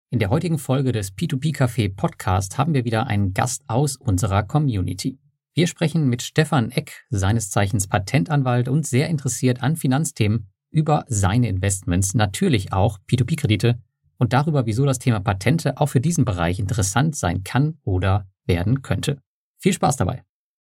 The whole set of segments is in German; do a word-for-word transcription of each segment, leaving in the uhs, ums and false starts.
In der heutigen Folge des P zwei P Café Podcast haben wir wieder einen Gast aus unserer Community. Wir sprechen mit Stefan Eck, seines Zeichens Patentanwalt und sehr interessiert an Finanzthemen, über seine Investments, natürlich auch P zwei P-Kredite und darüber, wieso das Thema Patente auch für diesen Bereich interessant sein kann oder werden könnte. Viel Spaß dabei!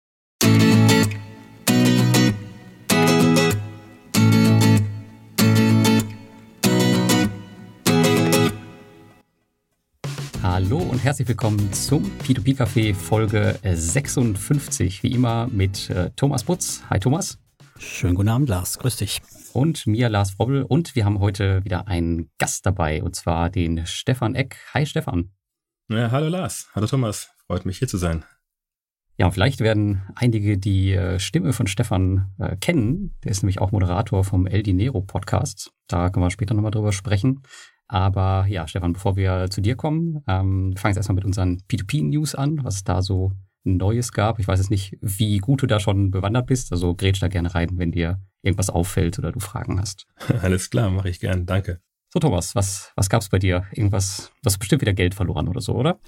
Hallo und herzlich willkommen zum P zwei P Café Folge sechsundfünfzig. Wie immer mit äh, Thomas Butz. Hi Thomas. Schönen guten Abend, Lars. Grüß dich. Und mir, Lars Frobbel. Und wir haben heute wieder einen Gast dabei, und zwar den Stefan Eck. Hi Stefan. Ja, hallo Lars. Hallo Thomas. Freut mich, hier zu sein. Ja, und vielleicht werden einige die äh, Stimme von Stefan äh, kennen. Der ist nämlich auch Moderator vom El Dinero Podcast. Da können wir später nochmal drüber sprechen. Aber ja, Stefan, bevor wir zu dir kommen, ähm, wir fangen jetzt erstmal mit unseren P zwei P-News an, was es da so Neues gab. Ich weiß jetzt nicht, wie gut du da schon bewandert bist. Also grätsch da gerne rein, wenn dir irgendwas auffällt oder du Fragen hast. Alles klar, mache ich gern. Danke. So Thomas, was, was gab's bei dir? Irgendwas, du hast bestimmt wieder Geld verloren oder so, oder?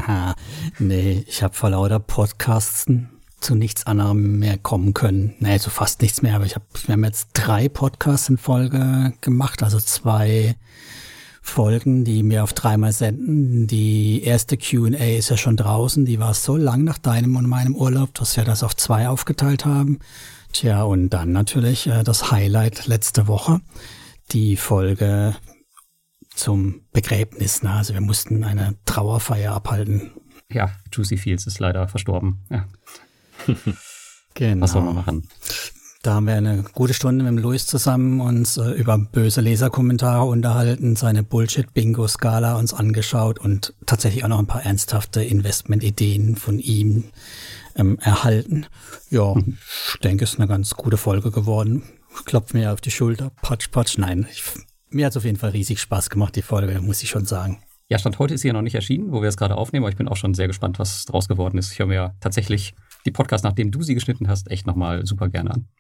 Nee, ich habe vor lauter Podcasts zu nichts anderem mehr kommen können. Nee, so fast nichts mehr, aber ich hab, wir haben jetzt drei Podcasts in Folge gemacht, also zwei Folgen, die mir auf dreimal senden. Die erste Q und A ist ja schon draußen, die war so lang nach deinem und meinem Urlaub, dass wir das auf zwei aufgeteilt haben. Tja, und dann natürlich äh, das Highlight letzte Woche, die Folge zum Begräbnis. Ne? Also wir mussten eine Trauerfeier abhalten. Ja, Juicy Fields ist leider verstorben. Ja. Genau. Was soll man machen? Da haben wir eine gute Stunde mit dem Luis zusammen uns äh, über böse Leserkommentare unterhalten, seine Bullshit-Bingo-Skala uns angeschaut und tatsächlich auch noch ein paar ernsthafte Investment-Ideen von ihm ähm, erhalten. Ja, mhm. Ich denke, es ist eine ganz gute Folge geworden. Klopft mir auf die Schulter, patsch, patsch. Nein, ich, mir hat es auf jeden Fall riesig Spaß gemacht, die Folge, muss ich schon sagen. Ja, Stand heute ist sie ja noch nicht erschienen, wo wir es gerade aufnehmen, aber ich bin auch schon sehr gespannt, was draus geworden ist. Ich höre mir tatsächlich die Podcasts, nachdem du sie geschnitten hast, echt nochmal super gerne an.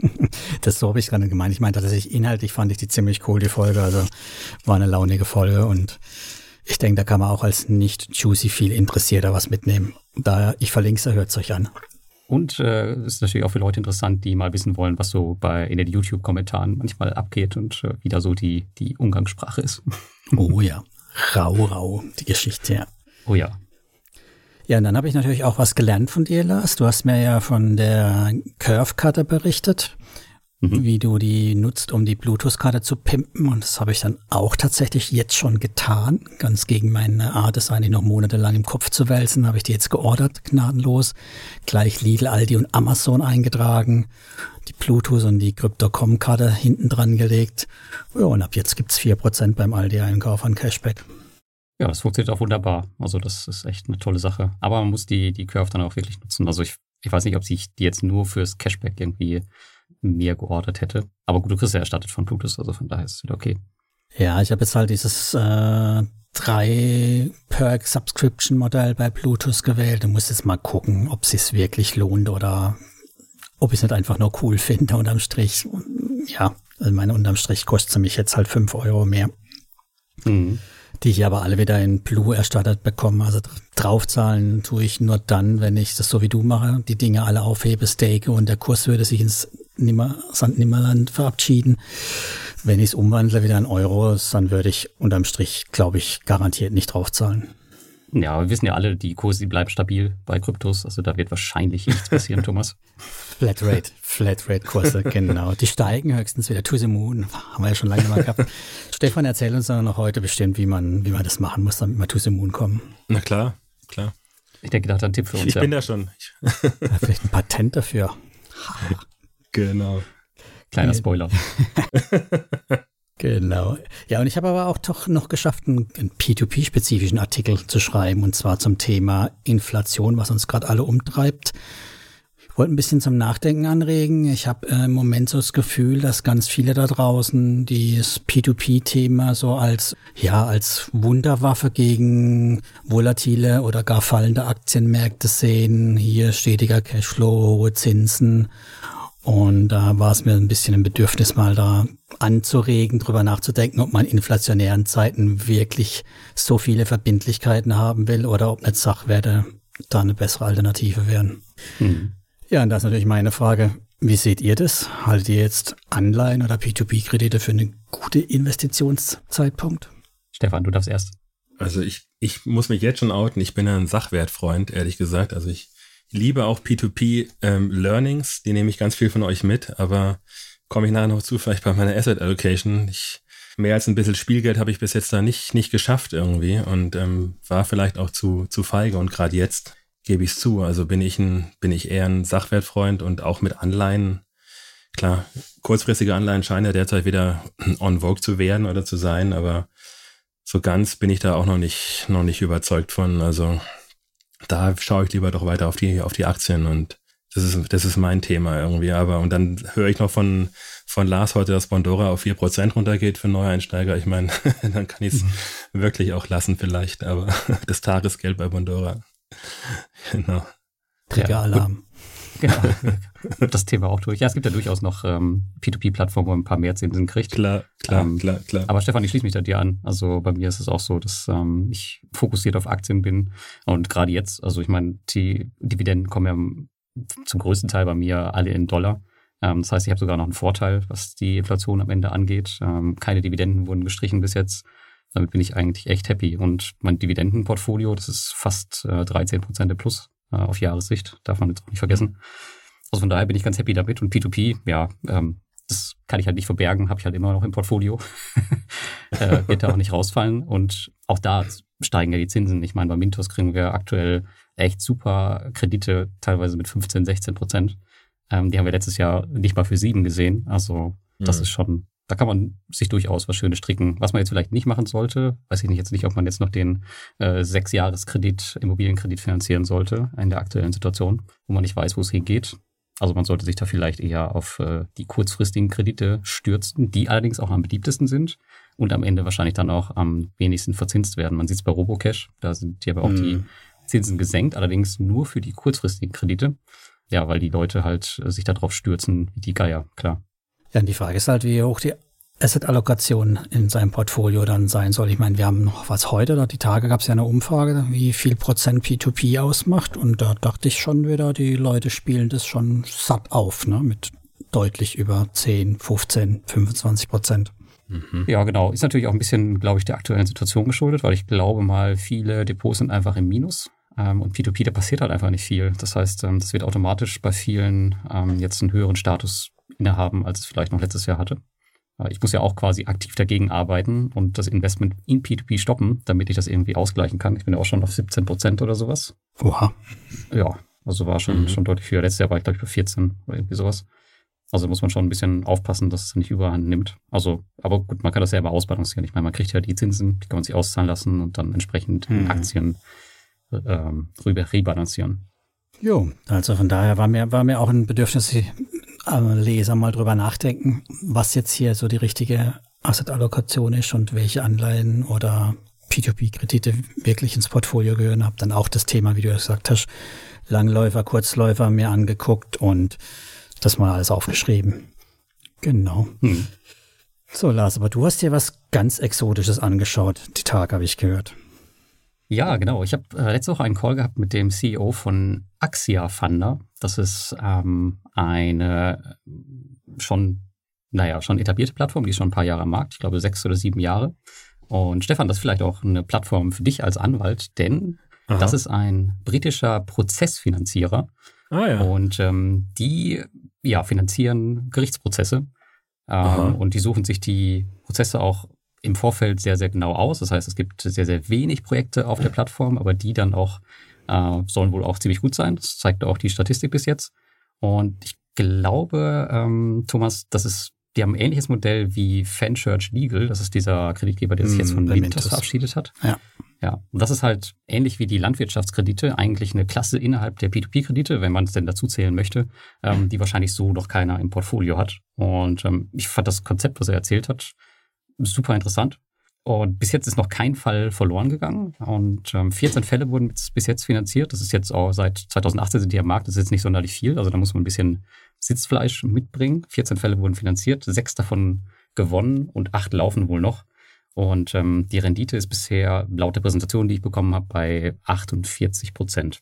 Das so habe ich gerade gemeint. Ich meinte tatsächlich, inhaltlich fand ich die ziemlich cool, die Folge. Also war eine launige Folge und ich denke, da kann man auch als nicht juicy viel Interessierter was mitnehmen. Da ich verlinke es, hört es euch an. Und äh, ist natürlich auch für Leute interessant, die mal wissen wollen, was so bei in den YouTube-Kommentaren manchmal abgeht und äh, wie da so die, die Umgangssprache ist. Oh ja, rau, rau, die Geschichte, ja. Oh ja. Ja, und dann habe ich natürlich auch was gelernt von dir, Lars. Du hast mir ja von der Curve-Karte berichtet, mhm. wie du die nutzt, um die Bluetooth-Karte zu pimpen. Und das habe ich dann auch tatsächlich jetzt schon getan. Ganz gegen meine Art, es eigentlich noch monatelang im Kopf zu wälzen, habe ich die jetzt geordert, gnadenlos. Gleich Lidl, Aldi und Amazon eingetragen, die Bluetooth und die Crypto Punkt com-Karte hinten dran gelegt. Ja, und ab jetzt gibt's vier Prozent beim Aldi-Einkauf an Cashback. Ja, das funktioniert auch wunderbar. Also das ist echt eine tolle Sache. Aber man muss die, die Curve dann auch wirklich nutzen. Also ich, ich weiß nicht, ob ich die jetzt nur fürs Cashback irgendwie mir geordert hätte. Aber gut, du kriegst ja erstattet von Bluetooth, also von daher ist es wieder okay. Ja, ich habe jetzt halt dieses äh, drei Perk Subscription Modell bei Bluetooth gewählt. Du musst jetzt mal gucken, ob es sich wirklich lohnt oder ob ich es nicht einfach nur cool finde unterm Strich. Ja, also meine unterm Strich kostet es mich jetzt halt fünf Euro mehr. Mhm. Die ich aber alle wieder in Blue erstattet bekomme. Also draufzahlen tue ich nur dann, wenn ich das so wie du mache, die Dinge alle aufhebe, stake und der Kurs würde sich ins Nimmer, Sand-Nimmerland verabschieden. Wenn ich es umwandle wieder in Euro, dann würde ich unterm Strich, glaube ich, garantiert nicht draufzahlen. Ja, wir wissen ja alle, die Kurse, die bleiben stabil bei Kryptos. Also da wird wahrscheinlich nichts passieren, Thomas. Flatrate, Flatrate-Kurse, genau. Die steigen höchstens wieder. To the moon, haben wir ja schon lange mal gehabt. Stefan, erzähl uns dann noch heute bestimmt, wie man, wie man das machen muss, damit wir to the moon kommen. Na klar, klar. Ich denke, da hat er einen Tipp für uns. Ich ja. bin da schon. Ja, vielleicht ein Patent dafür. Genau. Kleiner Spoiler. Genau. Ja, und ich habe aber auch doch noch geschafft, einen, einen P zwei P-spezifischen Artikel zu schreiben, und zwar zum Thema Inflation, was uns gerade alle umtreibt. Ich wollte ein bisschen zum Nachdenken anregen. Ich habe äh, im Moment so das Gefühl, dass ganz viele da draußen das P zwei P-Thema so als, ja, als Wunderwaffe gegen volatile oder gar fallende Aktienmärkte sehen. Hier stetiger Cashflow, hohe Zinsen. Und da war es mir ein bisschen ein Bedürfnis, mal da anzuregen, drüber nachzudenken, ob man in inflationären Zeiten wirklich so viele Verbindlichkeiten haben will oder ob nicht Sachwerte da eine bessere Alternative wären. Hm. Ja, und das ist natürlich meine Frage. Wie seht ihr das? Haltet ihr jetzt Anleihen oder P zwei P-Kredite für einen guten Investitionszeitpunkt? Stefan, du darfst erst. Also ich, ich muss mich jetzt schon outen. Ich bin ein Sachwertfreund, ehrlich gesagt. Also ich liebe auch P zwei P-Learnings. Ähm, die nehme ich ganz viel von euch mit. Aber komme ich nachher noch zu, vielleicht bei meiner Asset Allocation. Ich, mehr als ein bisschen Spielgeld habe ich bis jetzt da nicht, nicht geschafft irgendwie. Und ähm, war vielleicht auch zu, zu feige. Und gerade jetzt gebe ich es zu. Also bin ich ein, bin ich eher ein Sachwertfreund und auch mit Anleihen. Klar, kurzfristige Anleihen scheinen ja derzeit wieder on vogue zu werden oder zu sein, aber so ganz bin ich da auch noch nicht, noch nicht überzeugt von. Also da schaue ich lieber doch weiter auf die, auf die Aktien und das ist, das ist mein Thema irgendwie. Aber, und dann höre ich noch von, von Lars heute, dass Bondora auf vier Prozent runtergeht für Neueinsteiger. Ich meine, dann kann ich es mhm. wirklich auch lassen vielleicht, aber das Tagesgeld bei Bondora. Genau. Triggeralarm. Ja, genau. Das Thema auch durch. Ja, es gibt ja durchaus noch ähm, P zwei P-Plattformen, wo man ein paar mehr Zinsen kriegt. Klar, klar, ähm, klar, klar. Aber Stefan, ich schließe mich da dir an. Also bei mir ist es auch so, dass ähm, ich fokussiert auf Aktien bin. Und gerade jetzt, also ich meine, die Dividenden kommen ja zum größten Teil bei mir alle in Dollar. Ähm, das heißt, ich habe sogar noch einen Vorteil, was die Inflation am Ende angeht. Ähm, keine Dividenden wurden gestrichen bis jetzt. Damit bin ich eigentlich echt happy. Und mein Dividendenportfolio, das ist fast äh, dreizehn Prozent plus äh, auf Jahressicht. Darf man jetzt auch nicht vergessen. Also von daher bin ich ganz happy damit. Und P zwei P, ja, ähm, das kann ich halt nicht verbergen. Habe ich halt immer noch im Portfolio. äh, wird da auch nicht rausfallen. Und auch da steigen ja die Zinsen. Ich meine, bei Mintos kriegen wir aktuell echt super Kredite, teilweise mit fünfzehn, sechzehn Prozent. Ähm, die haben wir letztes Jahr nicht mal für sieben gesehen. Also das ja. ist schon... Da kann man sich durchaus was Schönes stricken. Was man jetzt vielleicht nicht machen sollte, weiß ich nicht jetzt nicht, ob man jetzt noch den äh, Sechs-Jahres-Kredit, Immobilienkredit finanzieren sollte in der aktuellen Situation, wo man nicht weiß, wo es hingeht. Also man sollte sich da vielleicht eher auf äh, die kurzfristigen Kredite stürzen, die allerdings auch am beliebtesten sind und am Ende wahrscheinlich dann auch am wenigsten verzinst werden. Man sieht es bei Robocash, da sind hier aber auch mhm. die Zinsen gesenkt, allerdings nur für die kurzfristigen Kredite. Ja, weil die Leute halt äh, sich da drauf stürzen wie die Geier, klar. Ja, und die Frage ist halt, wie hoch die Asset-Allokation in seinem Portfolio dann sein soll. Ich meine, wir haben noch was heute, oder die Tage gab es ja eine Umfrage, wie viel Prozent P zwei P ausmacht. Und da dachte ich schon wieder, die Leute spielen das schon satt auf, ne? Mit deutlich über zehn, fünfzehn, fünfundzwanzig Prozent. Mhm. Ja, genau. Ist natürlich auch ein bisschen, glaube ich, der aktuellen Situation geschuldet, weil ich glaube mal, viele Depots sind einfach im Minus. Und P zwei P, da passiert halt einfach nicht viel. Das heißt, das wird automatisch bei vielen jetzt einen höheren Status innehaben, als es vielleicht noch letztes Jahr hatte. Ich muss ja auch quasi aktiv dagegen arbeiten und das Investment in P zwei P stoppen, damit ich das irgendwie ausgleichen kann. Ich bin ja auch schon auf siebzehn Prozent oder sowas. Oha. Ja, also war schon, mhm. schon deutlich höher. Letztes Jahr war ich, glaube ich, bei vierzehn oder irgendwie sowas. Also muss man schon ein bisschen aufpassen, dass es nicht überhand nimmt. Also, aber gut, man kann das selber ausbalancieren. Ich meine, man kriegt ja die Zinsen, die kann man sich auszahlen lassen und dann entsprechend mhm. Aktien ähm, rüber rebalancieren. Jo, also von daher war mir, war mir auch ein Bedürfnis, Leser mal drüber nachdenken, was jetzt hier so die richtige Asset-Allokation ist und welche Anleihen oder P zwei P-Kredite wirklich ins Portfolio gehören. Habe dann auch das Thema, wie du gesagt hast, Langläufer, Kurzläufer mir angeguckt und das mal alles aufgeschrieben. Genau. Hm. So, Lars, aber du hast dir was ganz Exotisches angeschaut, die Tage habe ich gehört. Ja, genau. Ich habe äh, letzte Woche einen Call gehabt mit dem C E O von Axia Funder. Das ist ähm, eine schon, naja, schon etablierte Plattform, die ist schon ein paar Jahre am Markt. Ich glaube, sechs oder sieben Jahre. Und Stefan, das ist vielleicht auch eine Plattform für dich als Anwalt, denn Aha. das ist ein britischer Prozessfinanzierer. Ah, ja. Und ähm, die ja, finanzieren Gerichtsprozesse. Ähm, und die suchen sich die Prozesse auch im Vorfeld sehr, sehr genau aus. Das heißt, es gibt sehr, sehr wenig Projekte auf der Plattform, aber die dann auch äh, sollen wohl auch ziemlich gut sein. Das zeigt auch die Statistik bis jetzt. Und ich glaube, ähm, Thomas, das ist, die haben ein ähnliches Modell wie Fenchurch Legal. Das ist dieser Kreditgeber, der sich jetzt von Mintos verabschiedet hat. Ja. Ja, und das ist halt ähnlich wie die Landwirtschaftskredite, eigentlich eine Klasse innerhalb der P zwei P-Kredite, wenn man es denn dazu zählen möchte, ähm, die wahrscheinlich so noch keiner im Portfolio hat. Und ähm, ich fand das Konzept, was er erzählt hat, super interessant. Und bis jetzt ist noch kein Fall verloren gegangen. Und ähm, vierzehn Fälle wurden bis jetzt finanziert. Das ist jetzt auch seit zweitausendachtzehn sind die am Markt. Das ist jetzt nicht sonderlich viel. Also da muss man ein bisschen Sitzfleisch mitbringen. vierzehn Fälle wurden finanziert, sechs davon gewonnen und acht laufen wohl noch. Und ähm, die Rendite ist bisher laut der Präsentation, die ich bekommen habe, bei achtundvierzig Prozent.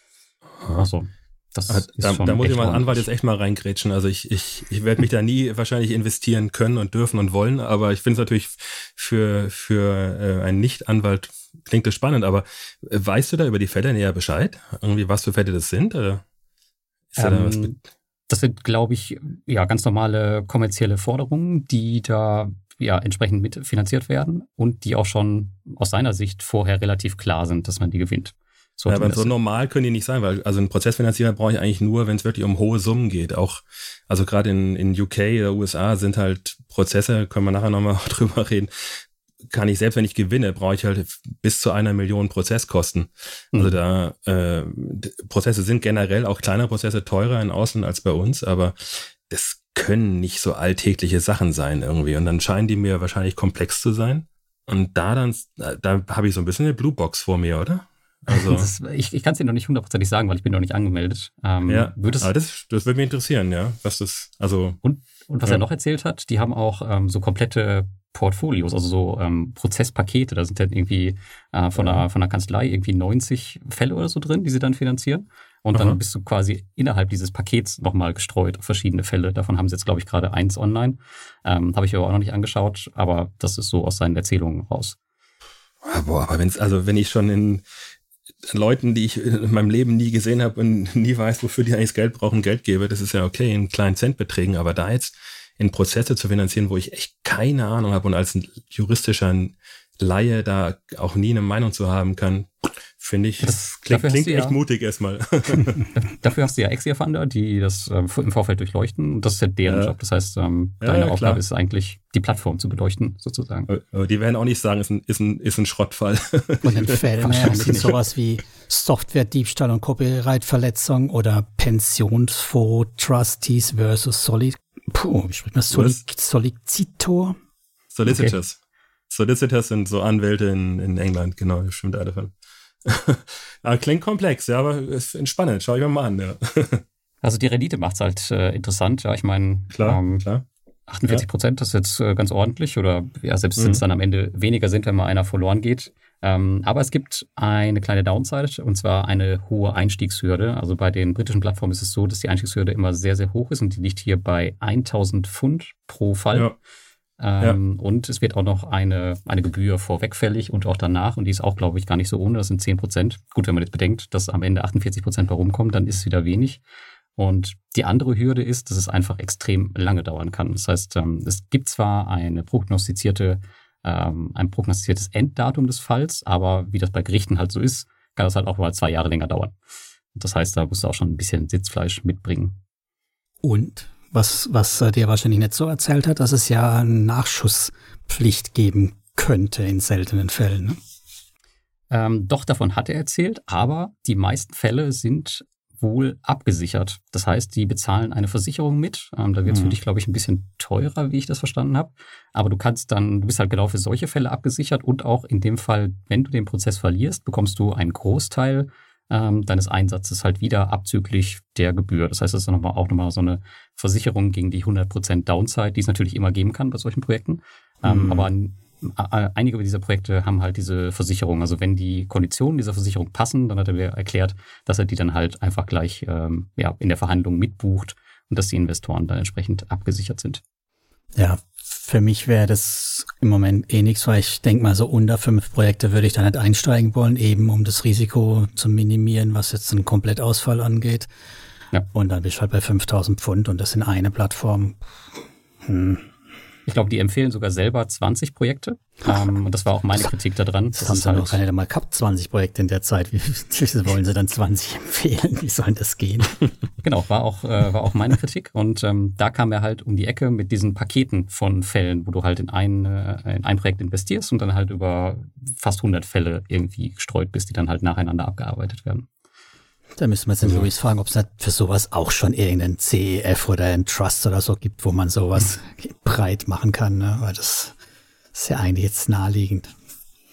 Also das ah, ist da, schon da muss echt ich mal ordentlich. Anwalt jetzt echt mal reingrätschen. Also ich, ich, ich werde mich da nie wahrscheinlich investieren können und dürfen und wollen, aber ich finde es natürlich für, für äh, einen Nicht-Anwalt klingt das spannend, aber äh, weißt du da über die Fälle näher Bescheid? Irgendwie, was für Fälle das sind? Oder ist da da was Ähm, mit? das sind, glaube ich, ja ganz normale kommerzielle Forderungen, die da ja entsprechend mitfinanziert werden und die auch schon aus seiner Sicht vorher relativ klar sind, dass man die gewinnt. So Ja, hat aber er so das- normal können die nicht sein, weil also ein Prozessfinanzierer brauche ich eigentlich nur, wenn es wirklich um hohe Summen geht. Auch, also gerade in, in U K oder U S A sind halt Prozesse, können wir nachher nochmal drüber reden, kann ich, selbst wenn ich gewinne, brauche ich halt bis zu einer Million Prozesskosten. Also Mhm. da äh, d- Prozesse sind generell auch kleinere Prozesse teurer in Ausland als bei uns, aber das können nicht so alltägliche Sachen sein irgendwie. Und dann scheinen die mir wahrscheinlich komplex zu sein. Und da dann, da habe ich so ein bisschen eine Bluebox vor mir, oder? Also Das, ich ich kann es dir noch nicht hundertprozentig sagen, weil ich bin noch nicht angemeldet. Ähm, ja, würde es, aber das, das würde mich interessieren, ja, was das, also und, und was ja. er noch erzählt hat, die haben auch ähm, so komplette Portfolios, also so ähm, Prozesspakete. Da sind dann irgendwie äh, von, Ja. einer, von einer Kanzlei irgendwie neunzig Fälle oder so drin, die sie dann finanzieren. Und Aha. dann bist du quasi innerhalb dieses Pakets nochmal gestreut auf verschiedene Fälle. Davon haben sie jetzt, glaube ich, gerade eins online. Ähm, Habe ich aber auch noch nicht angeschaut, aber das ist so aus seinen Erzählungen raus. Ah, boah, aber wenn's, also wenn ich schon in Leuten, die ich in meinem Leben nie gesehen habe und nie weiß, wofür die eigentlich das Geld brauchen, Geld gebe, das ist ja okay in kleinen Centbeträgen, aber da jetzt in Prozesse zu finanzieren, wo ich echt keine Ahnung habe und als ein juristischer Laie da auch nie eine Meinung zu haben kann, finde ich, Das- klingt, dafür hast klingt du ja- echt mutig erstmal. Dafür hast du ja Exia-Funder, die das ähm, im Vorfeld durchleuchten. Und das ist ja deren Ja. Job. Das heißt, ähm, Ja, deine ja, Aufgabe klar. ist eigentlich, die Plattform zu beleuchten, sozusagen. Aber die werden auch nicht sagen, ist ein, ist ein, ist ein Schrottfall. Und dann fällt mir Wahrscheinlich mit nicht. sowas wie Software-Diebstahl und Copyright-Verletzung oder Pensionsfonds-Trustees versus Solid. Puh, wie spricht man das? Solid, Solicitor? Solicitors. Solicitors sind so Anwälte in, in England, genau, das stimmt alle von. Aber klingt komplex, ja, aber ist entspannend, schau ich mir mal an, ja. Also die Rendite macht's halt äh, interessant. Ja, ich meine, Klar, ähm, klar. achtundvierzig Prozent, das ist jetzt äh, ganz ordentlich. Oder ja, selbst wenn es Mhm. dann am Ende weniger sind, wenn mal einer verloren geht. Ähm, aber es gibt eine kleine Downside, und zwar eine hohe Einstiegshürde. Also bei den britischen Plattformen ist es so, dass die Einstiegshürde immer sehr, sehr hoch ist und die liegt hier bei tausend Pfund pro Fall. Ja. Ähm, Und es wird auch noch eine, eine Gebühr vorweg fällig und auch danach. Und die ist auch, glaube ich, gar nicht so ohne. Das sind zehn Prozent. Gut, wenn man jetzt bedenkt, dass am Ende achtundvierzig Prozent bei rumkommen, dann ist es wieder wenig. Und die andere Hürde ist, dass es einfach extrem lange dauern kann. Das heißt, ähm, es gibt zwar eine prognostizierte, ähm, ein prognostiziertes Enddatum des Falls, aber wie das bei Gerichten halt so ist, kann das halt auch mal zwei Jahre länger dauern. Und das heißt, da musst du auch schon ein bisschen Sitzfleisch mitbringen. Und was, was er dir wahrscheinlich nicht so erzählt hat, dass es ja eine Nachschusspflicht geben könnte in seltenen Fällen. Ne? Ähm, doch, davon hat er erzählt, aber die meisten Fälle sind wohl abgesichert. Das heißt, die bezahlen eine Versicherung mit. Ähm, da wird es Mhm. für dich, glaube ich, ein bisschen teurer, wie ich das verstanden habe. Aber du kannst dann, du bist halt genau für solche Fälle abgesichert und auch in dem Fall, wenn du den Prozess verlierst, bekommst du einen Großteil ähm, deines Einsatzes halt wieder abzüglich der Gebühr. Das heißt, das ist noch mal, auch nochmal so eine Versicherung gegen die hundert Prozent Downside, die es natürlich immer geben kann bei solchen Projekten. Ähm, Mhm. aber an, a- einige dieser Projekte haben halt diese Versicherung. Also wenn die Konditionen dieser Versicherung passen, dann hat er mir erklärt, dass er die dann halt einfach gleich ähm, ja, in der Verhandlung mitbucht und dass die Investoren dann entsprechend abgesichert sind. Ja, für mich wäre das im Moment eh nichts, weil ich denke mal, so unter fünf Projekte würde ich da nicht einsteigen wollen, eben um das Risiko zu minimieren, was jetzt einen Komplettausfall angeht. Ja. Und dann bist du halt bei fünftausend Pfund und das in eine Plattform. Hm. Ich glaube, die empfehlen sogar selber zwanzig Projekte. Ähm, und das war auch meine Kritik daran. Das haben sie halt, noch gar nicht einmal gehabt, zwanzig Projekte in der Zeit. Wie, wie wollen sie dann zwanzig empfehlen? Wie soll das gehen? Genau, war auch, äh, war auch meine Kritik. Und ähm, da kam er halt um die Ecke mit diesen Paketen von Fällen, wo du halt in ein, äh, in ein Projekt investierst und dann halt über fast hundert Fälle irgendwie gestreut bist, die dann halt nacheinander abgearbeitet werden. Da müssen wir jetzt den Luis fragen, ob es nicht für sowas auch schon irgendeinen C E F oder einen Trust oder so gibt, wo man sowas breit machen kann. Ne? Weil das ist ja eigentlich jetzt naheliegend.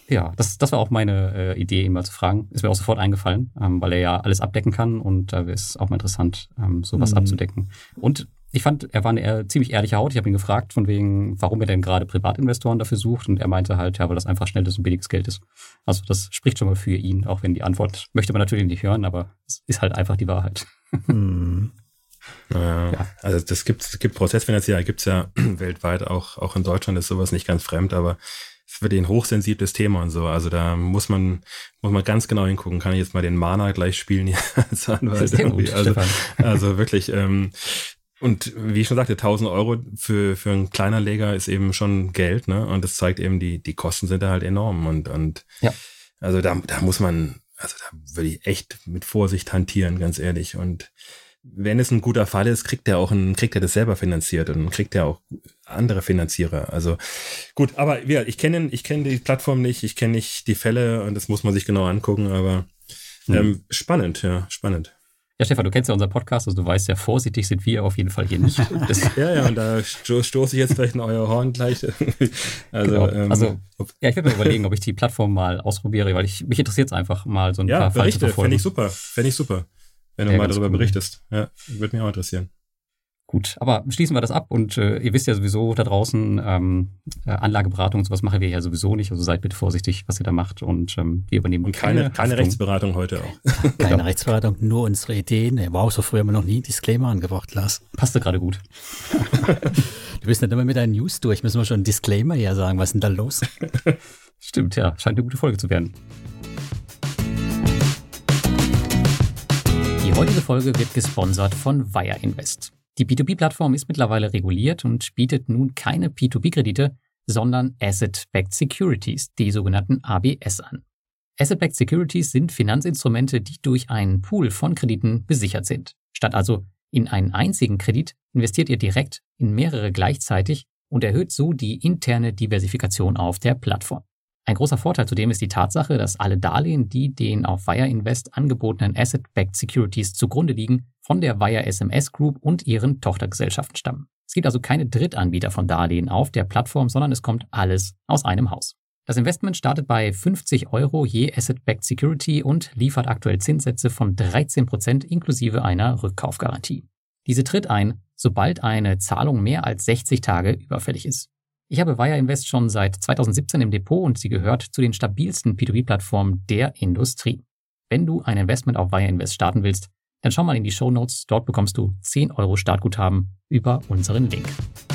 Ja, das, das war auch meine äh, Idee, ihn mal zu fragen. Ist mir auch sofort eingefallen, ähm, weil er ja alles abdecken kann und da äh, ist auch mal interessant, ähm, sowas mhm. abzudecken. Und ich fand, er war eine eher, ziemlich ehrliche Haut. Ich habe ihn gefragt, von wegen, warum er denn gerade Privatinvestoren dafür sucht. Und er meinte halt, ja, weil das einfach schnelles und billiges Geld ist. Also das spricht schon mal für ihn, auch wenn die Antwort möchte man natürlich nicht hören, aber es ist halt einfach die Wahrheit. Hm. Ja, ja. Also das gibt es gibt Prozessfinanzierer, gibt es ja weltweit, auch, auch in Deutschland ist sowas nicht ganz fremd, aber es wird ein hochsensibles Thema und so. Also da muss man muss man ganz genau hingucken. Kann ich jetzt mal den Mana gleich spielen hier als Anwalt? Sehr gut, also, also wirklich, ähm, und wie ich schon sagte, tausend Euro für, für einen Kleinanleger ist eben schon Geld, ne? Und das zeigt eben, die, die Kosten sind da halt enorm. Und, und ja. also da, da muss man, also da würde ich echt mit Vorsicht hantieren, ganz ehrlich. Und wenn es ein guter Fall ist, kriegt er auch ein, kriegt er das selber finanziert und kriegt er auch andere Finanzierer. Also gut, aber ja, ich kenne, ich kenne die Plattform nicht, ich kenne nicht die Fälle und das muss man sich genau angucken, aber ähm, mhm. spannend, ja, spannend. Ja, Stefan, du kennst ja unseren Podcast, also du weißt ja, vorsichtig sind wir auf jeden Fall hier nicht. ja, ja, und da sto- stoße ich jetzt vielleicht in euer Horn gleich. also, genau. ähm, also ja, ich werde mir überlegen, ob ich die Plattform mal ausprobiere, weil ich mich interessiert es einfach mal so ein ja, paar Fälle zu verfolgen. Ja, fände ich super, fände ich super, wenn du ja, mal darüber cool. berichtest. Ja, würde mich auch interessieren. Gut, aber schließen wir das ab und äh, ihr wisst ja sowieso da draußen, ähm, äh, Anlageberatung und sowas machen wir ja sowieso nicht, also seid bitte vorsichtig, was ihr da macht und ähm, wir übernehmen und keine, keine, keine Rechtsberatung heute auch. Keine ja. Rechtsberatung, nur unsere Ideen. Wow, so früh haben wir noch nie Disclaimer angebracht, Lars. Passte gerade gut. Du bist nicht immer mit deinen News durch, müssen wir schon einen Disclaimer hier sagen, was ist denn da los? Stimmt, ja, scheint eine gute Folge zu werden. Die heutige Folge wird gesponsert von Wire Invest. Die P zwei P-Plattform ist mittlerweile reguliert und bietet nun keine P zwei P-Kredite, sondern Asset-Backed Securities, die sogenannten A B S, an. Asset-Backed Securities sind Finanzinstrumente, die durch einen Pool von Krediten besichert sind. Statt also in einen einzigen Kredit investiert ihr direkt in mehrere gleichzeitig und erhöht so die interne Diversifikation auf der Plattform. Ein großer Vorteil zudem ist die Tatsache, dass alle Darlehen, die den auf Wire Invest angebotenen Asset-Backed Securities zugrunde liegen, von der Wire S M S Group und ihren Tochtergesellschaften stammen. Es gibt also keine Drittanbieter von Darlehen auf der Plattform, sondern es kommt alles aus einem Haus. Das Investment startet bei fünfzig Euro je Asset-Backed Security und liefert aktuell Zinssätze von dreizehn Prozent inklusive einer Rückkaufgarantie. Diese tritt ein, sobald eine Zahlung mehr als sechzig Tage überfällig ist. Ich habe Wire Invest schon seit zweitausendsiebzehn im Depot und sie gehört zu den stabilsten P zwei P-Plattformen der Industrie. Wenn du ein Investment auf Wire Invest starten willst, dann schau mal in die Shownotes, dort bekommst du zehn Euro Startguthaben über unseren Link.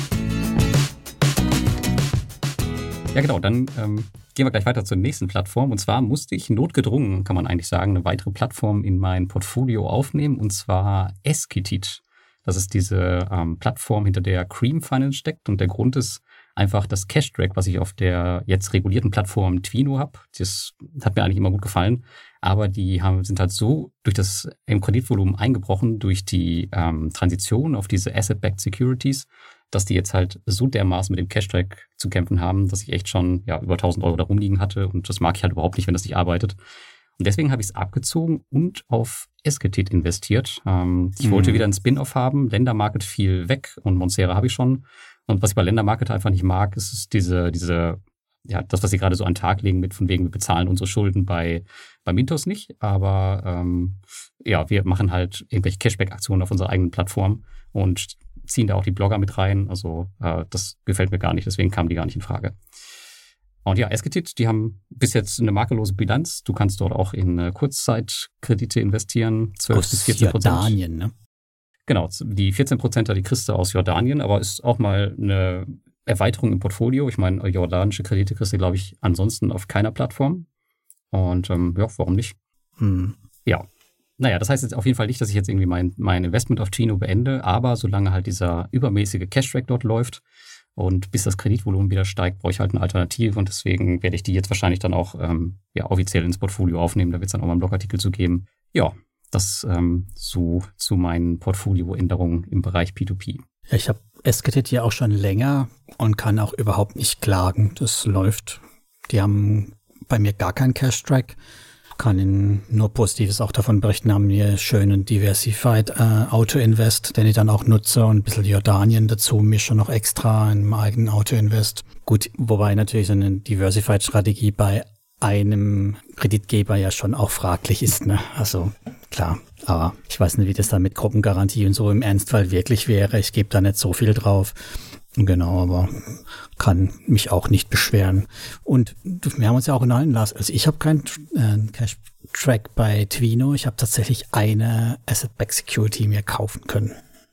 Ja genau, dann ähm, gehen wir gleich weiter zur nächsten Plattform. Und zwar musste ich notgedrungen, kann man eigentlich sagen, eine weitere Plattform in mein Portfolio aufnehmen, und zwar Esketit. Das ist diese ähm, Plattform, hinter der Cream Finance steckt, und der Grund ist einfach das Cash-Track, was ich auf der jetzt regulierten Plattform Twino habe. Das hat mir eigentlich immer gut gefallen, aber die haben, sind halt so durch das im Kreditvolumen eingebrochen, durch die ähm, Transition auf diese Asset-Backed Securities, dass die jetzt halt so dermaßen mit dem Cash-Track zu kämpfen haben, dass ich echt schon ja über tausend Euro da rumliegen hatte, und das mag ich halt überhaupt nicht, wenn das nicht arbeitet. Und deswegen habe ich es abgezogen und auf Esketit investiert. Ähm, ich mhm. wollte wieder einen Spin-Off haben. Ländermarket fiel weg und Monstera habe ich schon. Und was ich bei Ländermarket einfach nicht mag, ist diese, diese, ja, das, was sie gerade so an den Tag legen mit von wegen, wir bezahlen unsere Schulden bei, bei Mintos nicht. Aber ähm, ja, wir machen halt irgendwelche Cashback-Aktionen auf unserer eigenen Plattform und ziehen da auch die Blogger mit rein. Also äh, das gefällt mir gar nicht, deswegen kamen die gar nicht in Frage. Und ja, Esketit, die haben bis jetzt eine makellose Bilanz. Du kannst dort auch in äh, Kurzzeitkredite investieren, zwölf bis vierzehn Prozent. Jordanien, ne? Genau, die vierzehn Prozent die kriegst du aus Jordanien, aber ist auch mal eine Erweiterung im Portfolio. Ich meine, jordanische Kredite kriegst du, glaube ich, ansonsten auf keiner Plattform. Und ähm, ja, warum nicht? Hm. Ja, naja, das heißt jetzt auf jeden Fall nicht, dass ich jetzt irgendwie mein, mein Investment auf Twino beende, aber solange halt dieser übermäßige Cash-Track dort läuft und bis das Kreditvolumen wieder steigt, brauche ich halt eine Alternative, und deswegen werde ich die jetzt wahrscheinlich dann auch ähm, ja, offiziell ins Portfolio aufnehmen. Da wird es dann auch mal einen Blogartikel zu geben. Ja, das ähm, so zu meinen Portfolioänderungen im Bereich P zwei P. Ja, ich habe Esketit ja auch schon länger und kann auch überhaupt nicht klagen. Das läuft. Die haben bei mir gar keinen Cash-Track. Kann Ihnen nur Positives auch davon berichten. Haben wir schönen Diversified äh, Auto-Invest, den ich dann auch nutze, und ein bisschen Jordanien dazu, mische noch extra in meinem eigenen Auto-Invest. Gut, wobei natürlich so eine Diversified-Strategie bei einem Kreditgeber ja schon auch fraglich ist, ne? Also klar, aber ich weiß nicht, wie das dann mit Gruppengarantie und so im Ernstfall wirklich wäre. Ich gebe da nicht so viel drauf. Genau, aber kann mich auch nicht beschweren. Und wir haben uns ja auch unterhalten lassen. Also ich habe keinen äh, Cash-Track bei Twino. Ich habe tatsächlich eine Asset-Backed Security mir kaufen können.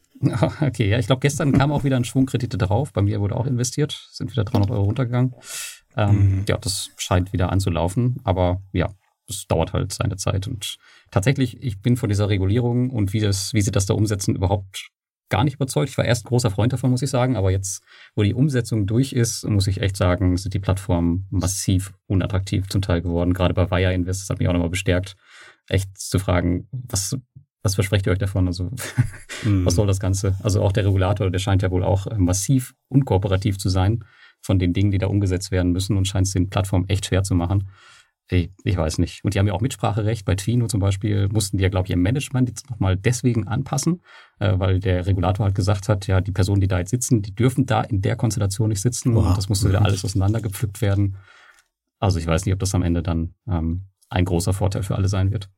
Okay, ja, ich glaube, gestern kam auch wieder ein Schwung Kredite drauf. Bei mir wurde auch investiert, sind wieder dreihundert Euro runtergegangen. Ähm, mhm. Ja, das scheint wieder anzulaufen, aber ja, es dauert halt seine Zeit. Und tatsächlich, ich bin von dieser Regulierung und wie das, wie sie das da umsetzen, überhaupt gar nicht überzeugt. Ich war erst ein großer Freund davon, muss ich sagen, aber jetzt, wo die Umsetzung durch ist, muss ich echt sagen, sind die Plattformen massiv unattraktiv zum Teil geworden. Gerade bei Via Invest, das hat mich auch nochmal bestärkt, echt zu fragen, was Was versprecht ihr euch davon? Also, mm. was soll das Ganze? Also auch der Regulator, der scheint ja wohl auch massiv unkooperativ zu sein von den Dingen, die da umgesetzt werden müssen und scheint es den Plattformen echt schwer zu machen. Ich, ich weiß nicht. Und die haben ja auch Mitspracherecht. Bei Twino zum Beispiel mussten die ja, glaube ich, ihr Management jetzt nochmal deswegen anpassen, äh, weil der Regulator halt gesagt hat, ja, die Personen, die da jetzt sitzen, die dürfen da in der Konstellation nicht sitzen. Wow. Und das musste wieder alles auseinandergepflückt werden. Also ich weiß nicht, ob das am Ende dann ähm, ein großer Vorteil für alle sein wird.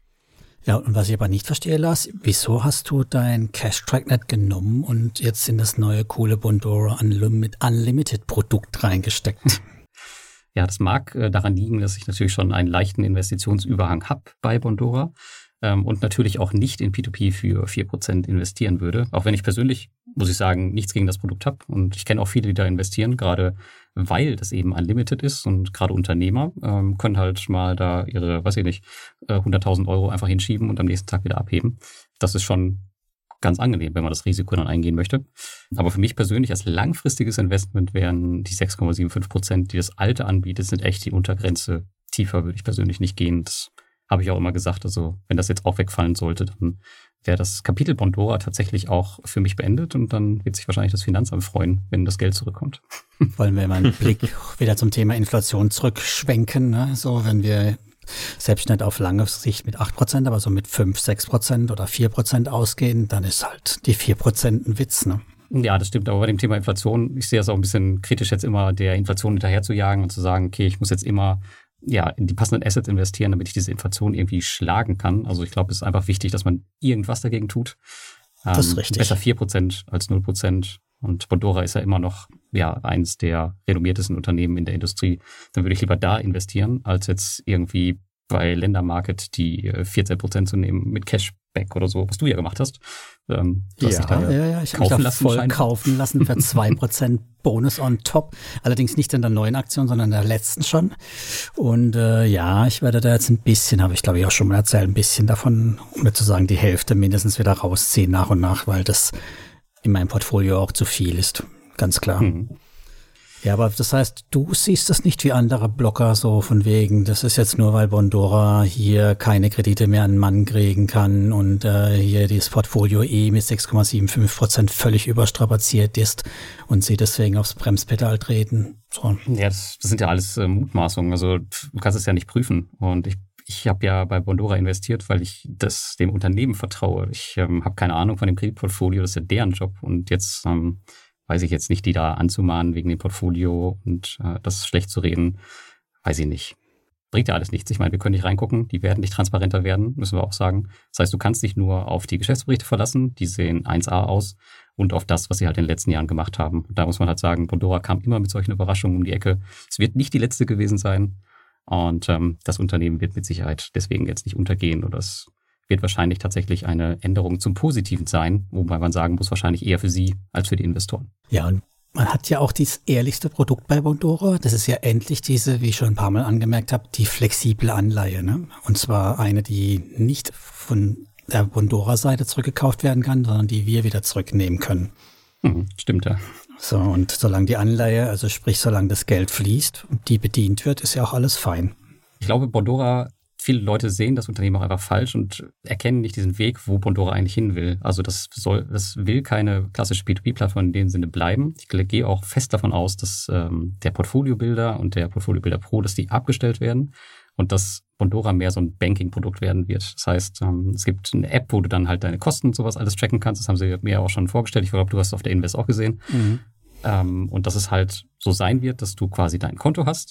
Ja, und was ich aber nicht verstehe, Lars, wieso hast du dein Cash-Track nicht genommen und jetzt in das neue coole Bondora Unlimited Produkt reingesteckt? Ja, das mag äh, daran liegen, dass ich natürlich schon einen leichten Investitionsüberhang habe bei Bondora ähm, und natürlich auch nicht in P zwei P für vier Prozent investieren würde. Auch wenn ich persönlich, muss ich sagen, nichts gegen das Produkt habe. Und ich kenne auch viele, die da investieren, gerade weil das eben unlimited ist und gerade Unternehmer ähm, können halt mal da ihre, weiß ich nicht, äh, hunderttausend Euro einfach hinschieben und am nächsten Tag wieder abheben. Das ist schon ganz angenehm, wenn man das Risiko dann eingehen möchte. Aber für mich persönlich als langfristiges Investment wären die sechs Komma fünfundsiebzig Prozent, die das alte anbietet, sind echt die Untergrenze. Tiefer würde ich persönlich nicht gehen. Das habe ich auch immer gesagt. Also wenn das jetzt auch wegfallen sollte, dann wäre das Kapitel Bondora tatsächlich auch für mich beendet und dann wird sich wahrscheinlich das Finanzamt freuen, wenn das Geld zurückkommt. Wollen wir mal einen Blick wieder zum Thema Inflation zurückschwenken, ne? So, wenn wir selbst nicht auf lange Sicht mit acht Prozent, aber so mit fünf, sechs Prozent oder vier Prozent ausgehen, dann ist halt die vier Prozent ein Witz, ne? Ja, das stimmt. Aber bei dem Thema Inflation, ich sehe es auch ein bisschen kritisch, jetzt immer der Inflation hinterher zu jagen und zu sagen, okay, ich muss jetzt immer ja in die passenden Assets investieren, damit ich diese Inflation irgendwie schlagen kann. Also ich glaube, es ist einfach wichtig, dass man irgendwas dagegen tut. Ähm, das ist richtig. Besser vier Prozent als null Prozent. Und Bondora ist ja immer noch ja eins der renommiertesten Unternehmen in der Industrie. Dann würde ich lieber da investieren, als jetzt irgendwie bei Ländermarket die vierzehn Prozent zu nehmen mit Cashback oder so, was du ja gemacht hast. Ähm, ja, ja, ja, ich habe mich da voll scheinbar. kaufen lassen für zwei Prozent Bonus on top. Allerdings nicht in der neuen Aktion, sondern in der letzten schon. Und äh, ja, ich werde da jetzt ein bisschen, habe ich glaube ich auch schon mal erzählt, ein bisschen davon, um nicht zu sagen die Hälfte mindestens wieder rausziehen nach und nach, weil das in meinem Portfolio auch zu viel ist, ganz klar. Mhm. Ja, aber das heißt, du siehst das nicht wie andere Blocker so von wegen, das ist jetzt nur, weil Bondora hier keine Kredite mehr an den Mann kriegen kann und äh, hier das Portfolio eh mit sechs Komma fünfundsiebzig Prozent völlig überstrapaziert ist und sie deswegen aufs Bremspedal treten. So. Ja, das, das sind ja alles äh, Mutmaßungen, also du kannst es ja nicht prüfen und ich Ich habe ja bei Bondora investiert, weil ich das dem Unternehmen vertraue. Ich ähm, habe keine Ahnung von dem Kreditportfolio, das ist ja deren Job. Und jetzt ähm, weiß ich jetzt nicht, die da anzumahnen wegen dem Portfolio und äh, das schlecht zu reden, weiß ich nicht. Bringt ja alles nichts. Ich meine, wir können nicht reingucken, die werden nicht transparenter werden, müssen wir auch sagen. Das heißt, du kannst dich nur auf die Geschäftsberichte verlassen, die sehen eins A aus und auf das, was sie halt in den letzten Jahren gemacht haben. Und da muss man halt sagen, Bondora kam immer mit solchen Überraschungen um die Ecke. Es wird nicht die letzte gewesen sein. Und ähm, das Unternehmen wird mit Sicherheit deswegen jetzt nicht untergehen. Oder es wird wahrscheinlich tatsächlich eine Änderung zum Positiven sein, wobei man sagen muss, wahrscheinlich eher für Sie als für die Investoren. Ja, und man hat ja auch dieses ehrlichste Produkt bei Bondora. Das ist ja endlich diese, wie ich schon ein paar Mal angemerkt habe, die flexible Anleihe, ne? Und zwar eine, die nicht von der Bondora-Seite zurückgekauft werden kann, sondern die wir wieder zurücknehmen können. Hm, stimmt, ja. So, und solange die Anleihe, also sprich, solange das Geld fließt und die bedient wird, ist ja auch alles fein. Ich glaube, Bondora, viele Leute sehen das Unternehmen auch einfach falsch und erkennen nicht diesen Weg, wo Bondora eigentlich hin will. Also das soll, das will keine klassische P zwei P-Plattform in dem Sinne bleiben. Ich gehe auch fest davon aus, dass ähm, der Portfolio-Builder und der Portfolio-Builder Pro, dass die abgestellt werden und dass Bondora mehr so ein Banking-Produkt werden wird. Das heißt, ähm, es gibt eine App, wo du dann halt deine Kosten und sowas alles tracken kannst. Das haben sie mir auch schon vorgestellt. Ich glaube, du hast es auf der Invest auch gesehen. Mhm. Ähm, und dass es halt so sein wird, dass du quasi dein Konto hast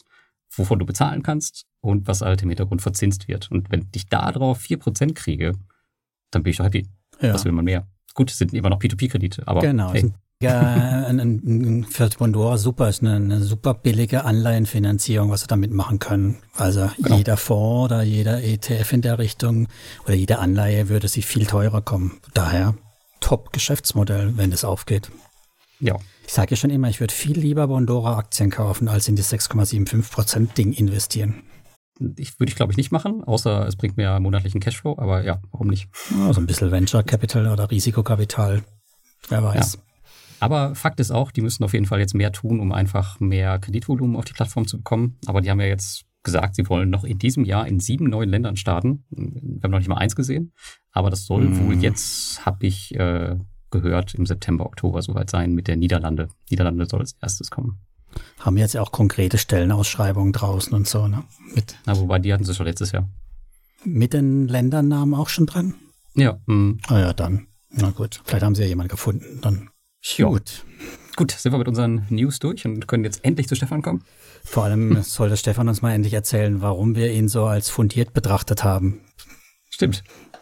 wovon du bezahlen kannst und was halt im Hintergrund verzinst wird. Und wenn ich da drauf vier Prozent kriege, dann bin ich doch happy. Ja. Was will man mehr? Gut, es sind immer noch P zwei P-Kredite, aber genau. Hey. Ja, ein, ein, für Bondora super, ist eine, eine super billige Anleihenfinanzierung, was sie damit machen können. Also genau. Jeder Fonds oder jeder E T F in der Richtung oder jede Anleihe würde sie viel teurer kommen. Daher Top-Geschäftsmodell, wenn es aufgeht. Ja. Ich sage ja schon immer, ich würde viel lieber Bondora-Aktien kaufen, als in das sechs Komma fünfundsiebzig Prozent Ding investieren. Ich würde ich, glaube ich, nicht machen, außer es bringt mir monatlichen Cashflow, aber ja, warum nicht? Also ein bisschen Venture Capital oder Risikokapital, wer weiß. Ja. Aber Fakt ist auch, die müssen auf jeden Fall jetzt mehr tun, um einfach mehr Kreditvolumen auf die Plattform zu bekommen. Aber die haben ja jetzt gesagt, sie wollen noch in diesem Jahr in sieben neuen Ländern starten. Wir haben noch nicht mal eins gesehen, aber das soll mm. wohl jetzt, habe ich äh, gehört, im September, Oktober soweit sein mit der Niederlande. Niederlande soll als erstes kommen. Haben jetzt ja auch konkrete Stellenausschreibungen draußen und so, ne? Mit Na, wobei, die hatten sie schon letztes Jahr. Mit den Ländernamen auch schon dran? Ja. Mm. Ah ja, dann. Na gut, vielleicht haben sie ja jemanden gefunden, dann. Ja. Gut. Gut, sind wir mit unseren News durch und können jetzt endlich zu Stefan kommen? Vor allem sollte Stefan uns mal endlich erzählen, warum wir ihn so als fundiert betrachtet haben. Stimmt.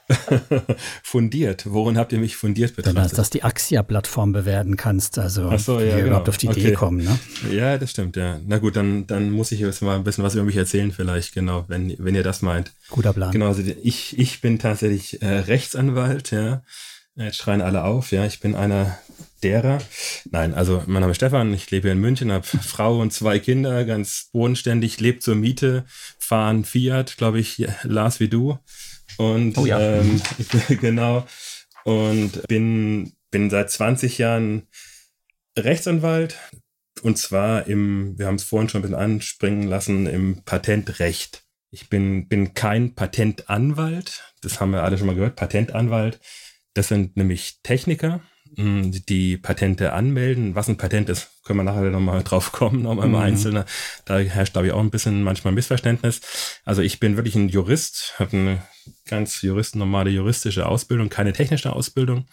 Fundiert? Worin habt ihr mich fundiert betrachtet? Dass, dass die Axia-Plattform bewerten kannst, also Ach so, ja, wie wir genau. überhaupt auf die okay. Idee kommen. Ne? Ja, das stimmt, ja. Na gut, dann, dann muss ich jetzt mal ein bisschen was über mich erzählen vielleicht, genau, wenn, wenn ihr das meint. Guter Plan. Genau, also ich, ich bin tatsächlich äh, Rechtsanwalt, ja. Jetzt schreien alle auf, ja, ich bin einer derer. Nein, also mein Name ist Stefan, ich lebe hier in München, habe Frau und zwei Kinder, ganz bodenständig, lebe zur Miete, fahre einen Fiat, glaube ich, Lars wie du. Und oh ja. ähm, genau. Und bin, bin seit zwanzig Jahren Rechtsanwalt. Und zwar im, wir haben es vorhin schon ein bisschen anspringen lassen, im Patentrecht. Ich bin, bin kein Patentanwalt, das haben wir alle schon mal gehört, Patentanwalt. Das sind nämlich Techniker, die Patente anmelden. Was ein Patent ist, können wir nachher nochmal drauf kommen, nochmal im mhm. Einzelnen. Da herrscht, glaube ich, auch ein bisschen manchmal Missverständnis. Also ich bin wirklich ein Jurist, habe eine ganz jurist, normale juristische Ausbildung, keine technische Ausbildung.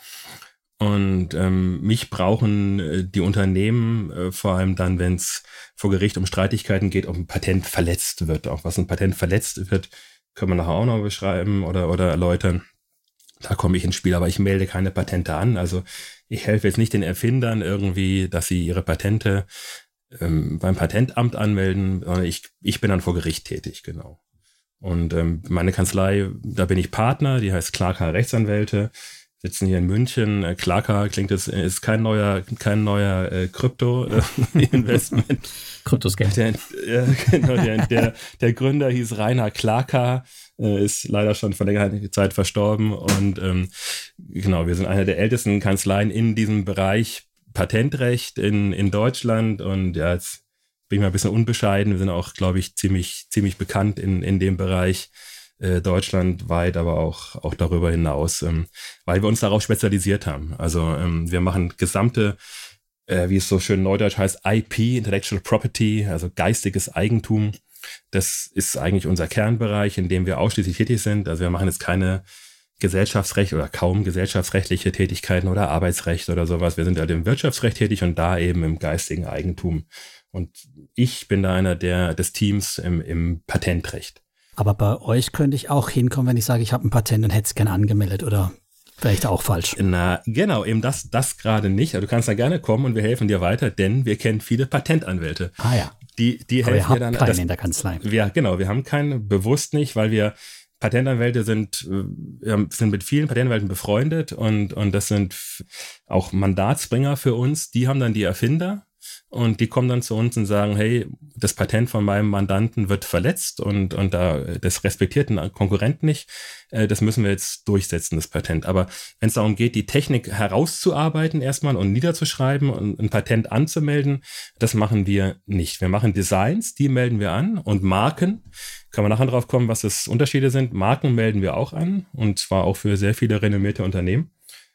Und ähm, mich brauchen äh, die Unternehmen, äh, vor allem dann, wenn es vor Gericht um Streitigkeiten geht, ob ein Patent verletzt wird. Auch was ein Patent verletzt wird, können wir nachher auch noch beschreiben oder, oder erläutern. Da komme ich ins Spiel, aber ich melde keine Patente an. Also ich helfe jetzt nicht den Erfindern irgendwie, dass sie ihre Patente ähm, beim Patentamt anmelden, sondern ich, ich bin dann vor Gericht tätig, genau. Und ähm, meine Kanzlei, da bin ich Partner, die heißt Clarka Rechtsanwälte, sitzen hier in München. Äh, Clarka klingt jetzt, ist kein neuer, kein neuer äh, Krypto-Investment. Kryptoscan. Der, äh, genau, der, der, der Gründer hieß Rainer Clarka, äh, ist leider schon vor längerer Zeit verstorben. Und ähm, genau, wir sind eine der ältesten Kanzleien in diesem Bereich Patentrecht in, in Deutschland. Und ja, jetzt bin ich mal ein bisschen unbescheiden. Wir sind auch, glaube ich, ziemlich, ziemlich bekannt in, in dem Bereich. Deutschlandweit, aber auch, auch darüber hinaus, ähm, weil wir uns darauf spezialisiert haben. Also ähm, wir machen gesamte, äh, wie es so schön neudeutsch heißt, I P, Intellectual Property, also geistiges Eigentum. Das ist eigentlich unser Kernbereich, in dem wir ausschließlich tätig sind. Also wir machen jetzt keine Gesellschaftsrecht oder kaum gesellschaftsrechtliche Tätigkeiten oder Arbeitsrecht oder sowas. Wir sind halt im Wirtschaftsrecht tätig und da eben im geistigen Eigentum. Und ich bin da einer der des Teams im, im Patentrecht. Aber bei euch könnte ich auch hinkommen, wenn ich sage, ich habe ein Patent und hätte es gerne angemeldet, oder wäre ich da auch falsch? Na, genau, eben das, das gerade nicht. Also du kannst da gerne kommen und wir helfen dir weiter, denn wir kennen viele Patentanwälte. Ah ja. Die, die Aber helfen ihr dir dann. Habt keinen das, in der Kanzlei. Wir, genau, wir haben keinen, bewusst nicht, weil wir Patentanwälte sind, wir sind mit vielen Patentanwälten befreundet und, und das sind auch Mandatsbringer für uns. Die haben dann die Erfinder. Und die kommen dann zu uns und sagen, hey, das Patent von meinem Mandanten wird verletzt und, und da, das respektiert einen Konkurrent nicht. Das müssen wir jetzt durchsetzen, das Patent. Aber wenn es darum geht, die Technik herauszuarbeiten erstmal und niederzuschreiben und ein Patent anzumelden, das machen wir nicht. Wir machen Designs, die melden wir an und Marken. Kann man nachher drauf kommen, was das Unterschiede sind. Marken melden wir auch an und zwar auch für sehr viele renommierte Unternehmen.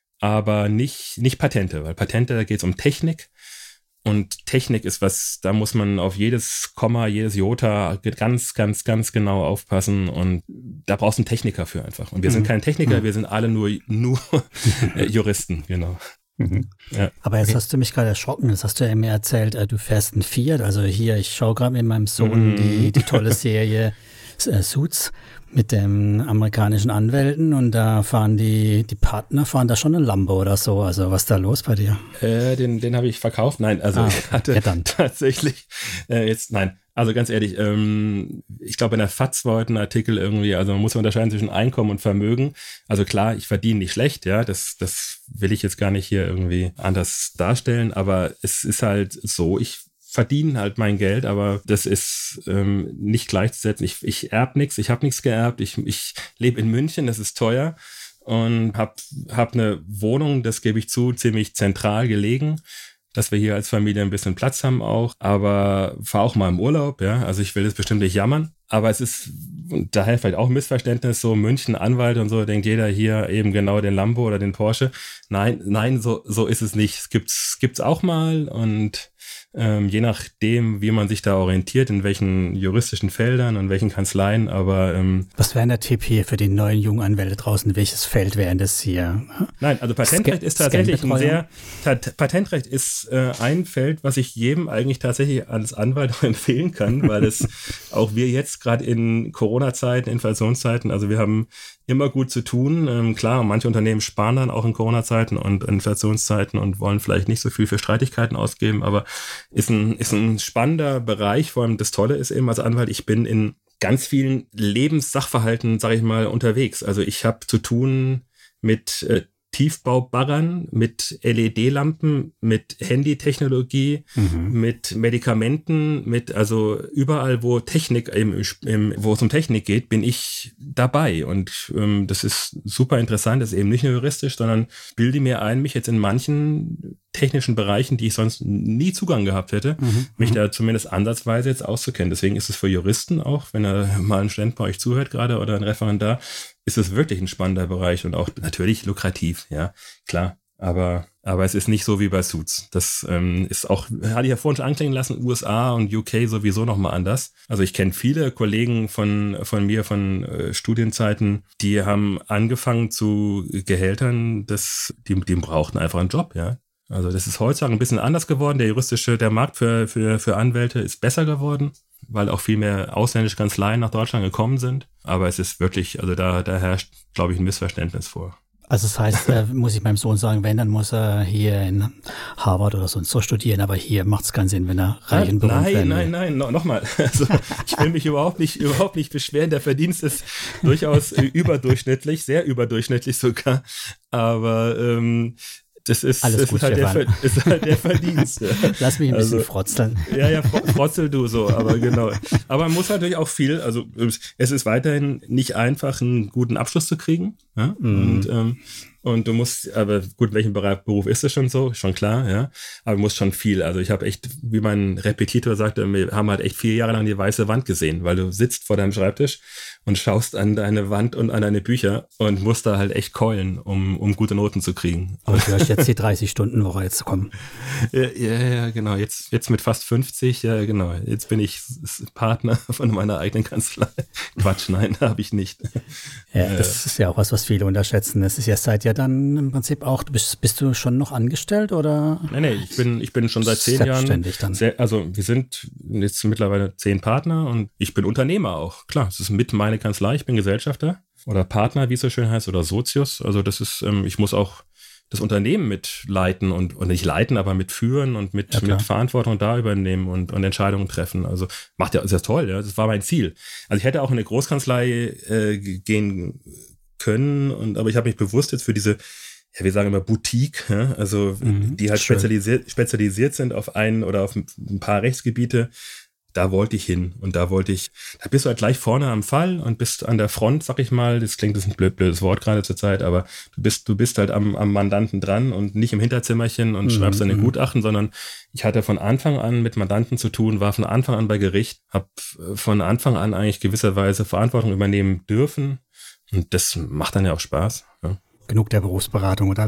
Aber nicht, nicht Patente, weil Patente, da geht es um Technik. Und Technik ist was, da muss man auf jedes Komma, jedes Jota ganz, ganz, ganz genau aufpassen und da brauchst du einen Techniker für einfach. Und wir sind keine Techniker, wir sind alle nur, nur Juristen, genau. Mhm. Ja. Aber jetzt okay. hast du mich gerade erschrocken. Jetzt hast du ja mir erzählt, du fährst ein Fiat. Also hier, ich schaue gerade mit meinem Sohn mhm. die, die tolle Serie äh, Suits mit den amerikanischen Anwälten und da fahren die, die Partner, fahren da schon ein Lambo oder so. Also was ist da los bei dir? Äh, den den habe ich verkauft. Nein, also ah, ich hatte ja, dann. tatsächlich äh, jetzt, nein. Also ganz ehrlich, ähm, ich glaube in der F A Z war heute ein Artikel irgendwie, also man muss unterscheiden zwischen Einkommen und Vermögen. Also klar, ich verdiene nicht schlecht, ja, das das will ich jetzt gar nicht hier irgendwie anders darstellen, aber es ist halt so, ich verdiene halt mein Geld, aber das ist ähm, nicht gleichzusetzen. Ich, ich erb nichts, ich habe nichts geerbt, ich, ich lebe in München, das ist teuer und habe hab eine Wohnung, das gebe ich zu, ziemlich zentral gelegen, dass wir hier als Familie ein bisschen Platz haben auch, aber fahr auch mal im Urlaub, ja, also ich will jetzt bestimmt nicht jammern, aber es ist, und daher vielleicht auch ein Missverständnis, so München, Anwalt und so, denkt jeder hier eben genau den Lambo oder den Porsche. Nein, nein, so so ist es nicht. Es gibt's gibt's auch mal und ähm, je nachdem, wie man sich da orientiert, in welchen juristischen Feldern und welchen Kanzleien, aber ähm, was wäre der Tipp hier für die neuen jungen Anwälte draußen? Welches Feld wäre das hier? Nein, also Patentrecht Scan- ist tatsächlich ein sehr, Tat, Patentrecht ist äh, ein Feld, was ich jedem eigentlich tatsächlich als Anwalt auch empfehlen kann, weil es auch wir jetzt gerade in Corona-Zeiten, Inflationszeiten, also wir haben immer gut zu tun. Ähm, klar, manche Unternehmen sparen dann auch in Corona-Zeiten und Inflationszeiten und wollen vielleicht nicht so viel für Streitigkeiten ausgeben, aber ist ein, ist ein spannender Bereich. Vor allem das Tolle ist eben als Anwalt, ich bin in ganz vielen Lebenssachverhalten, sage ich mal, unterwegs. Also ich habe zu tun mit äh, Tiefbaubarren, mit L E D-Lampen, mit Handytechnologie, mhm. mit Medikamenten, mit also überall, wo Technik, im, im, wo es um Technik geht, bin ich dabei. Und ähm, das ist super interessant, das ist eben nicht nur juristisch, sondern bilde mir ein, mich jetzt in manchen technischen Bereichen, die ich sonst nie Zugang gehabt hätte, mhm. mich da zumindest ansatzweise jetzt auszukennen. Deswegen ist es für Juristen auch, wenn er mal ein Student bei euch zuhört gerade oder ein Referendar, ist es wirklich ein spannender Bereich und auch natürlich lukrativ, ja, klar. Aber aber es ist nicht so wie bei Suits. Das ähm, ist auch, hatte ich ja vorhin schon anklingen lassen, U S A und U K sowieso nochmal anders. Also ich kenne viele Kollegen von von mir, von äh, Studienzeiten, die haben angefangen zu Gehältern, das, die, die brauchten einfach einen Job, ja. Also das ist heutzutage ein bisschen anders geworden. Der juristische, der Markt für für für Anwälte ist besser geworden, weil auch viel mehr ausländische Kanzleien nach Deutschland gekommen sind. Aber es ist wirklich, also da da herrscht, glaube ich, ein Missverständnis vor. Also das heißt, äh, muss ich meinem Sohn sagen, wenn, dann muss er hier in Harvard oder sonst so studieren, aber hier macht es keinen Sinn, wenn er reich und berühmt werden will. Nein, nein, nein, no, nochmal. Also ich will mich überhaupt nicht, überhaupt nicht beschweren. Der Verdienst ist durchaus überdurchschnittlich, sehr überdurchschnittlich sogar. Aber ähm, Das ist, Alles das gut, ist, halt der, ist halt der Verdienst. Ja. Lass mich ein bisschen also, frotzeln. Ja, ja, frotzel du so, aber genau. Aber man muss natürlich auch viel, also es ist weiterhin nicht einfach, einen guten Abschluss zu kriegen. Ja? Mm. Und, ähm, und du musst, aber gut, in welchem Bereich, Beruf ist es schon so, schon klar, ja. Aber du musst schon viel. Also ich habe echt, wie mein Repetitor sagte, wir haben halt echt vier Jahre lang die weiße Wand gesehen, weil du sitzt vor deinem Schreibtisch und schaust an deine Wand und an deine Bücher und musst da halt echt keulen, um, um gute Noten zu kriegen. Aber du hast jetzt die dreißig-Stunden-Woche jetzt zu kommen. Ja, ja, ja, genau. Jetzt, jetzt mit fast fünfzig, ja, genau. Jetzt bin ich Partner von meiner eigenen Kanzlei. Quatsch, nein, habe ich nicht. Ja, das ist ja auch was, was viele unterschätzen. Das ist ja seit ja dann im Prinzip auch, du bist, bist du schon noch angestellt oder? Nein, nee, ich bin, ich bin schon seit zehn Jahren. Dann. Sehr, also wir sind jetzt mittlerweile zehn Partner und ich bin Unternehmer auch. Klar, es ist mit meine Kanzlei, ich bin Gesellschafter oder Partner, wie es so schön heißt, oder Sozius. Also das ist, ähm, ich muss auch das Unternehmen mitleiten und, und nicht leiten, aber mitführen und mit, ja, mit Verantwortung da übernehmen und, und Entscheidungen treffen. Also macht ja, ist ja toll, ja. Das war mein Ziel. Also ich hätte auch in eine Großkanzlei äh, gehen können, und aber ich habe mich bewusst jetzt für diese, ja, wir sagen immer Boutique, ja, also mhm, die halt spezialisiert, spezialisiert sind auf einen oder auf ein paar Rechtsgebiete. Da wollte ich hin und da wollte ich, da bist du halt gleich vorne am Fall und bist an der Front, sag ich mal. Das klingt, das ist ein blöd, blödes Wort gerade zur Zeit, aber du bist, du bist halt am, am Mandanten dran und nicht im Hinterzimmerchen und mhm, schreibst deine Gutachten, sondern ich hatte von Anfang an mit Mandanten zu tun, war von Anfang an bei Gericht, habe von Anfang an eigentlich gewisserweise Verantwortung übernehmen dürfen und das macht dann ja auch Spaß. Ja. Genug der Berufsberatung, oder Lars?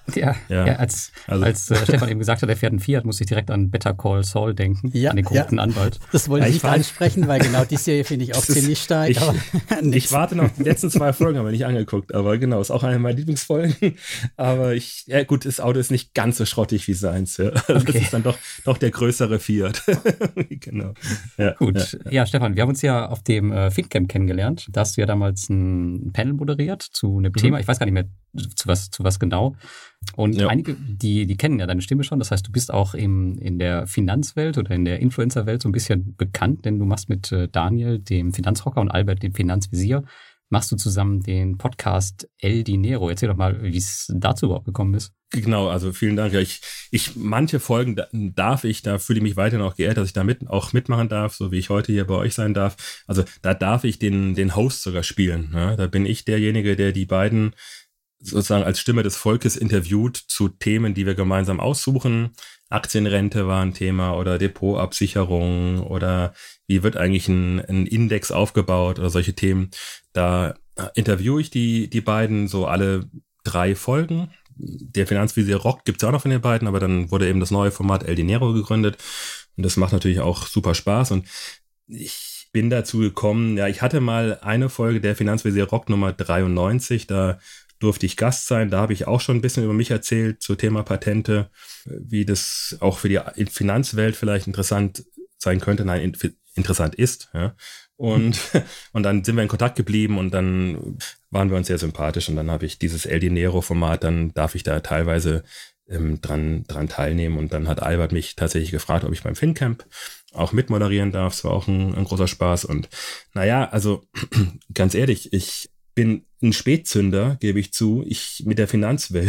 Ja, ja. ja als, also. als äh, Stefan eben gesagt hat, er fährt einen Fiat, muss ich direkt an Better Call Saul denken, ja, an den korrupten ja. Anwalt. Das wollte ja, ich nicht ansprechen, weil genau die Serie finde ich auch ziemlich stark. Ich, aber ich warte noch, die letzten zwei Folgen haben wir nicht angeguckt, aber genau, ist auch eine meiner Lieblingsfolgen. Aber ich, ja gut, das Auto ist nicht ganz so schrottig wie seins. Ja. Okay. Das ist dann doch, doch der größere Fiat. Genau. Ja, gut, ja, ja. ja, Stefan, wir haben uns ja auf dem äh, FinCamp kennengelernt. Da hast du ja damals ein Panel moderiert zu einem mhm. Thema, ich weiß gar nicht mehr, zu was, zu was genau. Und ja. einige, die, die kennen ja deine Stimme schon. Das heißt, du bist auch im, in der Finanzwelt oder in der Influencer-Welt so ein bisschen bekannt, denn du machst mit Daniel, dem Finanzrocker, und Albert, dem Finanzvisier, machst du zusammen den Podcast El Dinero. Erzähl doch mal, wie es dazu überhaupt gekommen ist. Genau, also vielen Dank. Ja, ich, ich, manche Folgen darf ich, da fühle ich mich weiterhin auch geehrt, dass ich da mit, auch mitmachen darf, so wie ich heute hier bei euch sein darf. Also da darf ich den, den Host sogar spielen. Ja? Da bin ich derjenige, der die beiden sozusagen als Stimme des Volkes interviewt zu Themen, die wir gemeinsam aussuchen. Aktienrente war ein Thema oder Depotabsicherung oder wie wird eigentlich ein, ein Index aufgebaut oder solche Themen. Da interviewe ich die, die beiden so alle drei Folgen. Der Finanzvisier Rock gibt's ja auch noch von den beiden, aber dann wurde eben das neue Format El Dinero gegründet und das macht natürlich auch super Spaß und ich bin dazu gekommen, ja, ich hatte mal eine Folge der Finanzvisier Rock Nummer dreiundneunzig, da durfte ich Gast sein, da habe ich auch schon ein bisschen über mich erzählt zu Thema Patente, wie das auch für die Finanzwelt vielleicht interessant sein könnte, nein, in, interessant ist, ja. Und, und dann sind wir in Kontakt geblieben und dann waren wir uns sehr sympathisch und dann habe ich dieses El Dinero-Format, dann darf ich da teilweise ähm, dran, dran teilnehmen und dann hat Albert mich tatsächlich gefragt, ob ich beim FinCamp auch mitmoderieren darf. Es war auch ein, ein großer Spaß und naja, also ganz ehrlich, ich bin ein Spätzünder, gebe ich zu, ich mit der Finanzwelt.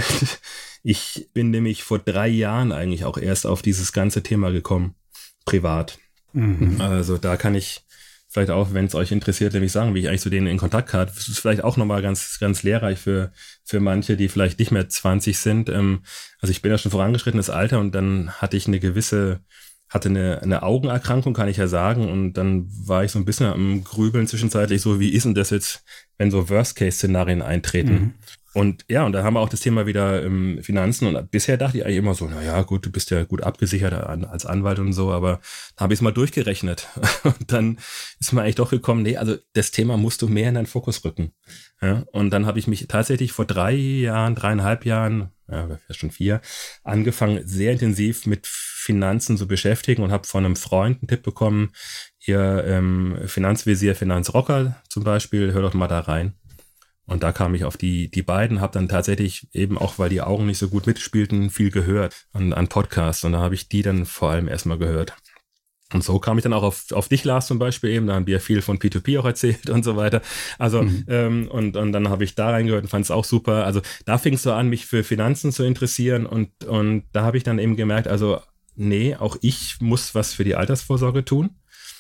Ich bin nämlich vor drei Jahren eigentlich auch erst auf dieses ganze Thema gekommen, privat. Mhm. Also da kann ich vielleicht auch, wenn es euch interessiert, nämlich sagen, wie ich eigentlich zu denen in Kontakt hatte. Das ist vielleicht auch nochmal ganz, ganz lehrreich für, für manche, die vielleicht nicht mehr zwanzig sind. Also ich bin ja schon vorangeschrittenes Alter und dann hatte ich eine gewisse, hatte eine, eine Augenerkrankung, kann ich ja sagen. Und dann war ich so ein bisschen am Grübeln zwischenzeitlich so, wie ist denn das jetzt, wenn so Worst-Case-Szenarien eintreten? Mhm. Und ja, und da haben wir auch das Thema wieder ähm, Finanzen und bisher dachte ich eigentlich immer so, na ja, gut, du bist ja gut abgesichert als Anwalt und so, aber da habe ich es mal durchgerechnet und dann ist mir eigentlich doch gekommen, nee, also das Thema musst du mehr in deinen Fokus rücken. Ja, und dann habe ich mich tatsächlich vor drei Jahren, dreieinhalb Jahren, ja, schon vier, angefangen, sehr intensiv mit Finanzen zu beschäftigen und habe von einem Freund einen Tipp bekommen, ihr ähm, Finanzvisier, Finanzrocker zum Beispiel, hör doch mal da rein. Und da kam ich auf die die beiden, habe dann tatsächlich eben auch, weil die Augen nicht so gut mitspielten, viel gehört an, an Podcasts. Und da habe ich die dann vor allem erstmal gehört. Und so kam ich dann auch auf auf dich, Lars, zum Beispiel eben. Da haben wir ja viel von P zwei P auch erzählt und so weiter. Also mhm. ähm, und und dann habe ich da reingehört und fand es auch super. Also da fing es so an, mich für Finanzen zu interessieren. Und und da habe ich dann eben gemerkt, also nee, auch ich muss was für die Altersvorsorge tun.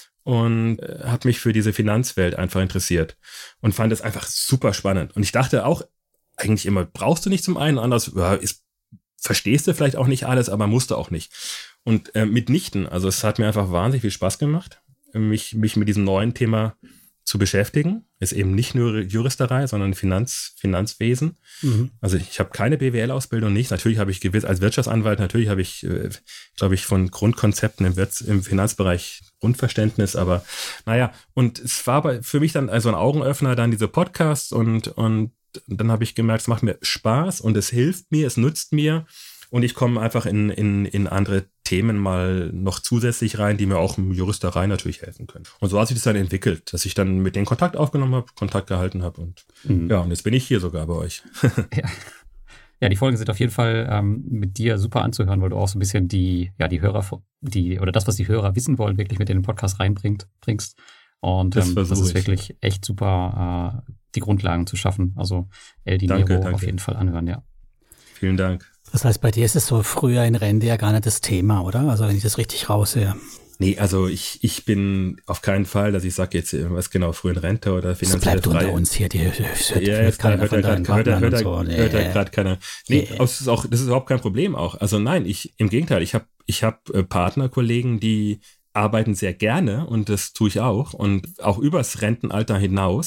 Und äh, habe mich für diese Finanzwelt einfach interessiert und fand es einfach super spannend. Und ich dachte auch eigentlich immer, brauchst du nicht zum einen, anders ja, ist, verstehst du vielleicht auch nicht alles, aber musst du auch nicht. Und äh, mitnichten, also es hat mir einfach wahnsinnig viel Spaß gemacht, mich, mich mit diesem neuen Thema zu beschäftigen. Ist eben nicht nur Juristerei, sondern Finanz, Finanzwesen. Mhm. Also ich habe keine B W L-Ausbildung, nicht. Natürlich habe ich gewiss als Wirtschaftsanwalt, natürlich habe ich, äh, glaube ich, von Grundkonzepten im, Wirts-, im Finanzbereich Grundverständnis, aber naja, und es war aber für mich dann also ein Augenöffner, dann diese Podcasts und, und dann habe ich gemerkt, es macht mir Spaß und es hilft mir, es nützt mir und ich komme einfach in, in, in andere Themen mal noch zusätzlich rein, die mir auch im Juristerei natürlich helfen können. Und so hat sich das dann entwickelt, dass ich dann mit denen Kontakt aufgenommen habe, Kontakt gehalten habe und mhm. ja, und jetzt bin ich hier sogar bei euch. Ja. Ja, die Folgen sind auf jeden Fall ähm, mit dir super anzuhören, weil du auch so ein bisschen die, ja, die Hörer, die, oder das, was die Hörer wissen wollen, wirklich mit in den Podcast reinbringst. Bringst. Und das, ähm, das ist wirklich echt super, äh, die Grundlagen zu schaffen. Also El Dinero danke, danke. Auf jeden Fall anhören, ja. Vielen Dank. Das heißt, bei dir ist es so früher in Rente ja gar nicht das Thema, oder? Also wenn ich das richtig raushöre. Nee, also ich, ich bin auf keinen Fall, dass ich sage jetzt, was genau, früh in Rente oder finanziell frei. Das bleibt unter uns hier, die hört, ja, jetzt keiner hört, hört, hört, hört, hört, hört, so. nee. hört ja gerade keiner. Nee, nee. Das ist auch, das ist überhaupt kein Problem auch. Also nein, ich, im Gegenteil, ich habe ich hab äh, Partnerkollegen, die arbeiten sehr gerne und das tue ich auch und auch übers Rentenalter hinaus.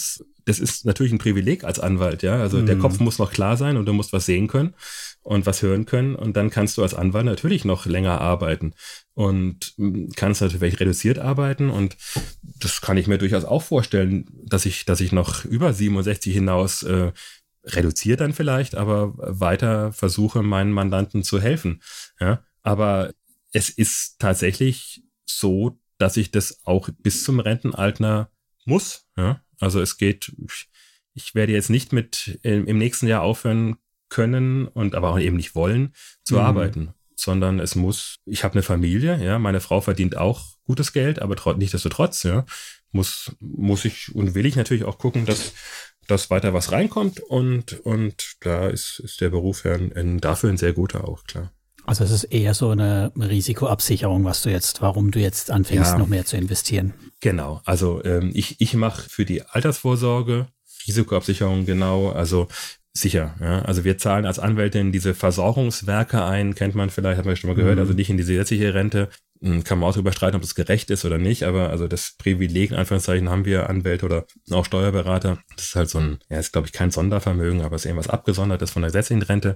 das ist natürlich ein Privileg als Anwalt, ja. Also mhm. der Kopf muss noch klar sein und du musst was sehen können und was hören können. Und dann kannst du als Anwalt natürlich noch länger arbeiten und kannst natürlich reduziert arbeiten. Und das kann ich mir durchaus auch vorstellen, dass ich, dass ich noch über siebenundsechzig hinaus äh, reduziert dann vielleicht, aber weiter versuche, meinen Mandanten zu helfen. Ja, aber es ist tatsächlich so, dass ich das auch bis zum Rentenalter muss. Ja, also es geht, ich werde jetzt nicht mit im, im nächsten Jahr aufhören können und aber auch eben nicht wollen zu mhm. arbeiten, sondern es muss, ich habe eine Familie, ja, meine Frau verdient auch gutes Geld, aber tro- nichtsdestotrotz, ja, muss, muss ich und will ich natürlich auch gucken, dass dass weiter was reinkommt und, und da ist, ist der Beruf ja ein, ein, dafür ein sehr guter auch, klar. Also es ist eher so eine Risikoabsicherung, was du jetzt, warum du jetzt anfängst, ja, noch mehr zu investieren. Genau, also ähm, ich, ich mache für die Altersvorsorge Risikoabsicherung, genau, also sicher, ja, also wir zahlen als Anwältin diese Versorgungswerke ein, kennt man vielleicht, hat man schon mal gehört, mhm. also nicht in die gesetzliche Rente. Kann man auch darüber streiten, ob das gerecht ist oder nicht, aber also das Privileg, in Anführungszeichen, haben wir Anwälte oder auch Steuerberater. Das ist halt so ein, ja, ist glaube ich kein Sondervermögen, aber es ist irgendwas Abgesondertes von der gesetzlichen Rente.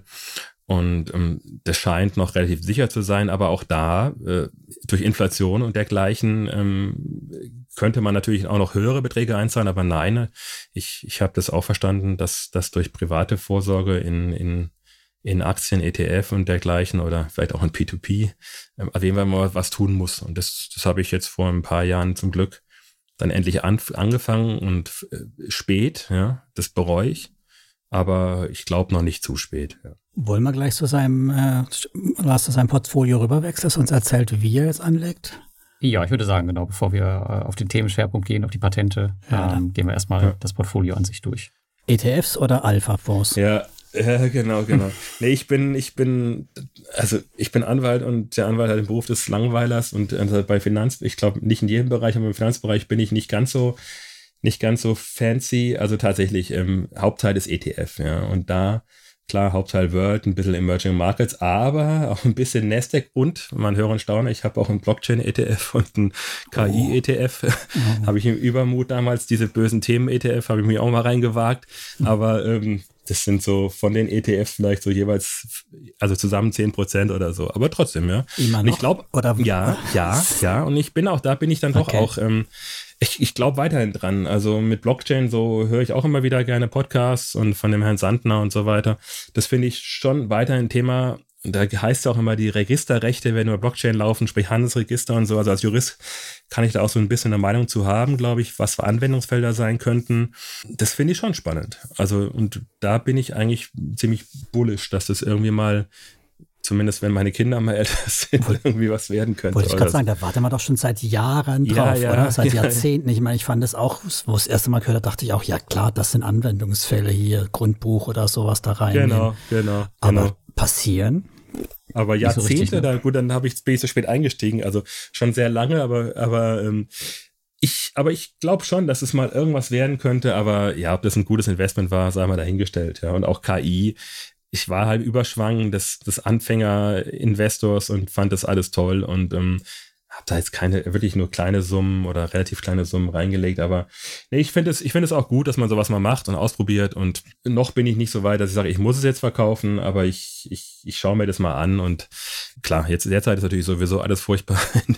Und ähm, das scheint noch relativ sicher zu sein, aber auch da, äh, durch Inflation und dergleichen, ähm, könnte man natürlich auch noch höhere Beträge einzahlen, aber nein, ich, ich habe das auch verstanden, dass das durch private Vorsorge in, in in Aktien, E T F und dergleichen oder vielleicht auch in P zwei P, ähm, auf jeden Fall mal was tun muss. Und das, das habe ich jetzt vor ein paar Jahren zum Glück dann endlich an, angefangen und äh, spät, ja, das bereue ich, aber ich glaube noch nicht zu spät. Ja. Wollen wir gleich zu seinem, äh, Lars, zu seinem Portfolio rüberwechseln, das uns erzählt, wie er jetzt anlegt? Ja, ich würde sagen, genau, bevor wir äh, auf den Themenschwerpunkt gehen, auf die Patente, ja, ähm, gehen wir erstmal ja. das Portfolio an sich durch. E T Fs oder Alpha-Fonds? Ja, Ja, genau, genau. Nee, ich bin, ich bin, also ich bin Anwalt und der Anwalt hat den Beruf des Langweilers und also bei Finanz, ich glaube nicht in jedem Bereich, aber im Finanzbereich bin ich nicht ganz so, nicht ganz so fancy. Also tatsächlich, ähm, Hauptteil ist E T F, ja. Und da, klar, Hauptteil World, ein bisschen Emerging Markets, aber auch ein bisschen Nasdaq und, man höre und staune, ich habe auch einen Blockchain-E T F und einen K I-E T F. Oh. Habe ich im Übermut damals, diese bösen Themen-E T F, habe ich mich auch mal reingewagt. Aber ähm, das sind so von den E T F vielleicht so jeweils, also zusammen zehn Prozent oder so. Aber trotzdem, ja. Immer noch? Und ich glaube, ja, ja, ja. Und ich bin auch, da bin ich dann doch okay. auch, ähm, ich, ich glaube weiterhin dran. Also mit Blockchain, so höre ich auch immer wieder gerne Podcasts und von dem Herrn Sandner und so weiter. Das finde ich schon weiterhin ein Thema. Da heißt ja auch immer, die Registerrechte werden über Blockchain laufen, sprich Handelsregister und so. Also als Jurist kann ich da auch so ein bisschen eine Meinung zu haben, glaube ich, was für Anwendungsfelder sein könnten. Das finde ich schon spannend. Also und da bin ich eigentlich ziemlich bullish, dass das irgendwie mal, zumindest wenn meine Kinder mal älter sind, irgendwie was werden könnte. Wollte ich gerade sagen, da warten wir doch schon seit Jahren drauf, ja, ja, oder? Seit ja. Jahrzehnten. Ich meine, ich fand das auch, wo ich das erste Mal gehört habe, dachte ich auch, ja klar, das sind Anwendungsfälle hier, Grundbuch oder sowas da rein. Genau, genau. Aber genau. passieren? Aber Jahrzehnte, so richtig, da, gut, dann habe ich, bin ich so spät eingestiegen, also schon sehr lange, aber, aber ähm, ich, aber ich glaube schon, dass es mal irgendwas werden könnte, aber ja, ob das ein gutes Investment war, sei mal dahingestellt, ja. Und auch K I, ich war halt überschwang des, des Anfänger-Investors und fand das alles toll und ähm, habe da jetzt keine, wirklich nur kleine Summen oder relativ kleine Summen reingelegt, aber nee, ich finde es, ich finde es auch gut, dass man sowas mal macht und ausprobiert und noch bin ich nicht so weit, dass ich sage, ich muss es jetzt verkaufen, aber ich, ich, ich schaue mir das mal an und klar, jetzt derzeit ist natürlich sowieso alles furchtbar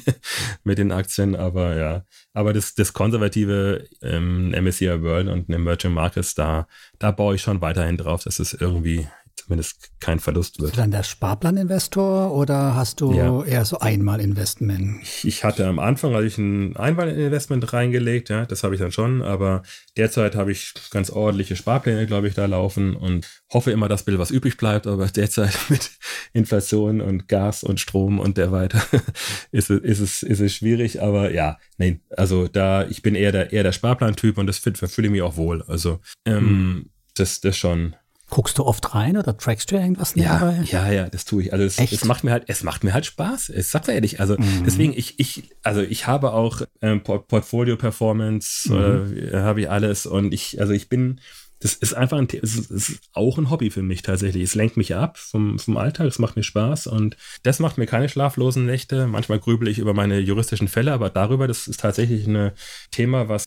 mit den Aktien, aber ja, aber das, das konservative ähm, M S C I World und Emerging Markets, da, da baue ich schon weiterhin drauf, dass es irgendwie zumindest kein Verlust wird. Bist du dann der Sparplaninvestor oder hast du ja. eher so Einmalinvestment? Ich, ich hatte am Anfang hatte ich ein Einmalinvestment reingelegt, ja, das habe ich dann schon, aber derzeit habe ich ganz ordentliche Sparpläne, glaube ich, da laufen und hoffe immer, dass ein bisschen was übrig bleibt, aber derzeit mit Inflation und Gas und Strom und der weiter ist, ist, es, ist es schwierig, aber ja, nein, also da, ich bin eher der, eher der Sparplantyp und das fühle ich mich auch wohl, also ähm, hm. das, das schon. Guckst du oft rein oder trackst du irgendwas nebenbei? Ja, ja, ja, das tue ich. Also es, es macht mir halt, es macht mir halt Spaß. Ich sag's ehrlich. Also mhm. deswegen, ich, ich, also ich habe auch ähm, Portfolio Performance, mhm. äh, habe ich alles und ich, also ich bin, das ist einfach ein, es ist, es ist auch ein Hobby für mich tatsächlich. Es lenkt mich ab vom, vom Alltag, es macht mir Spaß und das macht mir keine schlaflosen Nächte. Manchmal grübel ich über meine juristischen Fälle, aber darüber, das ist tatsächlich ein Thema, was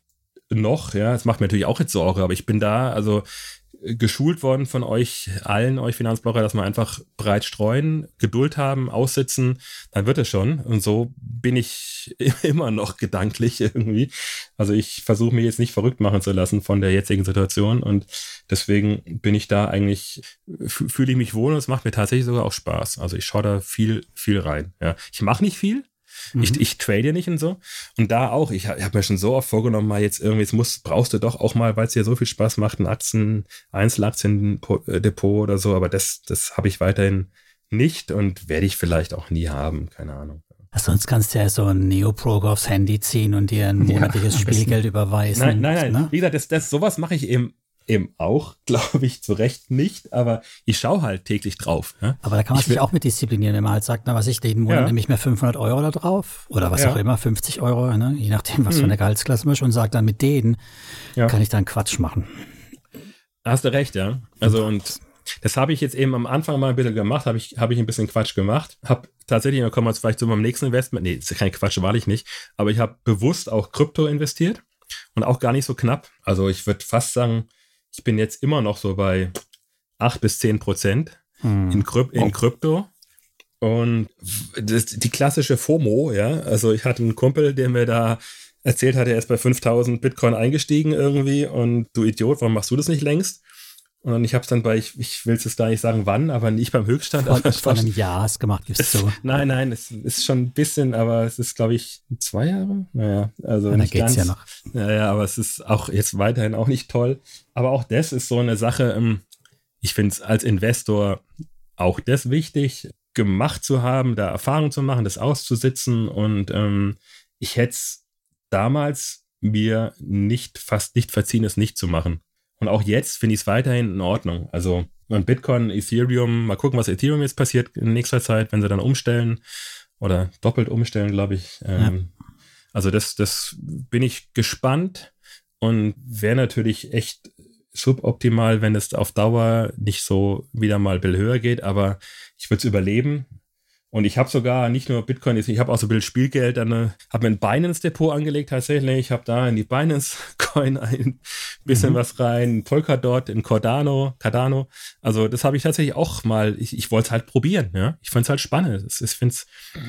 noch, ja, es macht mir natürlich auch jetzt Sorge, aber ich bin da, also geschult worden von euch allen, euch Finanzblogger, dass wir einfach breit streuen, Geduld haben, aussitzen, dann wird es schon. Und so bin ich immer noch gedanklich irgendwie. Also ich versuche mich jetzt nicht verrückt machen zu lassen von der jetzigen Situation und deswegen bin ich da eigentlich, fühle ich mich wohl und es macht mir tatsächlich sogar auch Spaß. Also ich schaue da viel, viel rein. Ja. Ich mache nicht viel. Mhm. Ich, ich trade nicht und so. Und da auch, ich habe hab mir schon so oft vorgenommen, mal jetzt irgendwie, jetzt musst, brauchst du doch auch mal, weil es dir so viel Spaß macht, ein Aktien, Einzelaktien-Depot oder so, aber das, das habe ich weiterhin nicht und werde ich vielleicht auch nie haben, keine Ahnung. Also sonst kannst du ja so ein Neo-Broker aufs Handy ziehen und dir ein monatliches ja, Spielgeld überweisen. Nein, nein, nein. Ne? Wie gesagt, das, das, sowas mache ich eben Eben auch, glaube ich, zu Recht nicht, aber ich schaue halt täglich drauf. Ja? Aber da kann man ich sich will, auch mit disziplinieren, wenn man halt sagt, na was ich, jeden Monat ja. nehme ich mir fünfhundert Euro da drauf oder was ja. auch immer, fünfzig Euro, ne? Je nachdem, was mhm. für eine Gehaltsklasse man schon sagt, dann mit denen ja. kann ich dann Quatsch machen. Hast du recht, ja. Also und das habe ich jetzt eben am Anfang mal ein bisschen gemacht, habe ich, habe ich ein bisschen Quatsch gemacht, habe tatsächlich, dann kommen wir jetzt vielleicht zu meinem nächsten Investment, nee, das ist kein Quatsch, war ich nicht, aber ich habe bewusst auch Krypto investiert und auch gar nicht so knapp. Also ich würde fast sagen, ich bin jetzt immer noch so bei acht bis zehn Prozent hm. in, Kryp- in oh. Krypto. Und das, die klassische FOMO, ja, also ich hatte einen Kumpel, der mir da erzählt hat, er ist bei fünftausend Bitcoin eingestiegen irgendwie und du Idiot, warum machst du das nicht längst? Und ich habe es dann bei, ich, ich will es jetzt gar nicht sagen wann, aber nicht beim Höchststand. Vor, vor einem Jahr hast gemacht, gibst du. Nein, nein, es ist schon ein bisschen, aber es ist, glaube ich, zwei Jahre. Naja, also ja, nicht geht's ganz. Ja noch. Naja, aber es ist auch jetzt weiterhin auch nicht toll. Aber auch das ist so eine Sache, ich finde es als Investor auch das wichtig, gemacht zu haben, da Erfahrung zu machen, das auszusitzen und ähm, ich hätte es damals mir nicht, fast nicht verziehen, es nicht zu machen. Und auch jetzt finde ich es weiterhin in Ordnung. Also und Bitcoin, Ethereum, mal gucken, was Ethereum jetzt passiert in nächster Zeit, wenn sie dann umstellen oder doppelt umstellen, glaube ich. Ähm, ja. Also das, das bin ich gespannt und wäre natürlich echt suboptimal, wenn es auf Dauer nicht so wieder mal ein bisschen höher geht, aber ich würde es überleben. Und ich habe sogar nicht nur Bitcoin, ich habe auch so ein bisschen Spielgeld, dann habe mir ein Binance-Depot angelegt tatsächlich. Ich habe da in die Binance-Coin ein bisschen mhm. was rein, Polkadot, in Cardano, Cardano. Also das habe ich tatsächlich auch mal, ich, ich wollte es halt probieren. Ja, ich fand es halt spannend. Es, ich finde es,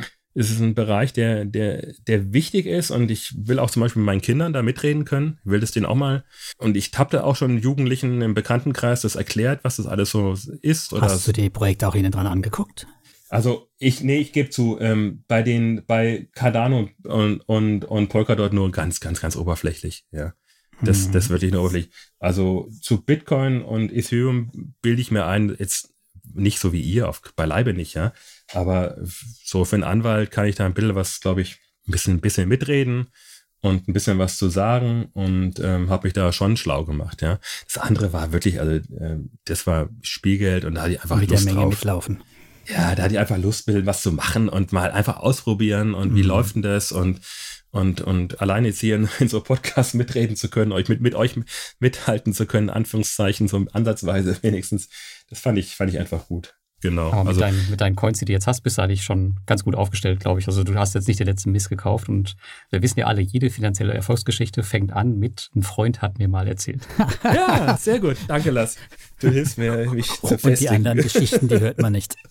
es ist ein Bereich, der, der, der wichtig ist und ich will auch zum Beispiel mit meinen Kindern da mitreden können. Ich will das denen auch mal. Und ich habe da auch schon Jugendlichen im Bekanntenkreis das erklärt, was das alles so ist. Oder Hast du die Projekte auch ihnen dran angeguckt? Also ich, nee, ich gebe zu, ähm, bei den, bei Cardano und, und, und Polkadot nur ganz, ganz, ganz oberflächlich, ja. Das, mhm. das wirklich nur oberflächlich. Also zu Bitcoin und Ethereum bilde ich mir ein, jetzt nicht so wie ihr, auf, beileibe nicht, ja. Aber so für einen Anwalt kann ich da ein bisschen was, glaube ich, ein bisschen, ein bisschen mitreden und ein bisschen was zu sagen und ähm, habe mich da schon schlau gemacht, ja. Das andere war wirklich, also äh, das war Spielgeld und da hatte ich einfach mit Lust der Menge drauf. Mitlaufen. Ja, da hatte ich einfach Lust, was zu machen und mal einfach ausprobieren und wie mhm. läuft denn das und und und alleine jetzt hier in, in so Podcasts mitreden zu können, euch mit mit euch mithalten zu können, Anführungszeichen, so ansatzweise wenigstens. Das fand ich fand ich einfach gut. Genau. Aber mit, also, deinen, mit deinen Coins, die du jetzt hast, bist du eigentlich schon ganz gut aufgestellt, glaube ich. Also du hast jetzt nicht den letzten Mist gekauft und wir wissen ja alle, jede finanzielle Erfolgsgeschichte fängt an mit, ein Freund hat mir mal erzählt. Ja, sehr gut. Danke, Lass. Du hilfst mir, mich zu festigen. Und die anderen Geschichten, die hört man nicht.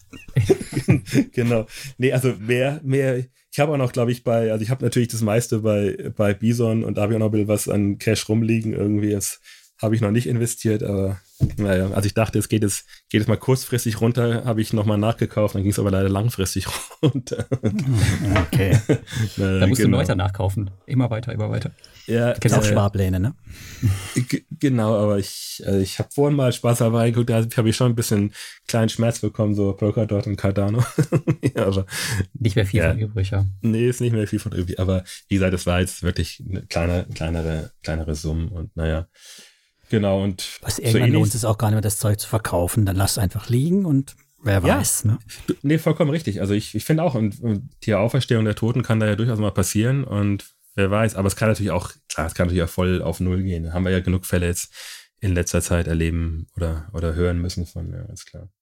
Genau. Nee, also mehr, mehr, ich habe auch noch, glaube ich, bei, also ich habe natürlich das meiste bei, bei Bison und da habe ich auch noch ein bisschen was an Cash rumliegen irgendwie. Das habe ich noch nicht investiert, aber naja, also ich dachte, es geht jetzt, geht jetzt mal kurzfristig runter, habe ich nochmal nachgekauft, dann ging es aber leider langfristig runter. Okay. naja, da musst genau. du weiter nachkaufen. Immer weiter, immer weiter. Ja, du kennst äh, auch Sparpläne, ne? G- genau, aber ich, also ich habe vorhin mal Spaß dabei geguckt, da habe ich schon ein bisschen kleinen Schmerz bekommen, so Polkadot und Cardano. ja, aber, nicht mehr viel ja. von übrig, ja. Nee, ist nicht mehr viel von übrig, aber wie gesagt, es war jetzt wirklich eine kleine, kleinere, kleinere Summen und naja. Genau, und was irgendwann so lohnt es auch gar nicht mehr, das Zeug zu verkaufen. Dann lass es einfach liegen und wer ja, weiß. Ne? Nee, vollkommen richtig. Also ich, ich finde auch, und, und die Auferstehung der Toten kann da ja durchaus mal passieren und wer weiß. Aber es kann natürlich auch, klar, es kann natürlich auch voll auf Null gehen. Da haben wir ja genug Fälle jetzt in letzter Zeit erleben oder, oder hören müssen von, ja, ist klar.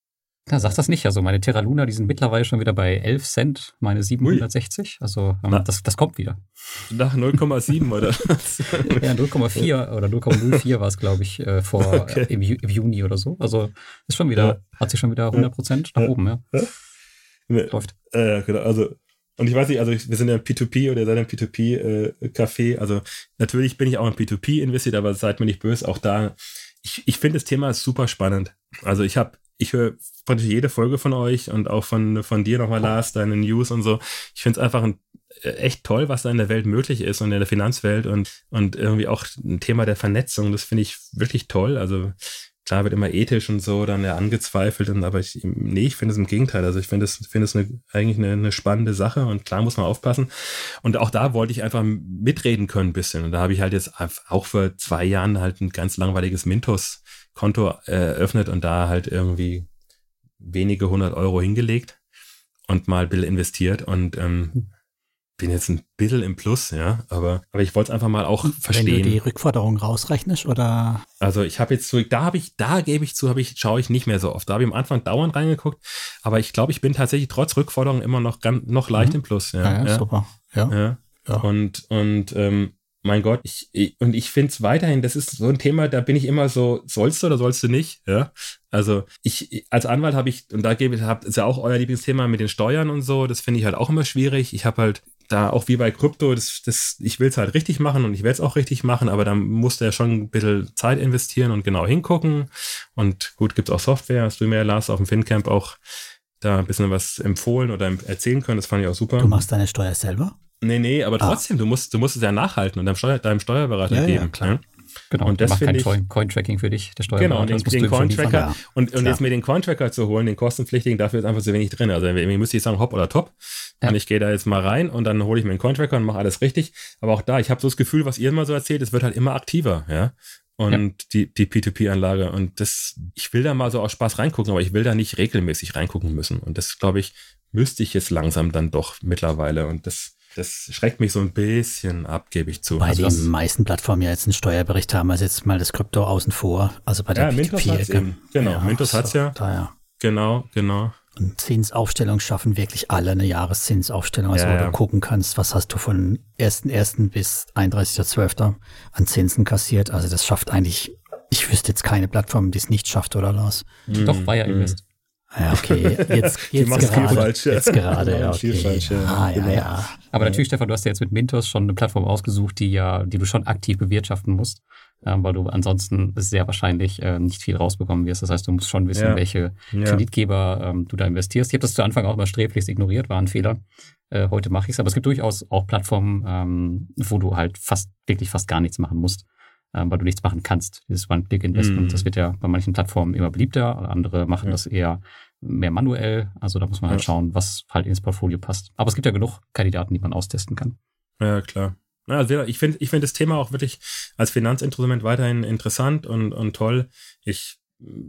Ja, sag das nicht. Also meine Terra Luna, die sind mittlerweile schon wieder bei elf Cent, meine siebenhundertsechzig. Ui. Also ähm, das, das kommt wieder. Nach null Komma sieben oder was? Ja, null Komma vier oder null Komma null vier war es, glaube ich, äh, vor okay. äh, im, im Juni oder so. Also ist schon wieder, ja. hat sich schon wieder hundert Prozent ja. nach oben, ja. ja. Läuft. Äh, genau, also und ich weiß nicht, also wir sind ja ein P zwei P oder ihr seid ein P zwei P-Café. Äh, also natürlich bin ich auch ein P zwei P investiert, aber seid mir nicht böse. Auch da, ich, ich finde das Thema super spannend. Also ich habe Ich höre praktisch jede Folge von euch und auch von, von dir nochmal, Lars, deine News und so. Ich finde es einfach ein, echt toll, was da in der Welt möglich ist und in der Finanzwelt und, und irgendwie auch ein Thema der Vernetzung. Das finde ich wirklich toll. Also klar wird immer ethisch und so dann ja angezweifelt, und, aber ich, nee, ich finde es im Gegenteil. Also ich finde es finde es eine, eigentlich eine, eine spannende Sache, und klar muss man aufpassen. Und auch da wollte ich einfach mitreden können ein bisschen. Und da habe ich halt jetzt auch vor zwei Jahren halt ein ganz langweiliges Mintos Konto eröffnet und da halt irgendwie wenige hundert Euro hingelegt und mal ein bisschen investiert und ähm, bin jetzt ein bisschen im Plus, ja, aber aber ich wollte es einfach mal auch verstehen. Wenn du die Rückforderung rausrechnest, oder? Also ich habe jetzt so, da habe ich, da gebe ich zu, habe ich, schaue ich nicht mehr so oft. Da habe ich am Anfang dauernd reingeguckt, aber ich glaube, ich bin tatsächlich trotz Rückforderung immer noch ganz, noch leicht mhm. im Plus. Ja, ja, ja, ja. super. Ja. ja. ja. Und, und ähm, mein Gott, ich, ich und ich finde es weiterhin, das ist so ein Thema, da bin ich immer so, sollst du oder sollst du nicht? Ja, also ich als Anwalt habe ich, und da gebe ich, habt ist ja auch euer Lieblingsthema mit den Steuern und so, das finde ich halt auch immer schwierig. Ich habe halt da auch wie bei Krypto, das, das, ich will es halt richtig machen und ich werde es auch richtig machen, aber da musst du ja schon ein bisschen Zeit investieren und genau hingucken. Und gut, gibt es auch Software, hast du mir, Lars, auf dem FinCamp auch da ein bisschen was empfohlen oder erzählen können, das fand ich auch super. Du machst deine Steuer selber? Nee, nee, aber trotzdem, ah. du musst, du musst es ja nachhalten und deinem, Steuer, deinem Steuerberater ja, geben. Ja, klar. Ja? Genau, und das macht kein ich, Coin-Tracking für dich, der Steuerberater. Genau, und den, den Coin-Tracker ja. und, und jetzt mir den Coin-Tracker zu holen, den kostenpflichtigen, dafür ist einfach zu wenig drin. Also irgendwie müsste ich sagen, hopp oder top. Ja. Und ich gehe da jetzt mal rein und dann hole ich mir den Coin-Tracker und mache alles richtig. Aber auch da, ich habe so das Gefühl, was ihr immer so erzählt, es wird halt immer aktiver, ja. Und ja. die, die P zwei P-Anlage. Und das, ich will da mal so aus Spaß reingucken, aber ich will da nicht regelmäßig reingucken müssen. Und das, glaube ich, müsste ich jetzt langsam dann doch mittlerweile. Und das Das schreckt mich so ein bisschen ab, gebe ich zu. Bei also den meisten Plattformen ja jetzt einen Steuerbericht haben, also jetzt mal das Krypto außen vor. Also bei der ja, Mintos hat es eben. Genau, ja, Mintos hat es ja. Da, ja. Genau, genau. Und Zinsaufstellung schaffen wirklich alle eine Jahreszinsaufstellung, also ja, wo ja. du gucken kannst, was hast du von ersten ersten bis einunddreißigster zwölfter an Zinsen kassiert. Also das schafft eigentlich, ich wüsste jetzt keine Plattform, die es nicht schafft, oder Lars? Mhm. Doch, war ja Invest. Ja, okay, jetzt, jetzt gerade, falsch, ja. jetzt gerade, ja, okay. Falsch, ja. Ah, ja, genau. ja. Aber natürlich, Stefan, du hast ja jetzt mit Mintos schon eine Plattform ausgesucht, die ja, die du schon aktiv bewirtschaften musst, ähm, weil du ansonsten sehr wahrscheinlich äh, nicht viel rausbekommen wirst. Das heißt, du musst schon wissen, ja. welche ja. Kreditgeber ähm, du da investierst. Ich habe das zu Anfang auch immer sträflichst ignoriert, war ein Fehler. Äh, heute mache ich es, aber es gibt durchaus auch Plattformen, ähm, wo du halt fast, wirklich fast gar nichts machen musst. Weil du nichts machen kannst. Dieses One-Click-Investment, mm. das wird ja bei manchen Plattformen immer beliebter. Andere machen ja. das eher mehr manuell. Also da muss man halt ja. schauen, was halt ins Portfolio passt. Aber es gibt ja genug Kandidaten, die man austesten kann. Ja, klar. Ja, also ich finde ich finde das Thema auch wirklich als Finanzinstrument weiterhin interessant und, und toll. Ich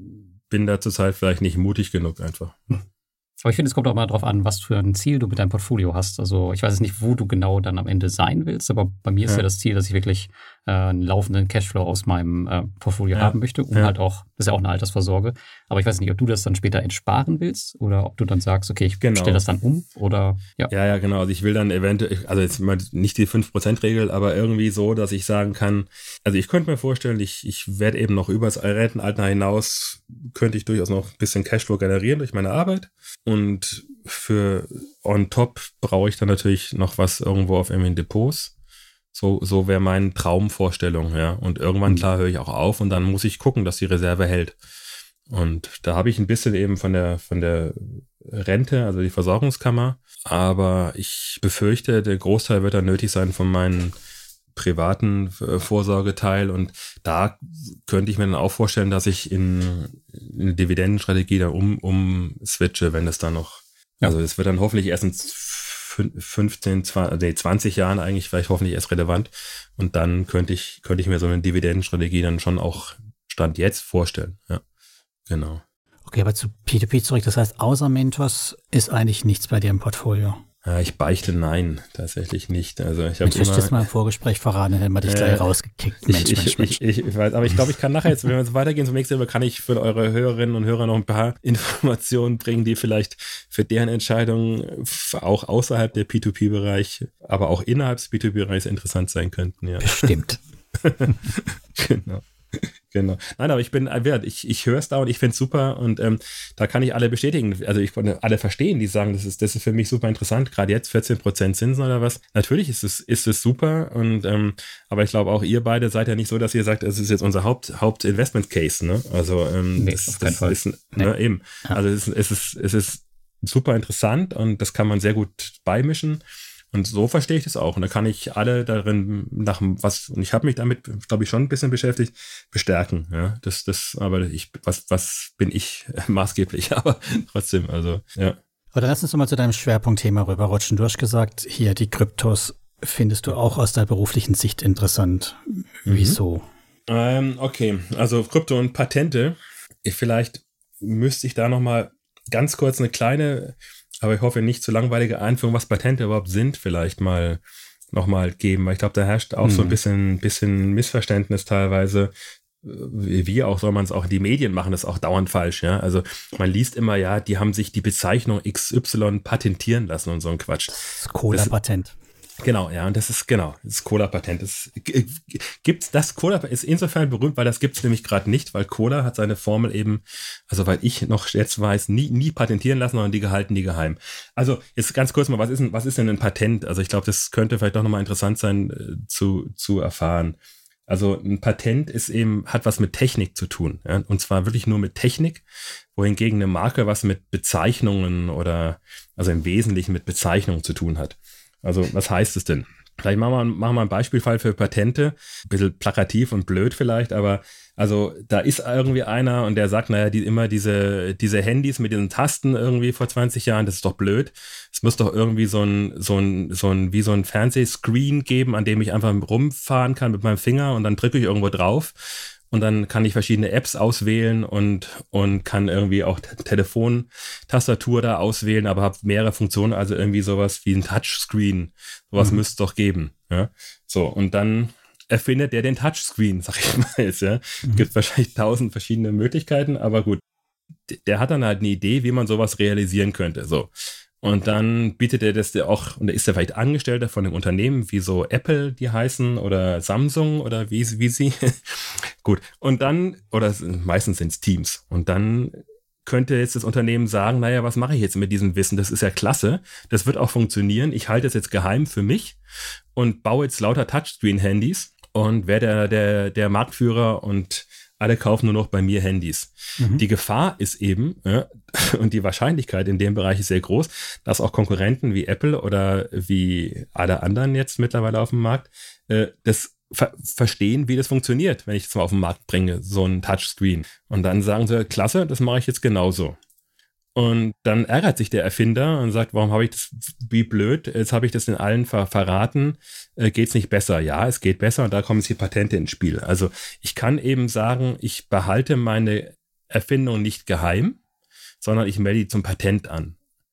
bin da zurzeit vielleicht nicht mutig genug einfach. Hm. Aber ich finde, es kommt auch mal drauf an, was für ein Ziel du mit deinem Portfolio hast. Also ich weiß jetzt nicht, wo du genau dann am Ende sein willst, aber bei mir ist ja, ja das Ziel, dass ich wirklich äh, einen laufenden Cashflow aus meinem äh, Portfolio ja. haben möchte, um ja. halt auch, das ist ja auch eine Altersvorsorge, aber ich weiß nicht, ob du das dann später entsparen willst oder ob du dann sagst, okay, ich genau. stelle das dann um oder ja. Ja, ja, genau. Also ich will dann eventuell, also jetzt mal nicht die fünf Prozent Regel, aber irgendwie so, dass ich sagen kann, also ich könnte mir vorstellen, ich, ich werde eben noch über das Rentenalter hinaus, könnte ich durchaus noch ein bisschen Cashflow generieren durch meine Arbeit. Und für on top brauche ich dann natürlich noch was irgendwo auf irgendwelchen Depots. So, so wäre meine Traumvorstellung, ja. Und irgendwann, klar, höre ich auch auf und dann muss ich gucken, dass die Reserve hält. Und da habe ich ein bisschen eben von der, von der Rente, also die Versorgungskammer. Aber ich befürchte, der Großteil wird dann nötig sein von meinen privaten Vorsorgeteil, und da könnte ich mir dann auch vorstellen, dass ich in, in eine Dividendenstrategie da um, um switche, wenn es dann noch, ja. also es wird dann hoffentlich erst in fünfzehn, zwanzig, nee, zwanzig Jahren eigentlich vielleicht hoffentlich erst relevant, und dann könnte ich, könnte ich mir so eine Dividendenstrategie dann schon auch Stand jetzt vorstellen, ja, genau. Okay, aber zu P zwei P zurück, das heißt, außer Mintos ist eigentlich nichts bei dir im Portfolio? Ja, ich beichte nein, tatsächlich nicht. Also ich habe Mensch, hast du das mal im Vorgespräch verraten, dann hätten wir dich äh, gleich rausgekickt. Mensch, ich, Mensch, Mensch. Ich, ich, ich weiß, aber ich glaube, ich kann nachher jetzt, wenn wir jetzt weitergehen zum nächsten Mal, kann ich für eure Hörerinnen und Hörer noch ein paar Informationen bringen, die vielleicht für deren Entscheidungen auch außerhalb der P zwei P-Bereich, aber auch innerhalb des P zwei P-Bereichs interessant sein könnten. Ja. Bestimmt. Genau. Genau. Nein, aber ich bin, ich, ich höre es da und ich finde es super und ähm, da kann ich alle bestätigen. Also ich konnte alle verstehen, die sagen, das ist, das ist für mich super interessant. Gerade jetzt vierzehn Prozent Zinsen oder was. Natürlich ist es, ist es super und ähm, aber ich glaube auch ihr beide seid ja nicht so, dass ihr sagt, es ist jetzt unser Haupt, Haupt-Investment-Case, ne? Also ähm, nee, das, auf keinen das Fall. ist ne, Nee. eben. Ja. Also es ist, es ist, es ist super interessant und das kann man sehr gut beimischen. Und so verstehe ich das auch. Und da kann ich alle darin nach was, und ich habe mich damit, glaube ich, schon ein bisschen beschäftigt, bestärken. Ja, das, das, aber ich, was, was bin ich maßgeblich, aber trotzdem, also, ja. Aber dann lass uns doch mal zu deinem Schwerpunktthema rüberrutschen. Du hast gesagt, hier die Kryptos findest du auch aus der beruflichen Sicht interessant. Wieso? Mhm. Ähm, okay, also Krypto und Patente. Vielleicht müsste ich da nochmal ganz kurz eine kleine, aber ich hoffe nicht zu langweilige Einführung, was Patente überhaupt sind, vielleicht mal nochmal geben, weil ich glaube, da herrscht auch mhm. so ein bisschen, bisschen Missverständnis teilweise. Wie auch soll man es auch, die Medien machen das auch dauernd falsch, ja. Also man liest immer, ja, die haben sich die Bezeichnung X Y patentieren lassen und so ein Quatsch. Das Cola-Patent. Genau, ja, und das ist, genau, das Cola-Patent. Das gibt's, das Cola ist insofern berühmt, weil das gibt's nämlich gerade nicht, weil Cola hat seine Formel eben, also weil ich noch jetzt weiß, nie, nie patentieren lassen, sondern die gehalten, die geheim. Also jetzt ganz kurz mal, was ist denn, was ist denn ein Patent? Also ich glaube, das könnte vielleicht doch nochmal interessant sein äh, zu, zu erfahren. Also ein Patent ist eben, hat was mit Technik zu tun, ja? Und zwar wirklich nur mit Technik, wohingegen eine Marke was mit Bezeichnungen oder, also im Wesentlichen mit Bezeichnungen zu tun hat. Also, was heißt es denn? Vielleicht machen wir, machen wir ein Beispielfall für Patente. Ein bisschen plakativ und blöd vielleicht, aber also da ist irgendwie einer und der sagt, naja, die, immer diese, diese Handys mit diesen Tasten irgendwie vor zwanzig Jahren, das ist doch blöd. Es muss doch irgendwie so ein, so ein, so ein, wie so ein Fernsehscreen geben, an dem ich einfach rumfahren kann mit meinem Finger und dann drücke ich irgendwo drauf. Und dann kann ich verschiedene Apps auswählen und, und kann irgendwie auch Telefontastatur da auswählen, aber habe mehrere Funktionen, also irgendwie sowas wie ein Touchscreen. Sowas mhm. müsste es doch geben. Ja? So, und dann erfindet der den Touchscreen, sag ich mal jetzt. Ja? Mhm. Gibt wahrscheinlich tausend verschiedene Möglichkeiten, aber gut. Der hat dann halt eine Idee, wie man sowas realisieren könnte. So. Und dann bietet er das dir auch, und da ist er vielleicht Angestellter von einem Unternehmen, wie so Apple, die heißen, oder Samsung, oder wie, wie sie. Gut. Und dann, oder meistens sind es Teams. Und dann könnte jetzt das Unternehmen sagen, naja, was mache ich jetzt mit diesem Wissen? Das ist ja klasse. Das wird auch funktionieren. Ich halte es jetzt geheim für mich und baue jetzt lauter Touchscreen-Handys und werde der, der, der Marktführer und alle kaufen nur noch bei mir Handys. Mhm. Die Gefahr ist eben, ja, und die Wahrscheinlichkeit in dem Bereich ist sehr groß, dass auch Konkurrenten wie Apple oder wie alle anderen jetzt mittlerweile auf dem Markt äh, das ver- verstehen, wie das funktioniert, wenn ich es mal auf den Markt bringe, so ein Touchscreen. Und dann sagen sie, klasse, das mache ich jetzt genauso. Und dann ärgert sich der Erfinder und sagt, warum habe ich das, wie blöd, jetzt habe ich das in allen ver- verraten, äh, geht's nicht besser? Ja, es geht besser und da kommen jetzt die Patente ins Spiel. Also ich kann eben sagen, ich behalte meine Erfindung nicht geheim, sondern ich melde die zum Patent an.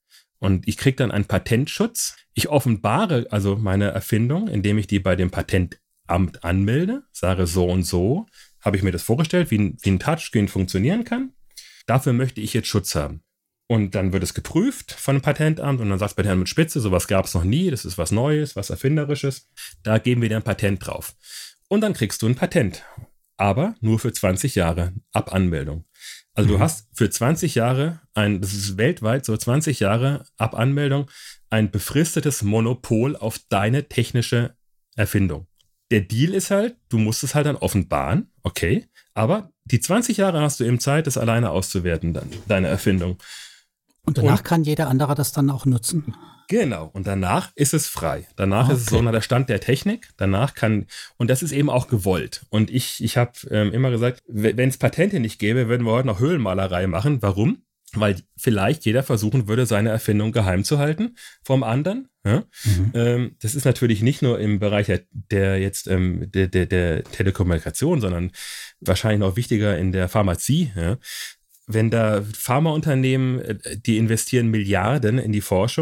Und ich kriege dann einen Patentschutz. Ich offenbare also meine Erfindung, indem ich die bei dem Patentamt anmelde, sage so und so, habe ich mir das vorgestellt, wie ein, wie ein Touchscreen funktionieren kann. Dafür möchte ich jetzt Schutz haben. Und dann wird es geprüft von dem Patentamt und dann sagt das Patentamt mit Spitze, sowas gab es noch nie, das ist was Neues, was Erfinderisches. Da geben wir dir ein Patent drauf. Und dann kriegst du ein Patent. Aber nur für zwanzig Jahre ab Anmeldung. Also mhm. du hast für zwanzig Jahre, ein, das ist weltweit so zwanzig Jahre ab Anmeldung, ein befristetes Monopol auf deine technische Erfindung. Der Deal ist halt, du musst es halt dann offenbaren, okay, aber die zwanzig Jahre hast du eben Zeit, das alleine auszuwerten, dann, deine Erfindung. Und danach und, kann jeder andere das dann auch nutzen? Genau, und danach ist es frei. Danach okay. ist es so nach der Stand der Technik. Danach kann, und das ist eben auch gewollt. Und ich, ich habe ähm, immer gesagt, wenn es Patente nicht gäbe, würden wir heute noch Höhlenmalerei machen. Warum? Weil vielleicht jeder versuchen würde, seine Erfindung geheim zu halten vom anderen. Ja? Mhm. Ähm, das ist natürlich nicht nur im Bereich der, der jetzt ähm, der, der, der Telekommunikation, sondern wahrscheinlich noch wichtiger in der Pharmazie. Ja? Wenn da Pharmaunternehmen, die investieren Milliarden in die Forschung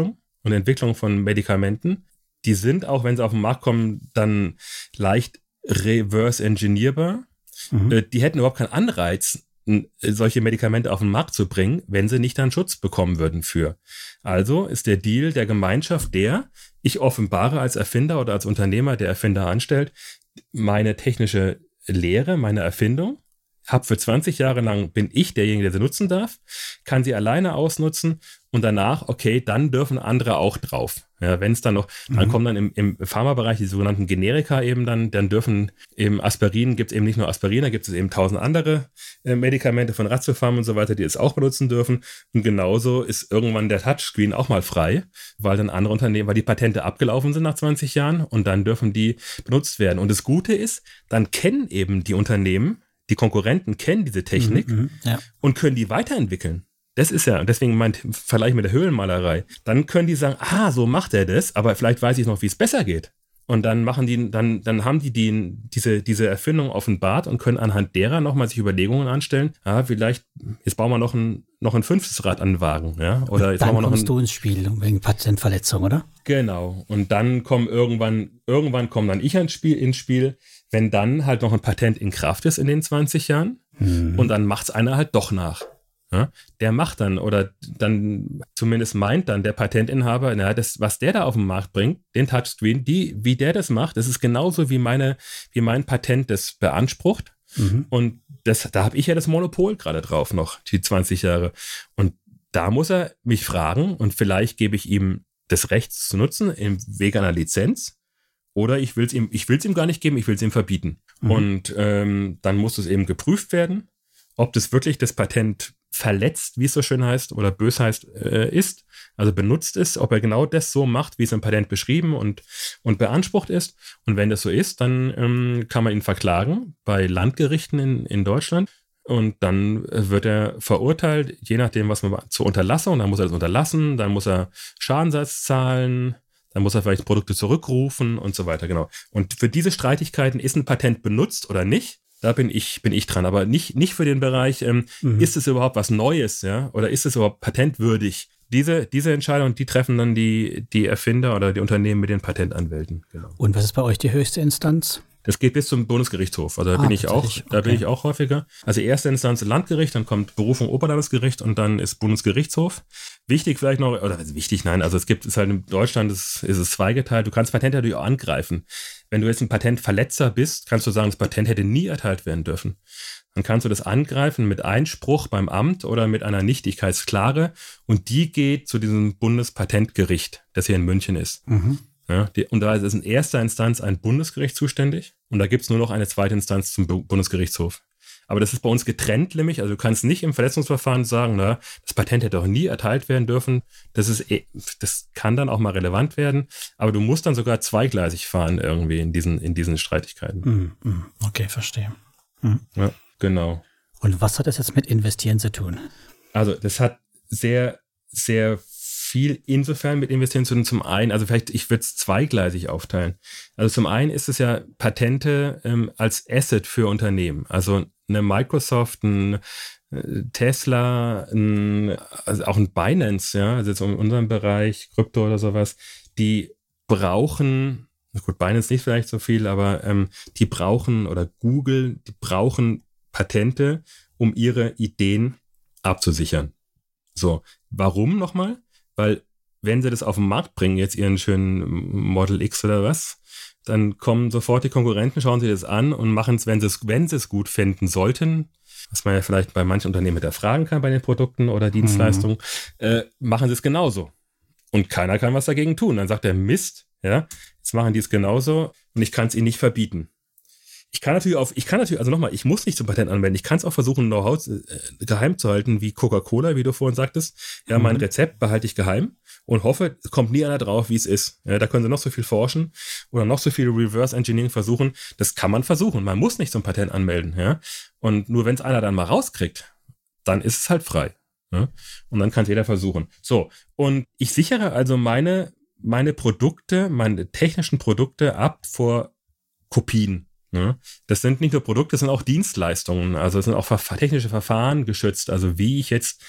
und Entwicklung von Medikamenten. Die sind, auch wenn sie auf den Markt kommen, dann leicht reverse-engineerbar. Mhm. Die hätten überhaupt keinen Anreiz, solche Medikamente auf den Markt zu bringen, wenn sie nicht einen Schutz bekommen würden für. Also ist der Deal der Gemeinschaft der, ich offenbare als Erfinder oder als Unternehmer, der Erfinder anstellt, meine technische Lehre, meine Erfindung, hab für zwanzig Jahre lang, bin ich derjenige, der sie nutzen darf, kann sie alleine ausnutzen und danach, okay, dann dürfen andere auch drauf. Ja, wenn es dann noch, mhm. dann kommen dann im, im Pharmabereich die sogenannten Generika eben dann, dann dürfen eben Aspirin, gibt es eben nicht nur Aspirin, da gibt es eben tausend andere äh, Medikamente von Ratiopharm und so weiter, die es auch benutzen dürfen. Und genauso ist irgendwann der Touchscreen auch mal frei, weil dann andere Unternehmen, weil die Patente abgelaufen sind nach zwanzig Jahren und dann dürfen die benutzt werden. Und das Gute ist, dann kennen eben die Unternehmen, die Konkurrenten kennen diese Technik mhm, ja. und können die weiterentwickeln. Das ist ja, deswegen mein Vergleich mit der Höhlenmalerei. Dann können die sagen, ah, so macht er das, aber vielleicht weiß ich noch, wie es besser geht. Und dann machen die, dann, dann haben die, die diese, diese Erfindung offenbart und können anhand derer nochmal sich Überlegungen anstellen. Ah, vielleicht, jetzt bauen wir noch ein, noch ein fünftes Rad an den Wagen, ja. Oder jetzt dann bauen wir noch kommst ein, du ins Spiel wegen Patentverletzung, oder? Genau. Und dann kommen irgendwann, irgendwann kommen dann ich ins Spiel, ins Spiel, wenn dann halt noch ein Patent in Kraft ist in den zwanzig Jahren. Mhm. Und dann macht's einer halt doch nach. Ja, der macht dann oder dann zumindest meint dann der Patentinhaber, na, das, was der da auf den Markt bringt, den Touchscreen, die, wie der das macht, das ist genauso wie meine, wie mein Patent das beansprucht. Mhm. Und das, da habe ich ja das Monopol gerade drauf noch, die zwanzig Jahre. Und da muss er mich fragen und vielleicht gebe ich ihm das Recht zu nutzen im Wege einer Lizenz. Oder ich will es ihm, ich will es ihm gar nicht geben, ich will es ihm verbieten. Mhm. Und ähm, dann muss es eben geprüft werden, ob das wirklich das Patent verletzt, wie es so schön heißt, oder bös heißt, äh, ist, also benutzt ist, ob er genau das so macht, wie es im Patent beschrieben und, und beansprucht ist. Und wenn das so ist, dann ähm, kann man ihn verklagen bei Landgerichten in, in Deutschland. Und dann wird er verurteilt, je nachdem, was man zur Unterlassung, dann muss er das unterlassen, dann muss er Schadensersatz zahlen, dann muss er vielleicht Produkte zurückrufen und so weiter, genau. Und für diese Streitigkeiten, ist ein Patent benutzt oder nicht, da bin ich, bin ich dran, aber nicht, nicht für den Bereich, ähm, mhm. ist es überhaupt was Neues, ja, oder ist es überhaupt patentwürdig? Diese, diese Entscheidung, die treffen dann die, die Erfinder oder die Unternehmen mit den Patentanwälten. Genau. Und was ist bei euch die höchste Instanz? Das geht bis zum Bundesgerichtshof. Also da ah, bin ich auch, da okay. bin ich auch häufiger. Also erste Instanz Landgericht, dann kommt Berufung Oberlandesgericht und dann ist Bundesgerichtshof. Wichtig vielleicht noch, oder wichtig, nein, also es gibt es halt in Deutschland, ist, ist es zweigeteilt. Du kannst Patente natürlich auch angreifen. Wenn du jetzt ein Patentverletzer bist, kannst du sagen, das Patent hätte nie erteilt werden dürfen. Dann kannst du das angreifen mit Einspruch beim Amt oder mit einer Nichtigkeitsklage und die geht zu diesem Bundespatentgericht, das hier in München ist. Mhm. Ja, die, und da ist in erster Instanz ein Bundesgericht zuständig und da gibt es nur noch eine zweite Instanz zum Bu- Bundesgerichtshof. Aber das ist bei uns getrennt, nämlich, also du kannst nicht im Verletzungsverfahren sagen, na, das Patent hätte auch nie erteilt werden dürfen. Das ist, das kann dann auch mal relevant werden, aber du musst dann sogar zweigleisig fahren irgendwie in diesen, in diesen Streitigkeiten. Okay, verstehe. Mhm. Ja, genau. Und was hat das jetzt mit Investieren zu tun? Also das hat sehr, sehr viel insofern mit Investieren zu tun. Zum einen, also vielleicht, ich würde es zweigleisig aufteilen. Also zum einen ist es ja Patente ähm, als Asset für Unternehmen. Also eine Microsoft, ein äh, Tesla, ein, also auch ein Binance, ja, also jetzt in unserem Bereich, Krypto oder sowas, die brauchen, gut, Binance nicht vielleicht so viel, aber ähm, die brauchen, oder Google, die brauchen Patente, um ihre Ideen abzusichern. So, warum nochmal? Weil wenn sie das auf den Markt bringen, jetzt ihren schönen Model X oder was, dann kommen sofort die Konkurrenten, schauen sich das an und machen es, wenn sie es, wenn sie es gut finden sollten, was man ja vielleicht bei manchen Unternehmen hinterfragen kann bei den Produkten oder Dienstleistungen, mhm. äh, machen sie es genauso. Und keiner kann was dagegen tun. Dann sagt der Mist, ja, jetzt machen die es genauso und ich kann es ihnen nicht verbieten. Ich kann natürlich auf, ich kann natürlich, also nochmal, ich muss nicht zum Patent anwenden. Ich kann es auch versuchen, Know-how äh, geheim zu halten, wie Coca-Cola, wie du vorhin sagtest. Ja, mhm. mein Rezept behalte ich geheim und hoffe, es kommt nie einer drauf, wie es ist. Ja, da können sie noch so viel forschen oder noch so viel Reverse Engineering versuchen. Das kann man versuchen. Man muss nicht zum Patent anmelden. Ja, und nur wenn es einer dann mal rauskriegt, dann ist es halt frei. Ja? Und dann kann es jeder versuchen. So, und ich sichere also meine, meine Produkte, meine technischen Produkte ab vor Kopien. Das sind nicht nur Produkte, das sind auch Dienstleistungen. Also es sind auch technische Verfahren geschützt. Also wie ich jetzt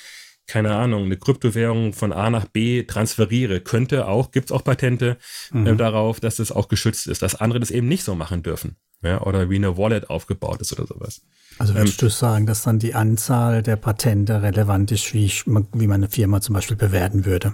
keine Ahnung, eine Kryptowährung von A nach B transferiere, könnte auch, gibt es auch Patente mhm. äh, darauf, dass das auch geschützt ist, dass andere das eben nicht so machen dürfen. Ja, oder wie eine Wallet aufgebaut ist oder sowas. Also würdest ähm, du sagen, dass dann die Anzahl der Patente relevant ist, wie, ich, wie man eine Firma zum Beispiel bewerten würde?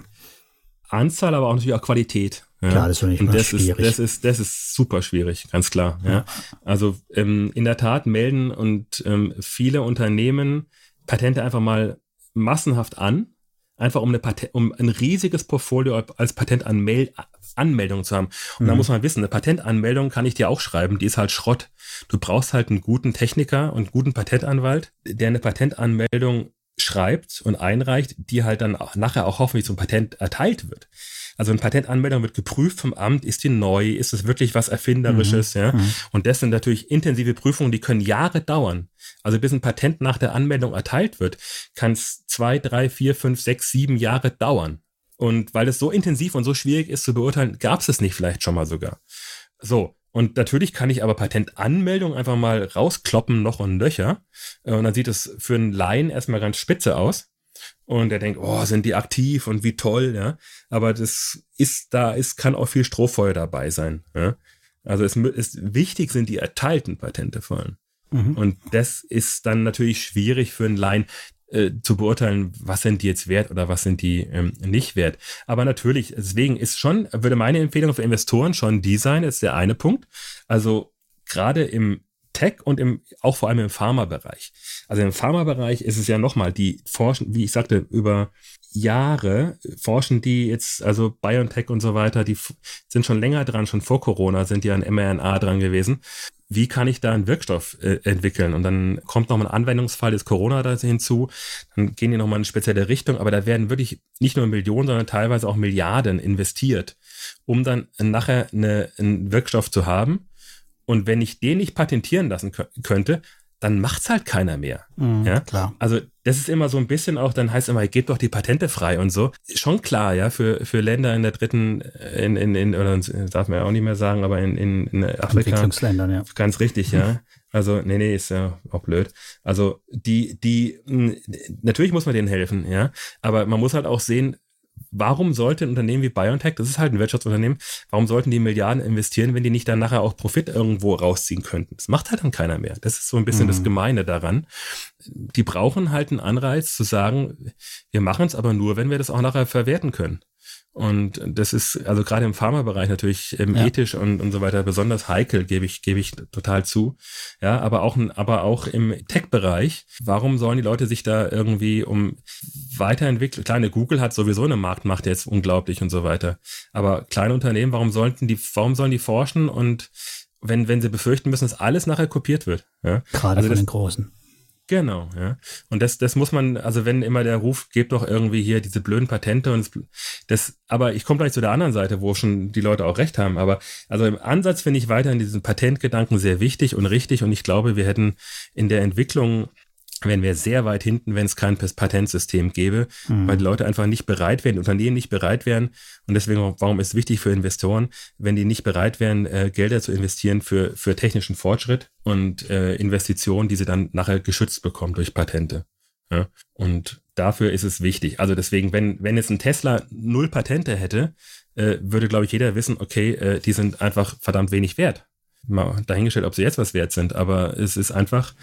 Anzahl, aber auch natürlich auch Qualität. Ja. Klar, das ist nicht mal schwierig. Ist, das, ist, das ist super schwierig, ganz klar. Ja. Ja. Also ähm, in der Tat melden und ähm, viele Unternehmen Patente einfach mal massenhaft an, einfach um, eine Patent, um ein riesiges Portfolio als Patentanmeldung zu haben. Und mhm. da muss man wissen, eine Patentanmeldung kann ich dir auch schreiben, die ist halt Schrott. Du brauchst halt einen guten Techniker und einen guten Patentanwalt, der eine Patentanmeldung schreibt und einreicht, die halt dann auch nachher auch hoffentlich zum Patent erteilt wird. Also eine Patentanmeldung wird geprüft vom Amt, ist die neu, ist es wirklich was Erfinderisches, mhm. ja? Mhm. Und das sind natürlich intensive Prüfungen, die können Jahre dauern. Also bis ein Patent nach der Anmeldung erteilt wird, kann es zwei, drei, vier, fünf, sechs, sieben Jahre dauern. Und weil es so intensiv und so schwierig ist zu beurteilen, gab es es nicht vielleicht schon mal sogar. So. Und natürlich kann ich aber Patentanmeldung einfach mal rauskloppen, noch und nöcher. Und dann sieht es für einen Laien erstmal ganz spitze aus. Und der denkt, oh, sind die aktiv und wie toll, ja. Aber das ist, da ist, kann auch viel Strohfeuer dabei sein, ja. Also es ist wichtig sind die erteilten Patente vor allem. Mhm. Und das ist dann natürlich schwierig für einen Laien äh, zu beurteilen, was sind die jetzt wert oder was sind die ähm, nicht wert. Aber natürlich, deswegen ist schon, würde meine Empfehlung für Investoren schon die sein, ist der eine Punkt. Also gerade im Tech und im, auch vor allem im Pharma-Bereich. Also im Pharma-Bereich ist es ja nochmal, die forschen, wie ich sagte, über Jahre forschen die jetzt, also BioNTech und so weiter, die f- sind schon länger dran, schon vor Corona sind die an mRNA dran gewesen. Wie kann ich da einen Wirkstoff äh, entwickeln? Und dann kommt nochmal ein Anwendungsfall des Corona da hinzu, dann gehen die nochmal in eine spezielle Richtung, aber da werden wirklich nicht nur Millionen, sondern teilweise auch Milliarden investiert, um dann nachher eine, einen Wirkstoff zu haben. Und wenn ich den nicht patentieren lassen k- könnte, dann macht's halt keiner mehr. Mhm, ja, klar. Also das ist immer so ein bisschen auch, dann heißt immer, gebt doch die Patente frei und so. Schon klar, ja, für für Länder in der dritten, in in in oder darf man ja auch nicht mehr sagen, aber in in, in Afrika. Entwicklungsländern, ja. Ganz richtig, ja. Also nee, nee, ist ja auch blöd. Also die die natürlich muss man denen helfen, ja, aber man muss halt auch sehen, warum sollte ein Unternehmen wie BioNTech, das ist halt ein Wirtschaftsunternehmen, warum sollten die Milliarden investieren, wenn die nicht dann nachher auch Profit irgendwo rausziehen könnten? Das macht halt dann keiner mehr. Das ist so ein bisschen mhm. das Gemeine daran. Die brauchen halt einen Anreiz zu sagen, wir machen es aber nur, wenn wir das auch nachher verwerten können. Und das ist also gerade im Pharmabereich natürlich ähm, ja. ethisch und, und so weiter besonders heikel, gebe ich, gebe ich total zu. Ja, aber auch, aber auch im Tech-Bereich. Warum sollen die Leute sich da irgendwie um weiterentwickeln? Kleine Google hat sowieso eine Marktmacht jetzt unglaublich und so weiter. Aber kleine Unternehmen, warum sollten die, warum sollen die forschen und wenn, wenn sie befürchten müssen, dass alles nachher kopiert wird? Ja? Gerade also von das, den Großen. Genau, ja. Und das, das muss man, also wenn immer der Ruf, gebt doch irgendwie hier diese blöden Patente und das, das aber ich komme gleich zu der anderen Seite, wo schon die Leute auch recht haben, aber also im Ansatz finde ich weiterhin diesen Patentgedanken sehr wichtig und richtig und ich glaube, wir hätten in der Entwicklung wären wir sehr weit hinten, wenn es kein Patentsystem gäbe, mhm. weil die Leute einfach nicht bereit wären, Unternehmen nicht bereit wären und deswegen, warum ist es wichtig für Investoren, wenn die nicht bereit wären, äh, Gelder zu investieren für für technischen Fortschritt und äh, Investitionen, die sie dann nachher geschützt bekommen durch Patente. Ja? Und dafür ist es wichtig. Also deswegen, wenn wenn jetzt ein Tesla null Patente hätte, äh, würde, glaube ich, jeder wissen, okay, äh, die sind einfach verdammt wenig wert. Mal dahingestellt, ob sie jetzt was wert sind, aber es ist einfach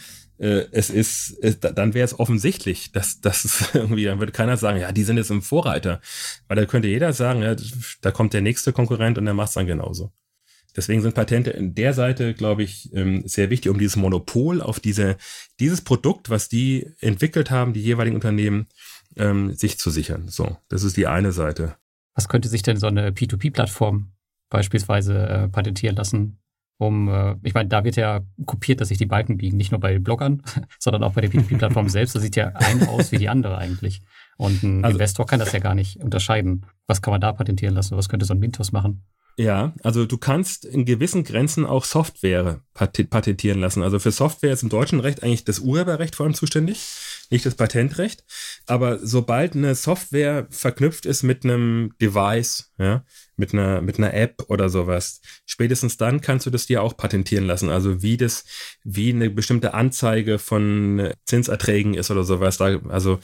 Es ist, es, dann wäre es offensichtlich, dass das irgendwie, dann würde keiner sagen, ja, die sind jetzt im Vorreiter. Weil da könnte jeder sagen, ja, da kommt der nächste Konkurrent und der macht es dann genauso. Deswegen sind Patente in der Seite, glaube ich, sehr wichtig, um dieses Monopol auf diese, dieses Produkt, was die entwickelt haben, die jeweiligen Unternehmen, sich zu sichern. So, das ist die eine Seite. Was könnte sich denn so eine P zwei P-Plattform beispielsweise äh, patentieren lassen? Um, äh, ich meine, da wird ja kopiert, dass sich die Balken biegen, nicht nur bei Bloggern, sondern auch bei der P zwei P-Plattform selbst. Das sieht ja eine aus wie die andere eigentlich. Und ein also, Investor kann das ja gar nicht unterscheiden. Was kann man da patentieren lassen? Was könnte so ein Mintos machen? Ja, also du kannst in gewissen Grenzen auch Software patentieren lassen. Also für Software ist im deutschen Recht eigentlich das Urheberrecht vor allem zuständig, nicht das Patentrecht. Aber sobald eine Software verknüpft ist mit einem Device, ja, mit einer mit einer App oder sowas, spätestens dann kannst du das dir auch patentieren lassen. Also wie das, wie eine bestimmte Anzeige von Zinserträgen ist oder sowas. Da, also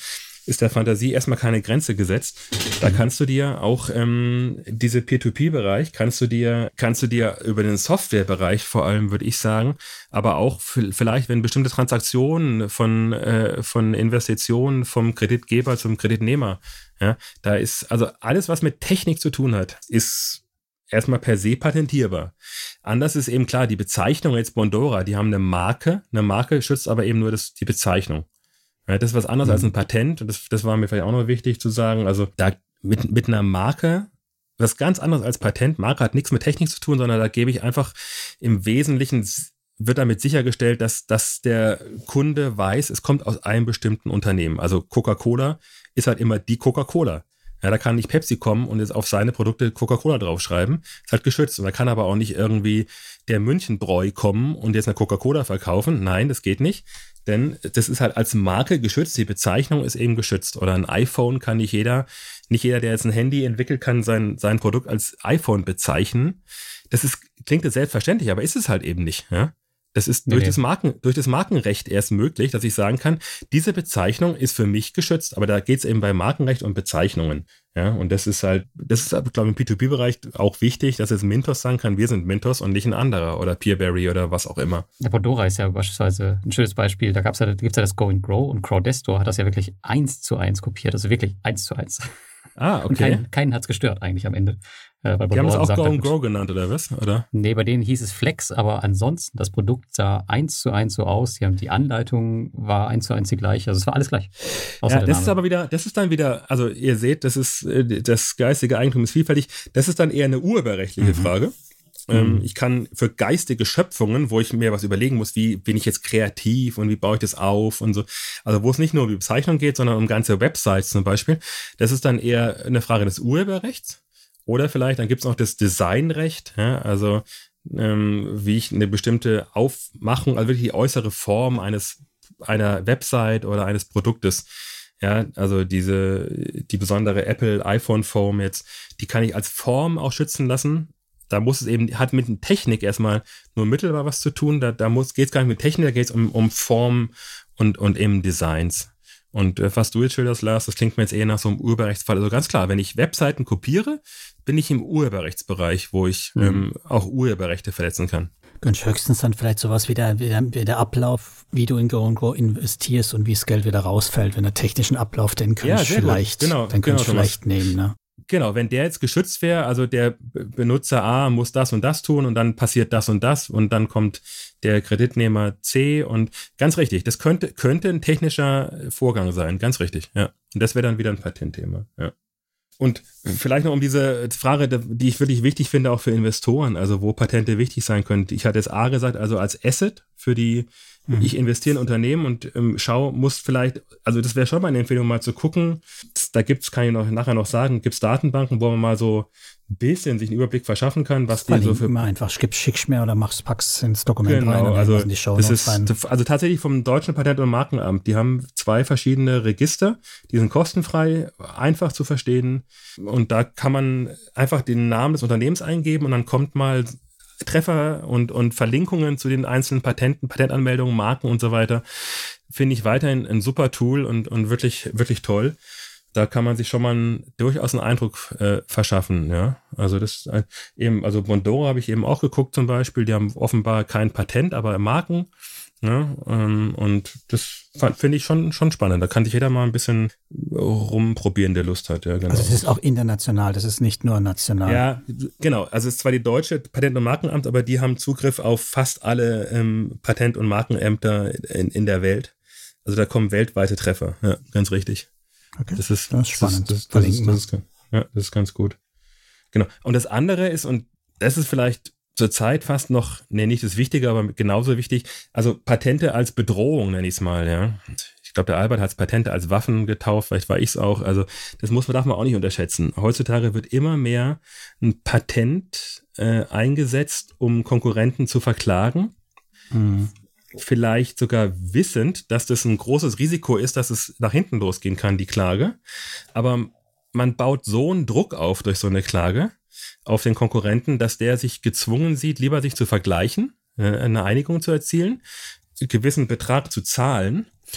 ist der Fantasie erstmal keine Grenze gesetzt. Da kannst du dir auch ähm, diese P zwei P-Bereich, kannst du dir, kannst du dir über den Softwarebereich vor allem, würde ich sagen, aber auch f- vielleicht, wenn bestimmte Transaktionen von, äh, von Investitionen vom Kreditgeber zum Kreditnehmer, ja, da ist, also alles, was mit Technik zu tun hat, ist erstmal per se patentierbar. Anders ist eben klar, die Bezeichnung jetzt Bondora, die haben eine Marke, eine Marke schützt aber eben nur das, die Bezeichnung. Ja, das ist was anderes mhm. als ein Patent und das, das war mir vielleicht auch noch wichtig zu sagen. Also da mit, mit einer Marke, was ganz anderes als Patent. Marke hat nichts mit Technik zu tun, sondern da gebe ich einfach im Wesentlichen, wird damit sichergestellt, dass, dass der Kunde weiß, es kommt aus einem bestimmten Unternehmen. Also Coca-Cola ist halt immer die Coca-Cola. Ja, da kann nicht Pepsi kommen und jetzt auf seine Produkte Coca-Cola draufschreiben. Ist halt geschützt. Und da kann aber auch nicht irgendwie der Münchenbräu kommen und jetzt eine Coca-Cola verkaufen. Nein, das geht nicht. Denn das ist halt als Marke geschützt. Die Bezeichnung ist eben geschützt. Oder ein iPhone kann nicht jeder, nicht jeder, der jetzt ein Handy entwickelt, kann sein, sein Produkt als iPhone bezeichnen. Das ist, klingt jetzt selbstverständlich, aber ist es halt eben nicht, ja. Das ist durch, nee, das Marken, durch das Markenrecht erst möglich, dass ich sagen kann, diese Bezeichnung ist für mich geschützt, aber da geht es eben bei Markenrecht um Bezeichnungen. Ja, und das ist halt, das ist, glaube ich, im P zwei P-Bereich auch wichtig, dass jetzt Mintos sagen kann, wir sind Mintos und nicht ein anderer oder Peerberry oder was auch immer. Der Bondora ist ja beispielsweise ein schönes Beispiel. Da gab's ja, gibt's ja das Go and Grow und Crowdestor hat das ja wirklich eins zu eins kopiert, also wirklich eins zu eins. Ah, okay. Und kein, keinen hat's gestört eigentlich am Ende. Äh, weil die haben es auch Go and Grow genannt, oder was? Oder? Nee, bei denen hieß es Flex, aber ansonsten, das Produkt sah eins zu eins so aus. Die, haben, die Anleitung war eins zu eins die gleiche. Also es war alles gleich. Ja, das ist aber wieder, das ist dann wieder, also ihr seht, das ist, das geistige Eigentum ist vielfältig. Das ist dann eher eine urheberrechtliche mhm. Frage. Mhm. Ich kann für geistige Schöpfungen, wo ich mir was überlegen muss, wie bin ich jetzt kreativ und wie baue ich das auf und so, also wo es nicht nur um die Bezeichnung geht, sondern um ganze Websites zum Beispiel, das ist dann eher eine Frage des Urheberrechts oder vielleicht, dann gibt es noch das Designrecht, ja, also ähm, wie ich eine bestimmte Aufmachung, also wirklich die äußere Form eines einer Website oder eines Produktes, ja, also diese die besondere Apple iPhone Foam jetzt, die kann ich als Form auch schützen lassen. Da muss es eben, hat mit Technik erstmal nur mittelbar was zu tun. Da, da muss, geht es gar nicht mit Technik, da geht es um, um Form und, und eben Designs. Und äh, was du jetzt schilderst, Lars, das klingt mir jetzt eher nach so einem Urheberrechtsfall. Also ganz klar, wenn ich Webseiten kopiere, bin ich im Urheberrechtsbereich, wo ich mhm. ähm, auch Urheberrechte verletzen kann. Und höchstens dann vielleicht sowas wie der, wie der, wie der Ablauf, wie du in Go and Go investierst und wie das Geld wieder rausfällt. Wenn der technischen Ablauf, den könnte ja, ich vielleicht, genau, den genau, ich vielleicht nehmen, ne? Genau, wenn der jetzt geschützt wäre, also der Benutzer A muss das und das tun und dann passiert das und das und dann kommt der Kreditnehmer C und ganz richtig, das könnte könnte ein technischer Vorgang sein, ganz richtig, ja. Und das wäre dann wieder ein Patentthema, ja. Und vielleicht noch um diese Frage, die ich wirklich wichtig finde, auch für Investoren, also wo Patente wichtig sein können. Ich hatte es A gesagt, also als Asset für die, mhm. ich investiere in Unternehmen und ähm, schau, muss vielleicht, also das wäre schon mal eine Empfehlung, mal zu gucken. Da gibt's, kann ich noch nachher noch sagen, gibt's Datenbanken, wo man mal so ein bisschen sich einen Überblick verschaffen kann, was die so für... Immer einfach, schickst, schickst mir oder machst, packst ins Dokument genau, rein. Also in die das ist, rein. Also tatsächlich vom Deutschen Patent- und Markenamt, die haben zwei verschiedene Register, die sind kostenfrei, einfach zu verstehen und da kann man einfach den Namen des Unternehmens eingeben und dann kommt mal Treffer und, und Verlinkungen zu den einzelnen Patenten, Patentanmeldungen, Marken und so weiter. Finde ich weiterhin ein super Tool und, und wirklich, wirklich toll. Da kann man sich schon mal einen, durchaus einen Eindruck äh, verschaffen, ja. Also das äh, eben, also Bondora habe ich eben auch geguckt zum Beispiel, die haben offenbar kein Patent, aber Marken, ja, ähm, und das finde ich schon schon spannend. Da kann sich jeder mal ein bisschen rumprobieren, der Lust hat, ja, genau. Also es ist auch international, das ist nicht nur national. Ja, genau. Also es ist zwar die deutsche Patent- und Markenamt, aber die haben Zugriff auf fast alle ähm, Patent- und Markenämter in, in der Welt. Also da kommen weltweite Treffer, ja, ganz richtig. Okay. Das ist, das ist spannend. Das, das, das, ist, das, ist, ja, das ist ganz gut. Genau. Und das andere ist, und das ist vielleicht zurzeit fast noch, nee, nicht das Wichtige, aber genauso wichtig, also Patente als Bedrohung, nenne ich es mal, ja. Ich glaube, der Albert hat Patente als Waffen getauft, vielleicht war ich es auch. Also das muss man, darf man auch nicht unterschätzen. Heutzutage wird immer mehr ein Patent äh, eingesetzt, um Konkurrenten zu verklagen. Mhm. Vielleicht sogar wissend, dass das ein großes Risiko ist, dass es nach hinten losgehen kann, die Klage. Aber man baut so einen Druck auf durch so eine Klage auf den Konkurrenten, dass der sich gezwungen sieht, lieber sich zu vergleichen, eine Einigung zu erzielen, einen gewissen Betrag zu zahlen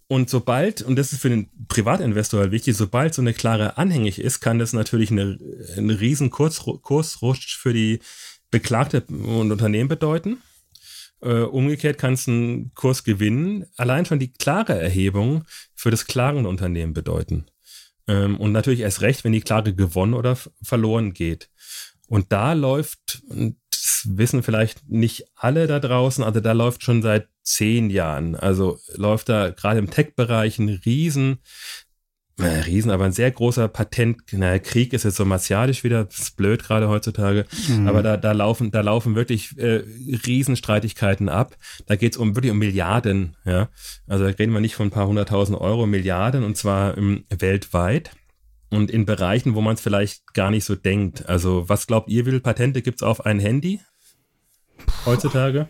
Und sobald, und das ist für den Privatinvestor halt wichtig, sobald so eine Klare anhängig ist, kann das natürlich eine, einen riesen Kurs, Kursrutsch für die Beklagte und Unternehmen bedeuten. Äh, umgekehrt kann es einen Kursgewinn allein schon die klare Erhebung für das klagende Unternehmen bedeuten. Ähm, und natürlich erst recht, wenn die Klage gewonnen oder f- verloren geht. Und da läuft, und das wissen vielleicht nicht alle da draußen, also da läuft schon seit zehn Jahren, also läuft da gerade im Tech-Bereich ein riesen, äh, riesen, aber ein sehr großer Patent, naja, Krieg ist jetzt so martialisch wieder, das ist blöd gerade heutzutage, mhm. aber da, da laufen, da laufen wirklich äh, Riesenstreitigkeiten ab. Da geht es um wirklich um Milliarden, ja. Also da reden wir nicht von ein paar hunderttausend Euro, Milliarden, und zwar ähm, weltweit. Und in Bereichen, wo man es vielleicht gar nicht so denkt. Also was glaubt ihr, wie viele Patente gibt es auf ein Handy heutzutage?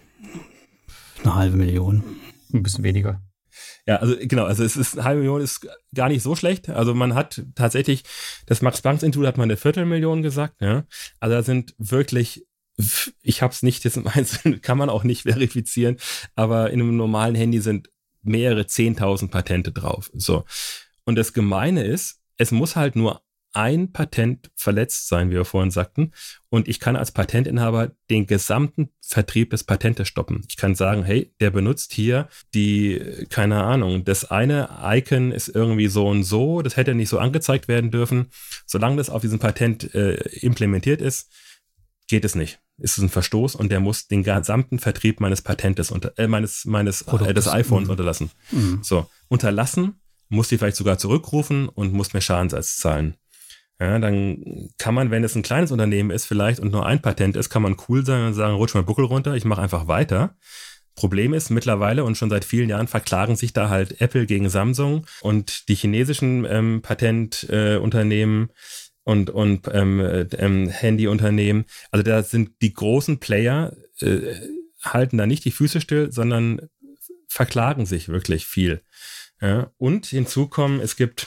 Eine halbe Million. Ein bisschen weniger. Ja, also genau, also es ist eine halbe Million ist gar nicht so schlecht. Also man hat tatsächlich, das Max-Planck-Institut hat mal eine Viertelmillion gesagt, ja. Also da sind wirklich, ich habe es nicht, das kann man auch nicht verifizieren, aber in einem normalen Handy sind mehrere zehntausend Patente drauf. So. Und das Gemeine ist, es muss halt nur ein Patent verletzt sein, wie wir vorhin sagten. Und ich kann als Patentinhaber den gesamten Vertrieb des Patentes stoppen. Ich kann sagen, hey, der benutzt hier die, keine Ahnung, das eine Icon ist irgendwie so und so, das hätte nicht so angezeigt werden dürfen. Solange das auf diesem Patent äh, implementiert ist, geht es nicht. Ist es ein Verstoß und der muss den gesamten Vertrieb meines Patentes, unter, äh, meines, meines äh, des iPhones mhm. unterlassen. Mhm. So, unterlassen, muss die vielleicht sogar zurückrufen und muss mir Schadensersatz zahlen. Ja, dann kann man, wenn es ein kleines Unternehmen ist vielleicht und nur ein Patent ist, kann man cool sein und sagen, rutsch mal Buckel runter, ich mache einfach weiter. Problem ist mittlerweile und schon seit vielen Jahren verklagen sich da halt Apple gegen Samsung und die chinesischen ähm, Patentunternehmen äh, und, und ähm, ähm, Handyunternehmen. Also da sind die großen Player, äh, halten da nicht die Füße still, sondern verklagen sich wirklich viel. Ja, und hinzu kommen, es gibt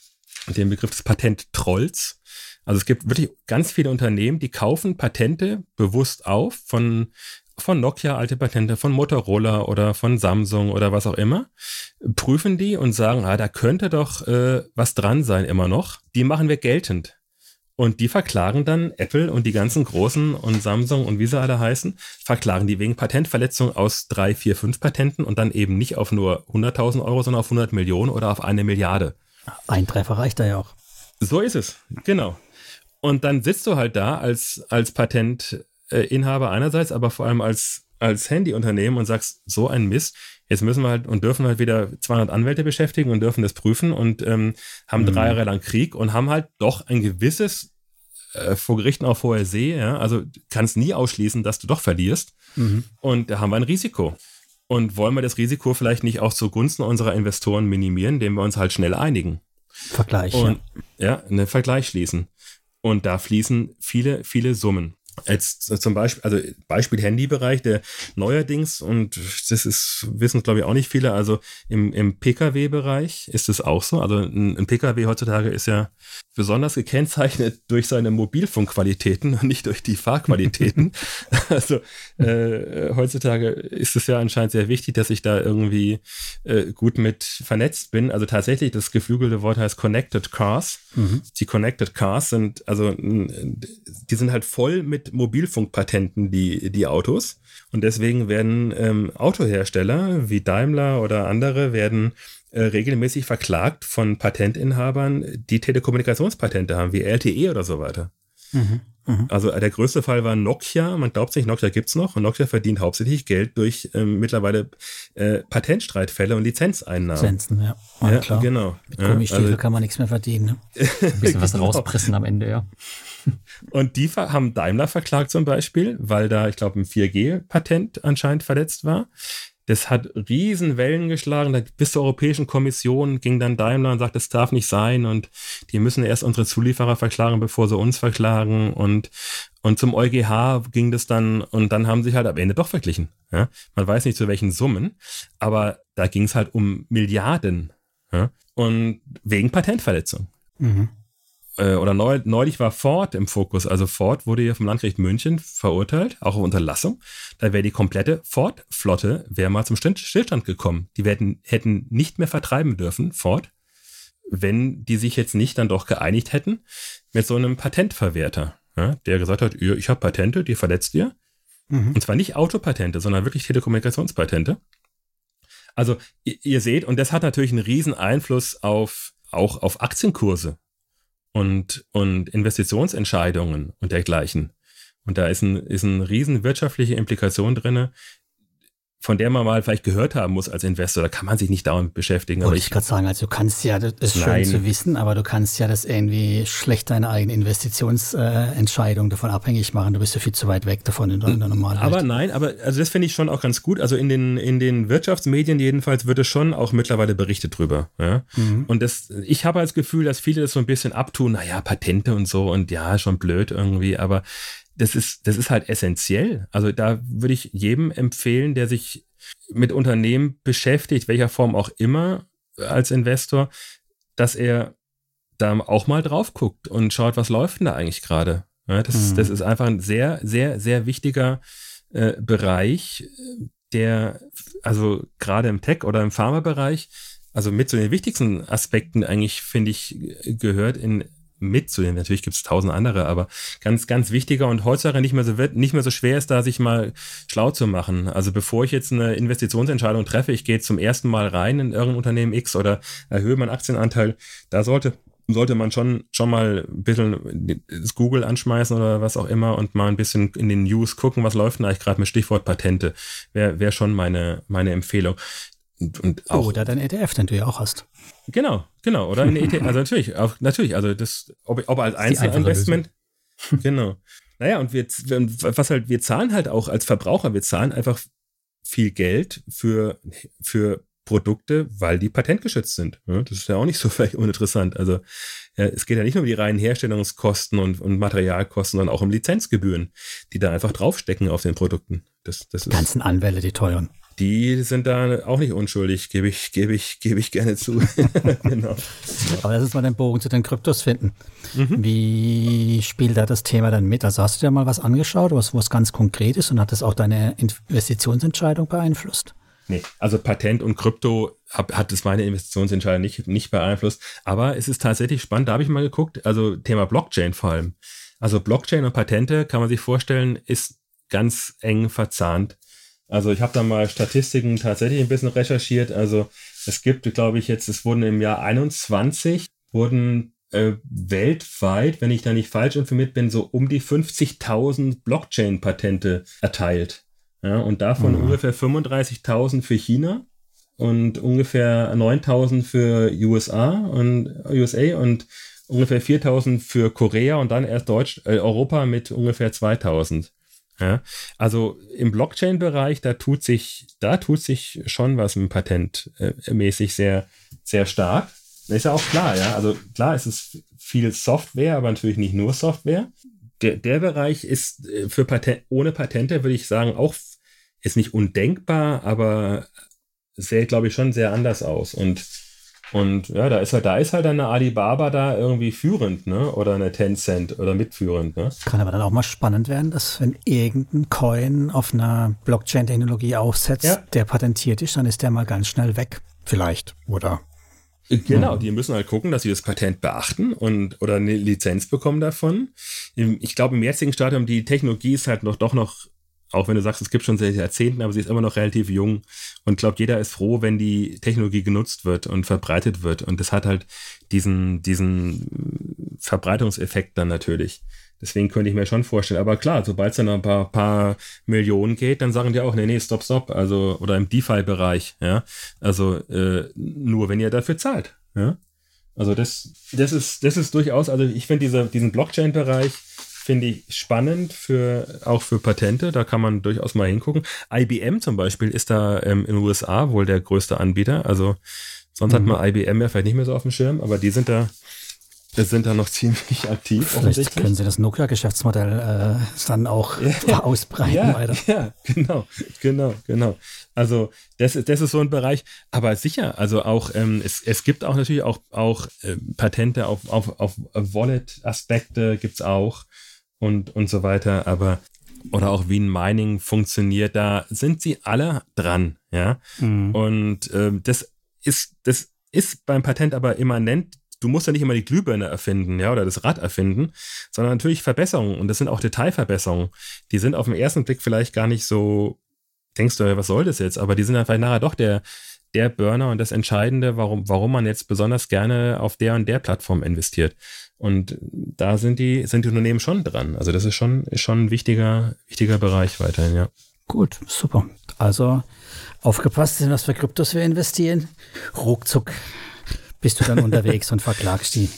den Begriff des Patent-Trolls. Also es gibt wirklich ganz viele Unternehmen, die kaufen Patente bewusst auf von, von Nokia, alte Patente, von Motorola oder von Samsung oder was auch immer, prüfen die und sagen, ah, da könnte doch äh, was dran sein immer noch. Die machen wir geltend. Und die verklagen dann Apple und die ganzen Großen und Samsung und wie sie alle heißen, verklagen die wegen Patentverletzung aus drei, vier, fünf Patenten und dann eben nicht auf nur hunderttausend Euro, sondern auf hundert Millionen oder auf eine Milliarde. Ein Treffer reicht da ja auch. So ist es, genau. Und dann sitzt du halt da als, als Patentinhaber einerseits, aber vor allem als, als Handyunternehmen und sagst, so ein Mist, jetzt müssen wir halt und dürfen halt wieder zweihundert Anwälte beschäftigen und dürfen das prüfen und ähm, haben mhm. drei Jahre lang Krieg und haben halt doch ein gewisses, äh, vor Gerichten auch vorher sehe, ja, also kannst nie ausschließen, dass du doch verlierst. Mhm. Und da haben wir ein Risiko. Und wollen wir das Risiko vielleicht nicht auch zugunsten unserer Investoren minimieren, indem wir uns halt schnell einigen? Vergleich. Und, ja. ja, einen Vergleich schließen. Und da fließen viele, viele Summen. Jetzt zum Beispiel, also Beispiel Handybereich, der neuerdings, und das ist, wissen glaube ich auch nicht viele, also im, im P K W-Bereich ist es auch so. Also ein, ein P K W heutzutage ist ja besonders gekennzeichnet durch seine Mobilfunkqualitäten und nicht durch die Fahrqualitäten. Also äh, heutzutage ist es ja anscheinend sehr wichtig, dass ich da irgendwie äh, gut mit vernetzt bin. Also tatsächlich, das geflügelte Wort heißt Connected Cars. Mhm. Die Connected Cars sind, also die sind halt voll mit Mobilfunkpatenten, die, die Autos. Und deswegen werden ähm, Autohersteller wie Daimler oder andere werden äh, regelmäßig verklagt von Patentinhabern, die Telekommunikationspatente haben, wie L T E oder so weiter. Mhm, mh. Also der größte Fall war Nokia. Man glaubt nicht, Nokia gibt's noch. Und Nokia verdient hauptsächlich Geld durch ähm, mittlerweile äh, Patentstreitfälle und Lizenzeinnahmen. Lizenzen, ja. Ja, ja klar. Genau. Mit Gummistiefel also, kann man nichts mehr verdienen. Ne? Ein bisschen was genau. rauspressen am Ende, ja. Und die haben Daimler verklagt zum Beispiel, weil da, ich glaube, ein vier G-Patent anscheinend verletzt war. Das hat riesen Wellen geschlagen. Bis zur Europäischen Kommission ging dann Daimler und sagt, das darf nicht sein und die müssen erst unsere Zulieferer verklagen, bevor sie uns verklagen. Und, und zum EuGH ging das dann und dann haben sie sich halt am Ende doch verglichen. Ja? Man weiß nicht zu welchen Summen, aber da ging es halt um Milliarden. Ja? Und wegen Patentverletzung. Mhm. äh, oder neu, neulich war Ford im Fokus. Also Ford wurde hier vom Landgericht München verurteilt, auch auf Unterlassung. Da wäre die komplette Ford-Flotte wäre mal zum Stillstand gekommen. Die werden, hätten nicht mehr vertreiben dürfen, Ford, wenn die sich jetzt nicht dann doch geeinigt hätten mit so einem Patentverwerter, ja, der gesagt hat, ich habe Patente, die verletzt ihr. Mhm. Und zwar nicht Autopatente, sondern wirklich Telekommunikationspatente. Also ihr, ihr seht, und das hat natürlich einen riesen Einfluss auf, auch auf Aktienkurse und, und Investitionsentscheidungen und dergleichen. Und da ist ein, ist ein riesen wirtschaftliche Implikation drinne, von der man mal vielleicht gehört haben muss als Investor. Da kann man sich nicht dauernd beschäftigen. Wollte ich gerade sagen, also du kannst ja, das ist schön zu wissen, aber du kannst ja das irgendwie schlecht deine eigene Investitionsentscheidung äh, davon abhängig machen. Du bist ja viel zu weit weg davon in der, in der normalen Welt. Aber nein, aber also das finde ich schon auch ganz gut. Also in den, in den Wirtschaftsmedien jedenfalls wird es schon auch mittlerweile berichtet drüber. Ja? Mhm. Und das, ich habe das Gefühl, dass viele das so ein bisschen abtun, naja, Patente und so und ja, schon blöd irgendwie, aber Das ist, das ist halt essentiell. Also da würde ich jedem empfehlen, der sich mit Unternehmen beschäftigt, welcher Form auch immer als Investor, dass er da auch mal drauf guckt und schaut, was läuft denn da eigentlich gerade. Ja, das, mhm. das ist einfach ein sehr, sehr, sehr wichtiger äh, Bereich, der, also gerade im Tech- oder im Pharma-Bereich, also mit zu den wichtigsten Aspekten eigentlich, finde ich, gehört in mitzunehmen. Natürlich gibt es tausend andere, aber ganz, ganz wichtiger und heutzutage nicht mehr so wird, nicht mehr so schwer ist, da sich mal schlau zu machen. Also bevor ich jetzt eine Investitionsentscheidung treffe, ich gehe zum ersten Mal rein in irgendein Unternehmen X oder erhöhe meinen Aktienanteil, da sollte, sollte man schon, schon mal ein bisschen das Google anschmeißen oder was auch immer und mal ein bisschen in den News gucken, was läuft denn eigentlich gerade mit Stichwort Patente. Wäre wär schon meine, meine Empfehlung. Und, und auch, oder dein E T F, den du ja auch hast. Genau, genau. Oder ein E T F, also natürlich, auch, natürlich, also das, ob, ob als Einzelinvestment. Genau. Naja, und wir, was halt, wir zahlen halt auch als Verbraucher, wir zahlen einfach viel Geld für, für Produkte, weil die patentgeschützt sind. Ja, das ist ja auch nicht so vielleicht uninteressant. Also ja, es geht ja nicht nur um die reinen Herstellungskosten und, und Materialkosten, sondern auch um Lizenzgebühren, die da einfach draufstecken auf den Produkten. Das, das die ganzen Anwälte, die teuren. Die sind da auch nicht unschuldig, gebe ich, gebe ich, gebe ich gerne zu. Genau. Aber lass uns mal den Bogen zu den Kryptos finden. Mhm. Wie spielt da das Thema dann mit? Also hast du dir mal was angeschaut, was, was ganz konkret ist und hat das auch deine Investitionsentscheidung beeinflusst? Nee, also Patent und Krypto hab, hat es meine Investitionsentscheidung nicht, nicht beeinflusst. Aber es ist tatsächlich spannend, da habe ich mal geguckt, also Thema Blockchain vor allem. Also Blockchain und Patente, kann man sich vorstellen, ist ganz eng verzahnt. Also ich habe da mal Statistiken tatsächlich ein bisschen recherchiert. Also es gibt, glaube ich, jetzt, es wurden im Jahr einundzwanzig, wurden äh, weltweit, wenn ich da nicht falsch informiert bin, so um die fünfzigtausend Blockchain-Patente erteilt. Ja, und davon mhm. ungefähr fünfunddreißigtausend für China und ungefähr neuntausend für U S A und U S A und ungefähr viertausend für Korea und dann erst Deutsch, äh, Europa mit ungefähr zweitausend. Ja, also im Blockchain-Bereich, da tut sich, da tut sich schon was im Patent äh, mäßig sehr, sehr stark. Das ist ja auch klar, ja. Also klar, es ist viel Software, aber natürlich nicht nur Software. Der, der Bereich ist für Patent, ohne Patente, würde ich sagen, auch ist nicht undenkbar, aber sähe, glaube ich, schon sehr anders aus. Und Und ja, da ist halt, da ist halt eine Alibaba da irgendwie führend, ne? Oder eine Tencent oder mitführend, ne? Kann aber dann auch mal spannend werden, dass wenn irgendein Coin auf einer Blockchain-Technologie aufsetzt, ja. der patentiert ist, dann ist der mal ganz schnell weg. Vielleicht, oder? Genau, die müssen halt gucken, dass sie das Patent beachten und oder eine Lizenz bekommen davon. Ich glaube, im jetzigen Stadium, die Technologie ist halt noch doch noch, auch wenn du sagst, es gibt schon seit Jahrzehnten, aber sie ist immer noch relativ jung. Und ich glaube, jeder ist froh, wenn die Technologie genutzt wird und verbreitet wird. Und das hat halt diesen, diesen Verbreitungseffekt dann natürlich. Deswegen könnte ich mir schon vorstellen. Aber klar, sobald es dann ein paar, paar Millionen geht, dann sagen die auch, nee, nee, stopp, stopp. Also, oder im DeFi-Bereich, ja. Also, äh, nur wenn ihr dafür zahlt, ja. Also, das, das ist, das ist durchaus, also ich finde diese, diesen Blockchain-Bereich, finde ich spannend für, auch für Patente. Da kann man durchaus mal hingucken. I B M zum Beispiel ist da ähm, in den U S A wohl der größte Anbieter. Also sonst mhm. hat man I B M ja vielleicht nicht mehr so auf dem Schirm, aber die sind da Wir sind da noch ziemlich aktiv. Vielleicht können Sie das Nokia-Geschäftsmodell äh, dann auch ja, ausbreiten ja, weiter. Ja, genau, genau, genau. Also das, das ist so ein Bereich, aber sicher, also auch, ähm, es, es gibt auch natürlich auch, auch äh, Patente auf, auf, auf Wallet-Aspekte gibt's auch und, und so weiter, aber oder auch wie ein Mining funktioniert, da sind sie alle dran, ja. Mhm. Und ähm, das ist, das ist beim Patent aber immanent. Du musst ja nicht immer die Glühbirne erfinden, ja, oder das Rad erfinden, sondern natürlich Verbesserungen. Und das sind auch Detailverbesserungen. Die sind auf den ersten Blick vielleicht gar nicht so, denkst du, was soll das jetzt? Aber die sind dann vielleicht nachher doch der, der Burner und das Entscheidende, warum, warum man jetzt besonders gerne auf der und der Plattform investiert. Und da sind die, sind die Unternehmen schon dran. Also das ist schon, ist schon ein wichtiger, wichtiger Bereich weiterhin, ja. Gut, super. Also aufgepasst, in was für Kryptos wir investieren. Ruckzuck bist du dann unterwegs und verklagst die.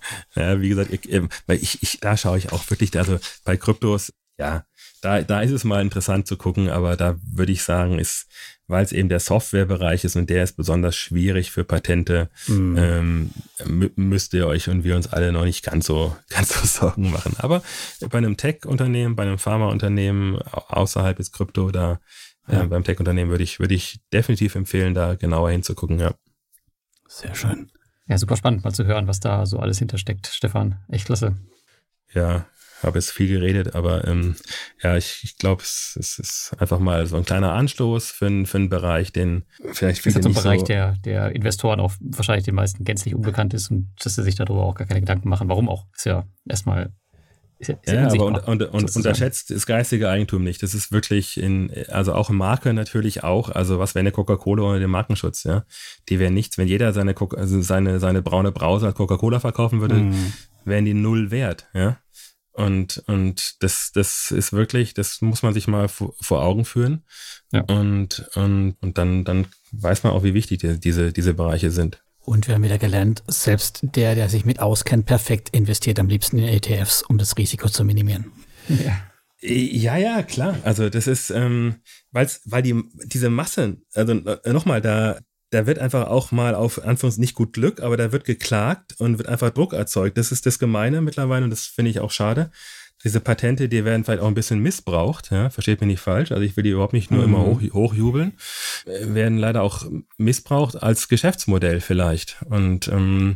Ja, wie gesagt, ich, weil ich, ich, da schaue ich auch wirklich, also bei Kryptos, ja, da, da ist es mal interessant zu gucken, aber da würde ich sagen, ist, weil es eben der Softwarebereich ist und der ist besonders schwierig für Patente, mhm. ähm, m- müsst ihr euch und wir uns alle noch nicht ganz so, ganz so Sorgen machen. Aber bei einem Tech-Unternehmen, bei einem Pharma-Unternehmen außerhalb des Krypto, da ja. äh, beim Tech-Unternehmen würde ich, würde ich definitiv empfehlen, da genauer hinzugucken, ja. Sehr schön. Ja, super spannend mal zu hören, was da so alles hintersteckt, Stefan. Echt klasse. Ja, habe jetzt viel geredet, aber ähm, ja, ich, ich glaube, es, es ist einfach mal so ein kleiner Anstoß für, für einen Bereich, den vielleicht viele nicht so. Das ist ein Bereich, so der, der Investoren auch wahrscheinlich den meisten gänzlich unbekannt ist und dass sie sich darüber auch gar keine Gedanken machen. Warum auch? Ist ja erstmal Ist ja, ist ja, aber und, und, und unterschätzt das geistige Eigentum nicht. Das ist wirklich in, also auch Marke natürlich auch. Also was wäre eine Coca-Cola ohne den Markenschutz, ja? Die wäre nichts. Wenn jeder seine, Coca- also seine, seine braune Brause als Coca-Cola verkaufen würde, mm. wären die null wert, ja? Und, und das, das ist wirklich, das muss man sich mal vor, vor Augen führen. Ja. Und, und, und dann, dann weiß man auch, wie wichtig die, diese, diese Bereiche sind. Und wir haben wieder gelernt, selbst der, der sich mit auskennt, perfekt investiert am liebsten in E T Fs, um das Risiko zu minimieren. Ja, ja, ja klar. Also das ist, ähm, weil's, weil die diese Masse, also nochmal, da, da wird einfach auch mal auf Anfangs nicht gut Glück, aber da wird geklagt und wird einfach Druck erzeugt. Das ist das Gemeine mittlerweile und das finde ich auch schade. Diese Patente, die werden vielleicht auch ein bisschen missbraucht, ja, versteht mich nicht falsch, also ich will die überhaupt nicht nur mhm. immer hoch, hochjubeln, werden leider auch missbraucht als Geschäftsmodell vielleicht und ähm,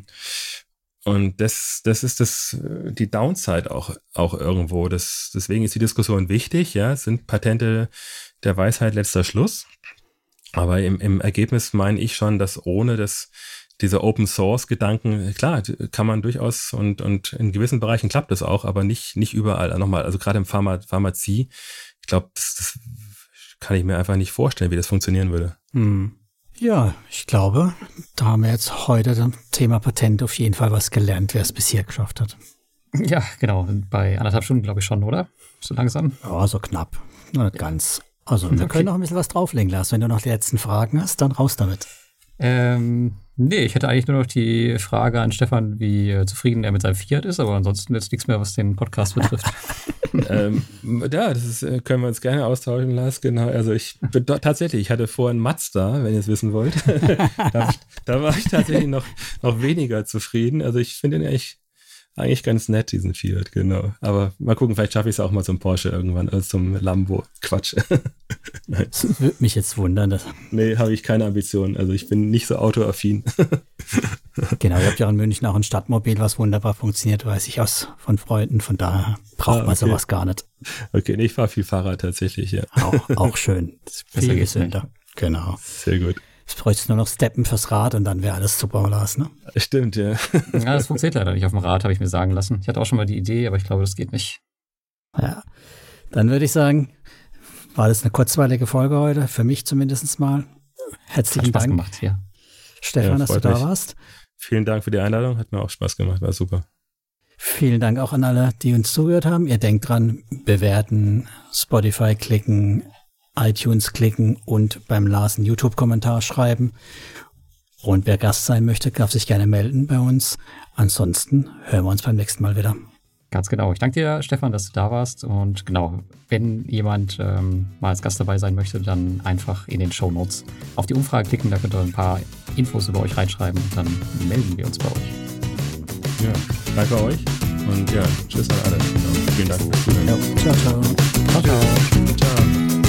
und das das ist das die Downside auch auch irgendwo, das deswegen ist die Diskussion wichtig, ja, sind Patente der Weisheit letzter Schluss, aber im im Ergebnis meine ich schon, dass ohne das dieser Open-Source-Gedanken, klar, kann man durchaus und und in gewissen Bereichen klappt das auch, aber nicht nicht überall. Nochmal, also gerade im Pharma, Pharmazie, ich glaube, das, das kann ich mir einfach nicht vorstellen, wie das funktionieren würde. Hm. Ja, ich glaube, da haben wir jetzt heute zum Thema Patent auf jeden Fall was gelernt, wer es bis hier geschafft hat. Ja, genau. Bei anderthalb Stunden, glaube ich schon, oder? So langsam? Ja, so knapp. Nur nicht ganz. Also wir okay. können noch ein bisschen was drauflegen, Lars. Wenn du noch die letzten Fragen hast, dann raus damit. Ähm, nee, ich hätte eigentlich nur noch die Frage an Stefan, wie äh, zufrieden er mit seinem Fiat ist, aber ansonsten jetzt nichts mehr, was den Podcast betrifft. ähm, ja, das ist, können wir uns gerne austauschen, Lars, genau. Also ich bin do- tatsächlich, ich hatte vorhin Mazda, wenn ihr es wissen wollt. da, da war ich tatsächlich noch, noch weniger zufrieden. Also ich finde ihn eigentlich, eigentlich ganz nett, diesen Fiat, genau. Aber mal gucken, vielleicht schaffe ich es auch mal zum Porsche irgendwann, also zum Lambo. Quatsch. Das würde mich jetzt wundern. Dass nee, habe ich keine Ambitionen. Also ich bin nicht so autoaffin. Genau, ihr habt ja in München auch ein Stadtmobil, was wunderbar funktioniert, weiß ich aus von Freunden. Von daher braucht ah, okay. man sowas gar nicht. Okay, nee, ich fahre viel Fahrrad tatsächlich, ja. Auch, auch schön. Das ist viel gesünder. Genau. Sehr gut. Jetzt bräuchte es nur noch Steppen fürs Rad und dann wäre alles super, Lars, ne? Stimmt, ja. Ja, das funktioniert leider nicht auf dem Rad, habe ich mir sagen lassen. Ich hatte auch schon mal die Idee, aber ich glaube, das geht nicht. Ja, dann würde ich sagen, war das eine kurzweilige Folge heute, für mich zumindest mal. Herzlichen Hat Spaß Dank. gemacht, ja. Stefan, ja, dass du da mich. warst. Vielen Dank für die Einladung, hat mir auch Spaß gemacht, war super. Vielen Dank auch an alle, die uns zugehört haben. Ihr denkt dran, bewerten, Spotify klicken, iTunes klicken und beim Lars einen YouTube-Kommentar schreiben. Und wer Gast sein möchte, darf sich gerne melden bei uns. Ansonsten hören wir uns beim nächsten Mal wieder. Ganz genau. Ich danke dir, Stefan, dass du da warst. Und genau, wenn jemand ähm, mal als Gast dabei sein möchte, dann einfach in den Shownotes auf die Umfrage klicken. Da könnt ihr ein paar Infos über euch reinschreiben und dann melden wir uns bei euch. Ja. Danke euch und ja, tschüss an alle. Ja, vielen Dank fürs Zuhören. Ja, ciao, ciao. Ciao, ciao. Ciao.